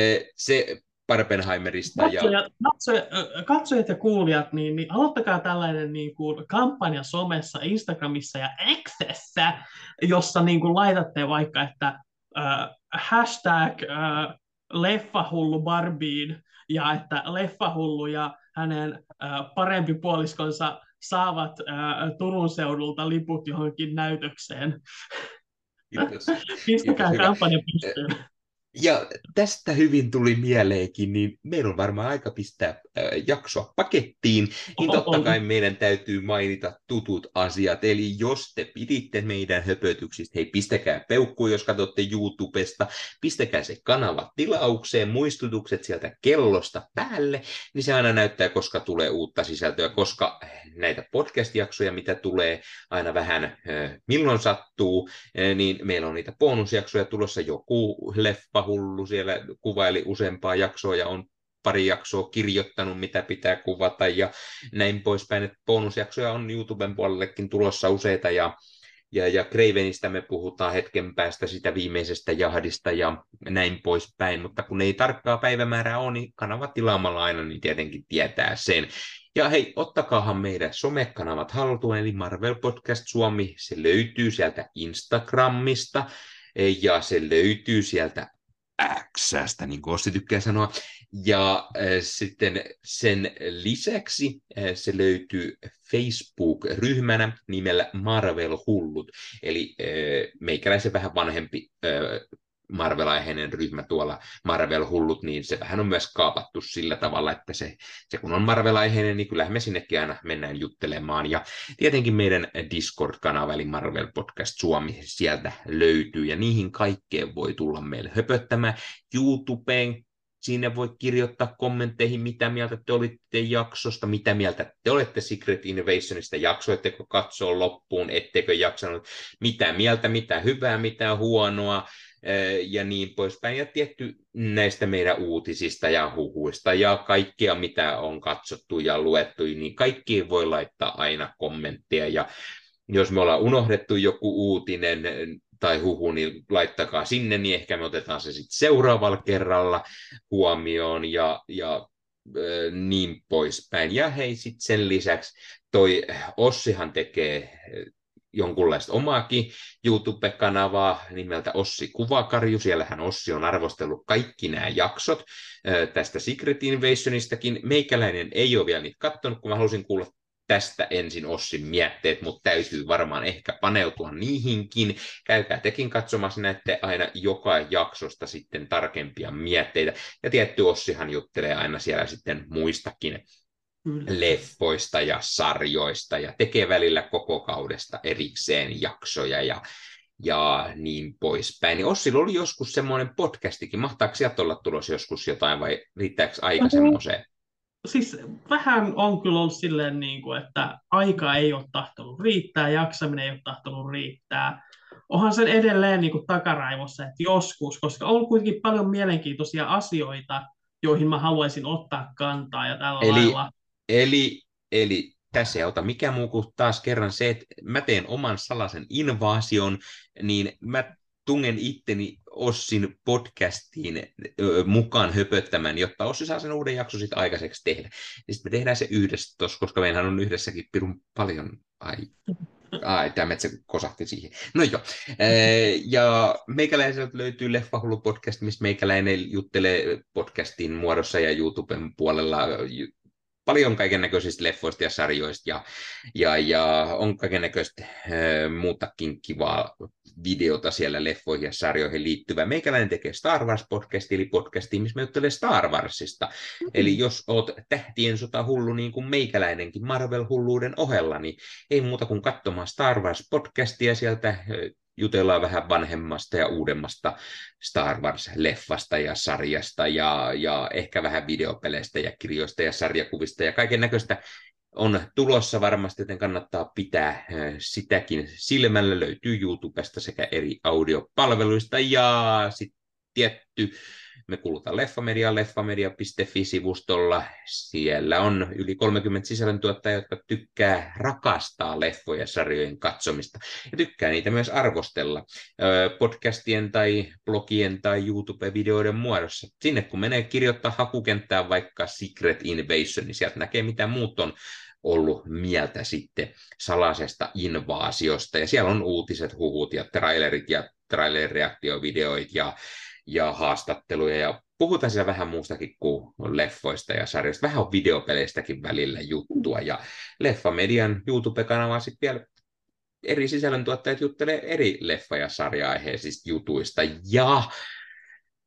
se Barbenheimerista katsojat, ja... Katsojat, katsojat ja kuulijat, niin, niin aloittakaa tällainen niin kuin kampanja somessa, Instagramissa ja Xssä, jossa niin kuin laitatte vaikka, että äh, hashtag äh, leffahullu Barbiin, ja että leffahullu ja hänen äh, parempi puoliskonsa saavat äh, Turun seudulta liput johonkin näytökseen. Kiitos. Pistäkää kampanja pystyyn. Ja tästä hyvin tuli mieleenkin, niin meillä on varmaan aika pistää äh, jaksoa pakettiin, niin totta On. kai meidän täytyy mainita tutut asiat. Eli jos te piditte meidän höpötyksistä, hei pistäkää peukku, jos katsotte YouTubesta, pistäkää se kanava tilaukseen, muistutukset sieltä kellosta päälle, niin se aina näyttää, koska tulee uutta sisältöä, koska näitä podcast-jaksoja, mitä tulee aina vähän äh, milloin sattuu, äh, niin meillä on niitä bonusjaksoja tulossa. Joku leffahullu siellä kuvaili useampaa jaksoa ja on pari jaksoa kirjoittanut, mitä pitää kuvata ja näin poispäin. Että bonusjaksoja on YouTuben puolellekin tulossa useita ja Ja, ja Cravenista me puhutaan hetken päästä sitä viimeisestä jahdista ja näin poispäin, mutta kun ei tarkkaa päivämäärää ole, niin kanava tilaamalla aina niin tietenkin tietää sen. Ja hei, ottakaahan meidän somekanavat haltuun, eli Marvel Podcast Suomi, se löytyy sieltä Instagramista ja se löytyy sieltä X:stä, niin kuin Ossi tykkää sanoa. Ja äh, sitten sen lisäksi äh, se löytyy Facebook-ryhmänä nimellä Marvel Hullut. Eli äh, meikäläisen vähän vanhempi äh, Marvel-aiheinen ryhmä tuolla Marvel Hullut, niin se vähän on myös kaapattu sillä tavalla, että se, se kun on Marvel-aiheinen, niin kyllähän me sinnekin aina mennään juttelemaan. Ja tietenkin meidän Discord-kanava, eli Marvel Podcast Suomi, sieltä löytyy, ja niihin kaikkeen voi tulla meille höpöttämään. YouTubeen, sinne voi kirjoittaa kommentteihin, mitä mieltä te olitte jaksosta, mitä mieltä te olette Secret Invasionista, jaksoitteko katsoa loppuun, ettekö jaksanut, mitä mieltä, mitä hyvää, mitä huonoa, ja niin poispäin. Ja tietty näistä meidän uutisista ja huhuista ja kaikkea, mitä on katsottu ja luettu, niin kaikkiin voi laittaa aina kommentteja. Ja jos me ollaan unohdettu joku uutinen tai huhu, niin laittakaa sinne, niin ehkä me otetaan se sitten seuraavalla kerralla huomioon ja, ja äh, niin poispäin. Ja hei, sitten sen lisäksi toi Ossihan tekee jonkunlaista omaakin YouTube-kanavaa nimeltä Ossi Kuvakarju. Siellähän Ossi on arvostellut kaikki nämä jaksot tästä Secret Invasionistakin. Meikäläinen ei ole vielä niitä katsonut, kun mä halusin kuulla tästä ensin Ossin mietteet, mutta täytyy varmaan ehkä paneutua niihinkin. Käykää tekin katsomassa, näette aina joka jaksosta sitten tarkempia mietteitä. Ja tietty Ossihan juttelee aina siellä sitten muistakin Kyllä. leffoista ja sarjoista ja tekee välillä koko kaudesta erikseen jaksoja ja, ja niin poispäin. Niin Ossilla oli joskus semmoinen podcastikin. Mahtaako sieltä olla tulossa joskus jotain vai riittääkö aika semmoiseen? Siis vähän on kyllä ollut silleen, niin kuin, että aika ei ole tahtonut riittää, jaksaminen ei ole tahtonut riittää. Onhan sen edelleen niin kuin takaraivossa, että joskus, koska on kuitenkin paljon mielenkiintoisia asioita, joihin mä haluaisin ottaa kantaa ja tällä eli, lailla. Eli, eli tässä ei ota mikään muu kuin taas kerran se, että mä teen oman salaisen invaasion, niin mä tungen itteni Ossin podcastiin ö, mukaan höpöttämään, jotta Ossi saa sen uuden jakson sitten aikaiseksi tehdä. Ja sitten me tehdään se yhdessä tossa, koska meillähän on yhdessäkin pirun paljon ai. Ai, tämä metsä kosahti siihen. No joo. Ja meikäläiseltä löytyy Leffahullu podcast, missä meikäläinen juttelee podcastin muodossa ja YouTuben puolella paljon kaikennäköisistä leffoista ja sarjoista ja, ja, ja on kaikennäköistä äh, muutakin kivaa videota siellä leffoihin ja sarjoihin liittyvää. Meikäläinen tekee Star Wars-podcasti, eli podcasti, missä me juttelee Star Warsista. Mm-hmm. Eli jos oot tähtien sota hullu niin kuin meikäläinenkin Marvel-hulluuden ohella, niin ei muuta kuin katsomaan Star Wars-podcastia sieltä äh, jutellaan vähän vanhemmasta ja uudemmasta Star Wars-leffasta ja sarjasta ja, ja ehkä vähän videopeleistä ja kirjoista ja sarjakuvista ja kaiken näköistä on tulossa varmasti, joten kannattaa pitää sitäkin silmällä. Löytyy YouTubesta sekä eri audiopalveluista ja sitten tietty me kuulutaan Leffamedia, leffamedia piste fi-sivustolla. Siellä on yli kolmekymmentä sisällöntuottajia, jotka tykkää rakastaa leffoja ja sarjojen katsomista. Ja tykkää niitä myös arvostella podcastien tai blogien tai YouTube-videoiden muodossa. Sinne kun menee kirjoittaa hakukenttään vaikka Secret Invasion, niin sieltä näkee mitä muut on ollut mieltä sitten salaisesta invaasiosta. Ja siellä on uutiset, huhut ja trailerit ja trailer-reaktiovideoit ja ja haastatteluja, ja puhutaan siellä vähän muustakin kuin leffoista ja sarjoista. Vähän on videopeleistäkin välillä juttua, ja Leffamedian YouTube-kanava sitten vielä eri sisällöntuottajat juttelee eri leffa- ja sarja-aiheisista jutuista, ja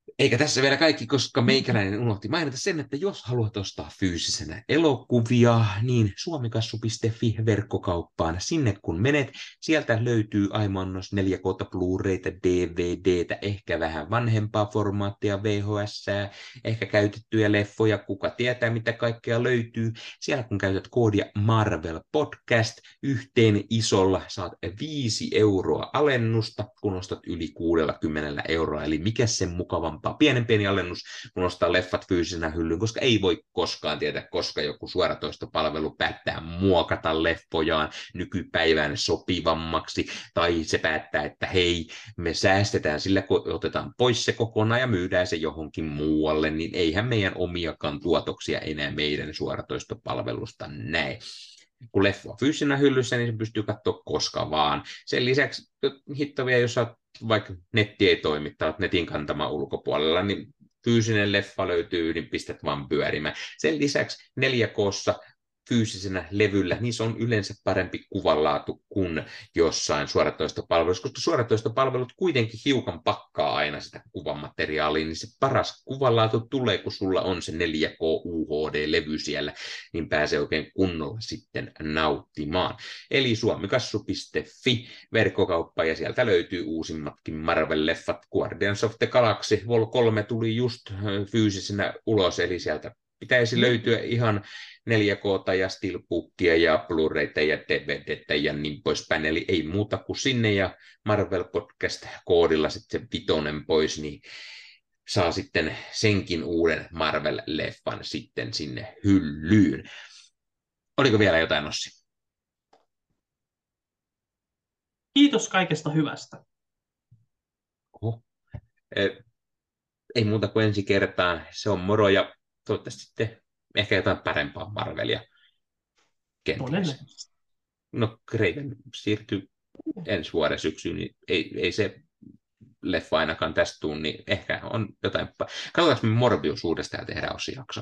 Eikä tässä vielä kaikki, koska meikäläinen unohti mainita sen, että jos haluat ostaa fyysisenä elokuvia, niin suomikassu piste fi verkkokauppaan. Sinne kun menet, sieltä löytyy aimannos neljä K Blu-rayta, D V Dtä, ehkä vähän vanhempaa formaattia, V H S, ehkä käytettyjä leffoja, kuka tietää mitä kaikkea löytyy. Siellä kun käytät koodia Marvel Podcast, yhteen isolla saat viisi euroa alennusta, kun ostat yli kuusikymmentä euroa, eli mikä sen mukavampaa. Pienen pieni alennus, kun ostaa leffat fyysisenä hyllyyn, koska ei voi koskaan tietää, koska joku suoratoistopalvelu päättää muokata leffojaan nykypäivään sopivammaksi, tai se päättää, että hei, me säästetään sillä, kun otetaan pois se kokonaan ja myydään se johonkin muualle, niin eihän meidän omiakaan tuotoksia enää meidän suoratoistopalvelusta näe. Kun leffa on fyysisenä hyllyssä, niin se pystyy katsoa koska vaan. Sen lisäksi hitto vielä, jos olet, vaikka netti ei toimi tai netin kantama ulkopuolella, niin fyysinen leffa löytyy, niin pistät vaan pyörimään. Sen lisäksi neljä K:ssa fyysisenä levyllä, niin se on yleensä parempi kuvanlaatu kuin jossain suoratoistopalvelussa, koska suoratoistopalvelut kuitenkin hiukan pakkaa aina sitä kuvamateriaalia, niin se paras kuvanlaatu tulee, kun sulla on se neljä K U H D-levy siellä, niin pääsee oikein kunnolla sitten nauttimaan. Eli suomikassu piste fi verkkokauppa, ja sieltä löytyy uusimmatkin Marvel-leffat. Guardians of the Galaxy Vol kolme tuli just fyysisenä ulos, eli sieltä pitäisi löytyä ihan neljä K ja Steelbookia ja Blu-rayta ja D V Dtä ja niin poispäin. Eli ei muuta kuin sinne ja Marvel Podcast-koodilla sitten se vitonen pois, niin saa sitten senkin uuden Marvel-leffan sitten sinne hyllyyn. Oliko vielä jotain, Ossi? Kiitos kaikesta hyvästä. Oho. Ei muuta kuin ensi kertaan. Se on moro ja toivottavasti sitten ehkä jotain parempaa Marvelia kenties. No Craven siirtyy ensi vuoden syksyyn, niin ei, ei se leffa ainakaan tästä tule, niin ehkä on jotain. Katsotaanko me Morbius uudestaan ja tehdään Ossi jakso.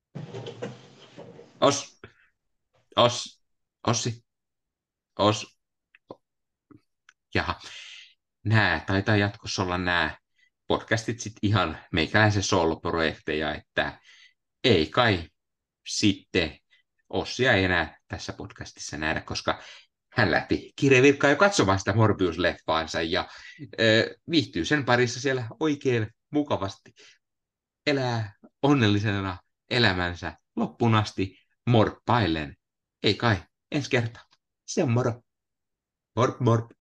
Os, Os, Ossi, Os. Jaha, nää taitaa jatkossa olla nämä podcastit sitten ihan meikäläisen solo-projekteja, että ei kai sitten Ossia ei enää tässä podcastissa nähdä, koska hän lähti kiirevirkkaan jo katsomaan sitä Morbius-leffaansa ja ö, viihtyy sen parissa siellä oikein mukavasti. Elää onnellisena elämänsä loppuun asti morppaillen. Ei kai, ensi kertaa. Se on moro. Morp, morp.